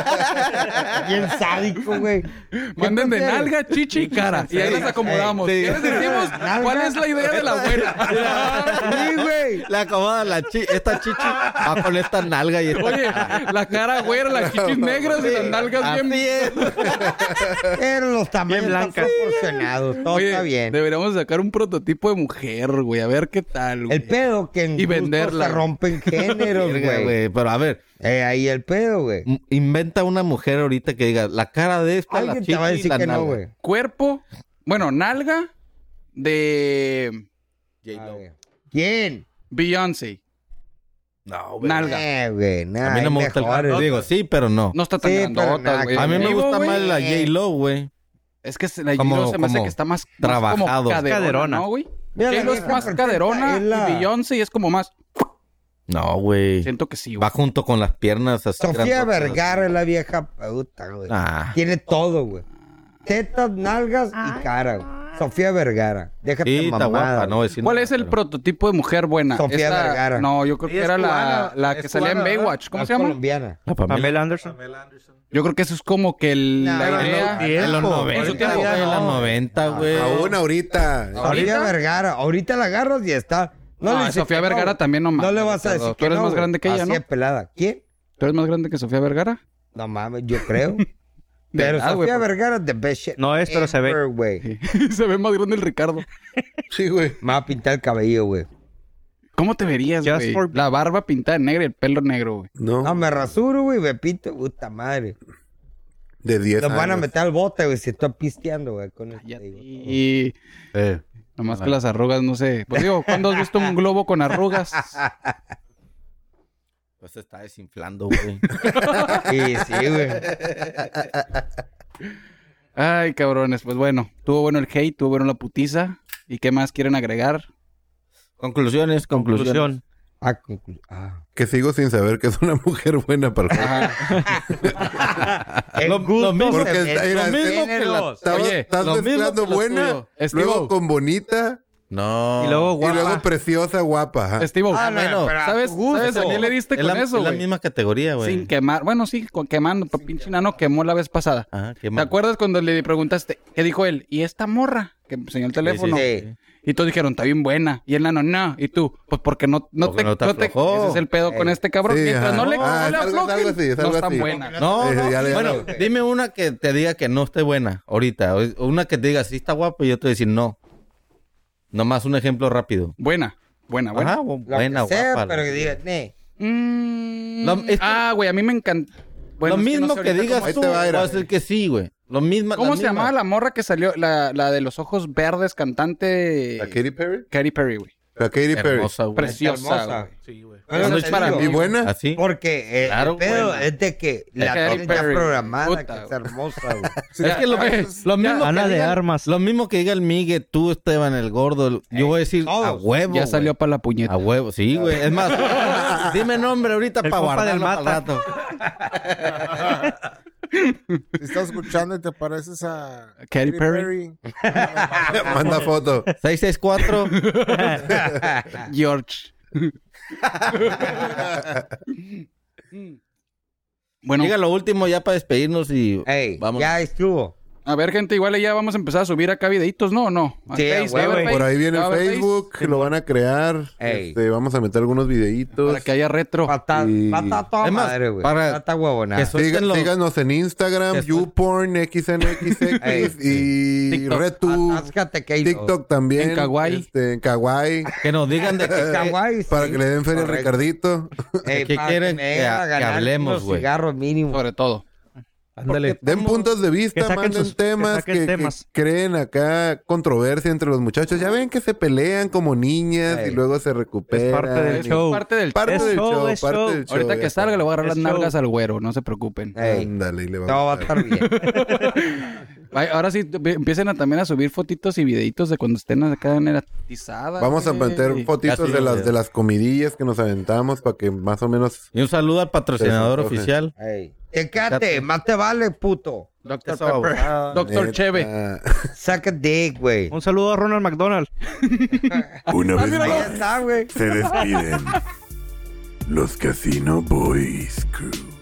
Bien sádico, güey. Manden de prefieres? nalga, chichi y cara. Y ahí las acomodamos. Sí. ¿Qué les decimos? ¿Cuál es la idea de la buena? Sí, güey. Le acomoda la chi esta chichi va con esta nalga y esta... Oye, la cara güera, las chichis negras y las nalgas Así bien... es. Pero los tamaños Bien están blanca. proporcionados. Todo Oye, está bien. deberíamos sacar un prototipo de mujer, güey. A ver qué tal, güey. El pedo que en Y gustos venderla. se rompen géneros, Verga, güey. güey. Pero a ver, Eh, ahí el pedo, güey. m- inventa una mujer ahorita que diga la cara de esta, la Alguien chichi te va a y decir la que no, nalga. güey. Cuerpo, bueno, nalga de A ver. ¿Quién? Beyoncé. No, güey. Nalga. Eh, güey. Nah, A mí no hay me gusta el mejores. grandota. Digo, sí, pero no. No está tan Sí, pero grandota, nada güey. A mí me Digo, gusta güey, más la J-Lo, güey. Es que se- la Como- J-Lo se me hace como que está más, más trabajado. como caderona, Caderona. ¿no, güey? Mira, la J-Lo es vieja más perfecta caderona es la- y Beyoncé es como más... No, güey. Siento que sí, güey. Va junto con las piernas así. Sofía grandotas. Vergara es la vieja puta, güey. Ah. Tiene todo, güey. Tetas, nalgas y cara, güey. Sofía Vergara. Déjate Sí, está mamada. guapa, güey. no voy a decir ¿Cuál nada, es el pero- prototipo de mujer buena? Sofía Esta- Vergara. No, yo creo que Ella es era la, cubana, la es que salía en cubana, ¿verdad? Baywatch. ¿Cómo Es se llama? colombiana. La Pamela. Pamela Anderson. Yo creo que eso es como que el- No, la no, idea... no, En los tiempo. noventa, En su tiempo. güey, en los noventa, güey. Aún ahorita. Sofía Vergara. Ahorita la agarras y está. No, No, le dices Sofía que no, Vergara güey. también no mames, No le vas a Ricardo. decir Tú eres que no, más güey. grande que ella, Así ¿no? es pelada. ¿Quién? ¿Tú eres más grande que Sofía Vergara? No mames, yo creo. Pero verdad, güey, Sofía porque- Vergara, the best shit No es, pero se ve. ever, güey. Se ve más grande el Ricardo. Sí, güey. Me va a pintar el cabello, güey. ¿Cómo te verías, Just güey? for- La barba pintada de negro y el pelo negro, güey. No, No, me rasuro, güey, me pinto. Puta madre. de diez Nos años. van a meter al bote, güey, si estoy pisteando, güey. Con el... Y Eh, nomás que las arrugas, no sé. Pues digo, ¿cuándo has visto un globo con arrugas? Pues se está desinflando, güey. Sí, sí, güey. Ay, cabrones. Pues bueno, tuvo bueno el hate, tuvo bueno la putiza. ¿Y qué más quieren agregar? Conclusiones, conclusiones. Conclusión. Ah, conclu- ah. Que sigo sin saber que es una mujer buena para el juego. El Lo- gusto lo mismo se Porque ve está- en era- los lo mismo que la- géneros. Estaba- Oye, estás lo mismo mezclando que lo buena, tuyo. Steve-O. luego con bonita No. Y luego y guapa. luego preciosa, guapa. ajá. Steve, Ah, no, bueno, pero a ¿sabes, tu gusto. ¿sabes a quién le diste Es con la, eso, es la güey? misma categoría, güey. Sin quemar. Bueno, sí, con quemando. pero Pinche nano quemó la vez pasada. Ah, qué ¿Te mal. acuerdas cuando le preguntaste qué dijo él? ¿Y esta morra? Que enseñó el teléfono. Sí. Y todos dijeron, está bien buena. Y el nano, no. Y tú, pues porque no, no Porque te... no te no te- aflojó. ese es el pedo con Ey. este cabrón. Sí, Mientras ajá. no le, Ah, no es le algo- es algo aflojen, así, es no algo están así. buenas. No, Eh, no. ya le- ya Bueno, le- dime una que te diga que no esté buena ahorita. o Una que te diga sí está guapa y yo te voy a decir no. Nomás un ejemplo rápido. Buena, buena, buena. Ajá, bu- Lo buena, que sea, guapa. pero que diga, ne. Mm, Lo- es que- ah, güey, a mí me encanta. lo mismo que, digas Ahí tú, te va, va Ira. a ser que sí, güey. Lo mismo. ¿Cómo la se misma. llamaba la morra que salió? La, la de los ojos verdes, cantante. ¿La Katy Perry? Katy Perry, güey. La Katy Perry. Hermosa, güey. Preciosa. Hermosa. güey. Sí, güey. Bueno, Eso te es para digo, mí. ¿Y buena? ¿Así? Porque eh, Claro, el pedo buena. es de que la Katy tienen ya Perry. programada, Puta, que es güey. hermosa, güey. Es que lo, Oye, lo mismo Ana que de diga- Armas. Lo mismo que diga el Migue, tú, Esteban, el gordo. Yo voy a decir todos. a huevo. Ya güey. salió para la puñeta. A huevo, sí, güey. Es más, dime nombre ahorita El para compa del guardarlo para el Mata. rato. Si estás escuchando y te pareces a Katy Perry. Manda foto. seis seis cuatro. George. Bueno, Diga lo último ya para despedirnos y Ey, vamos. ya estuvo. a ver, gente, igual ya vamos a empezar a subir acá videitos, ¿no? ¿O no? ¿A Sí, a Face? ¿Va a haber huevo. Face? Por ahí viene ¿Va el a haber Facebook, Face? lo van a crear. Ey. Este, vamos a meter algunos videitos. Para que haya retro. Pata, Y- pata toda Es más, madre, güey. para Pata huevona. que Siga- suéltenlo. síganos en Instagram, Que suel- YouPorn, X N X X y TikTok. Retu, Atáscate que hay TikTok también. En Kawaii. Este, en Kawaii. Que nos digan de qué, Kawaii, Para sí. que le den feria al Correcto. Ricardito. Ey, ¿Qué para quieren me que vengan ha- a que ganar hablemos, unos güey? cigarros mínimo. Sobre todo. Ándale. Den puntos de vista, que saquen manden sus- que temas saquen que, que temas. creen acá controversia entre los muchachos. Ya ven que se pelean como niñas Ey. y luego se recuperan. Es parte del Es show. parte del Parte Es del show, show, es parte show. del show. Ahorita que ya salga le voy a agarrar Es las show. nalgas al güero, no se preocupen. Ey, Ándale, y le va a todo va a gustar. estar bien. Ay, ahora sí, ve- empiecen a, también a subir fotitos y videitos de cuando estén acá en la atizada. Vamos a güey. meter fotitos Así de es, las, güey. de las comidillas que nos aventamos para que más o menos... Y un saludo al patrocinador Desantoje. oficial. Ey. Tecate, más te vale, puto. doctor Eso, Pepper. abogado. doctor Neta. Cheve. Saca dick, güey. Un saludo a Ronald McDonald. Una vez Ahí más está, güey. se despiden los Casino Boys Crew.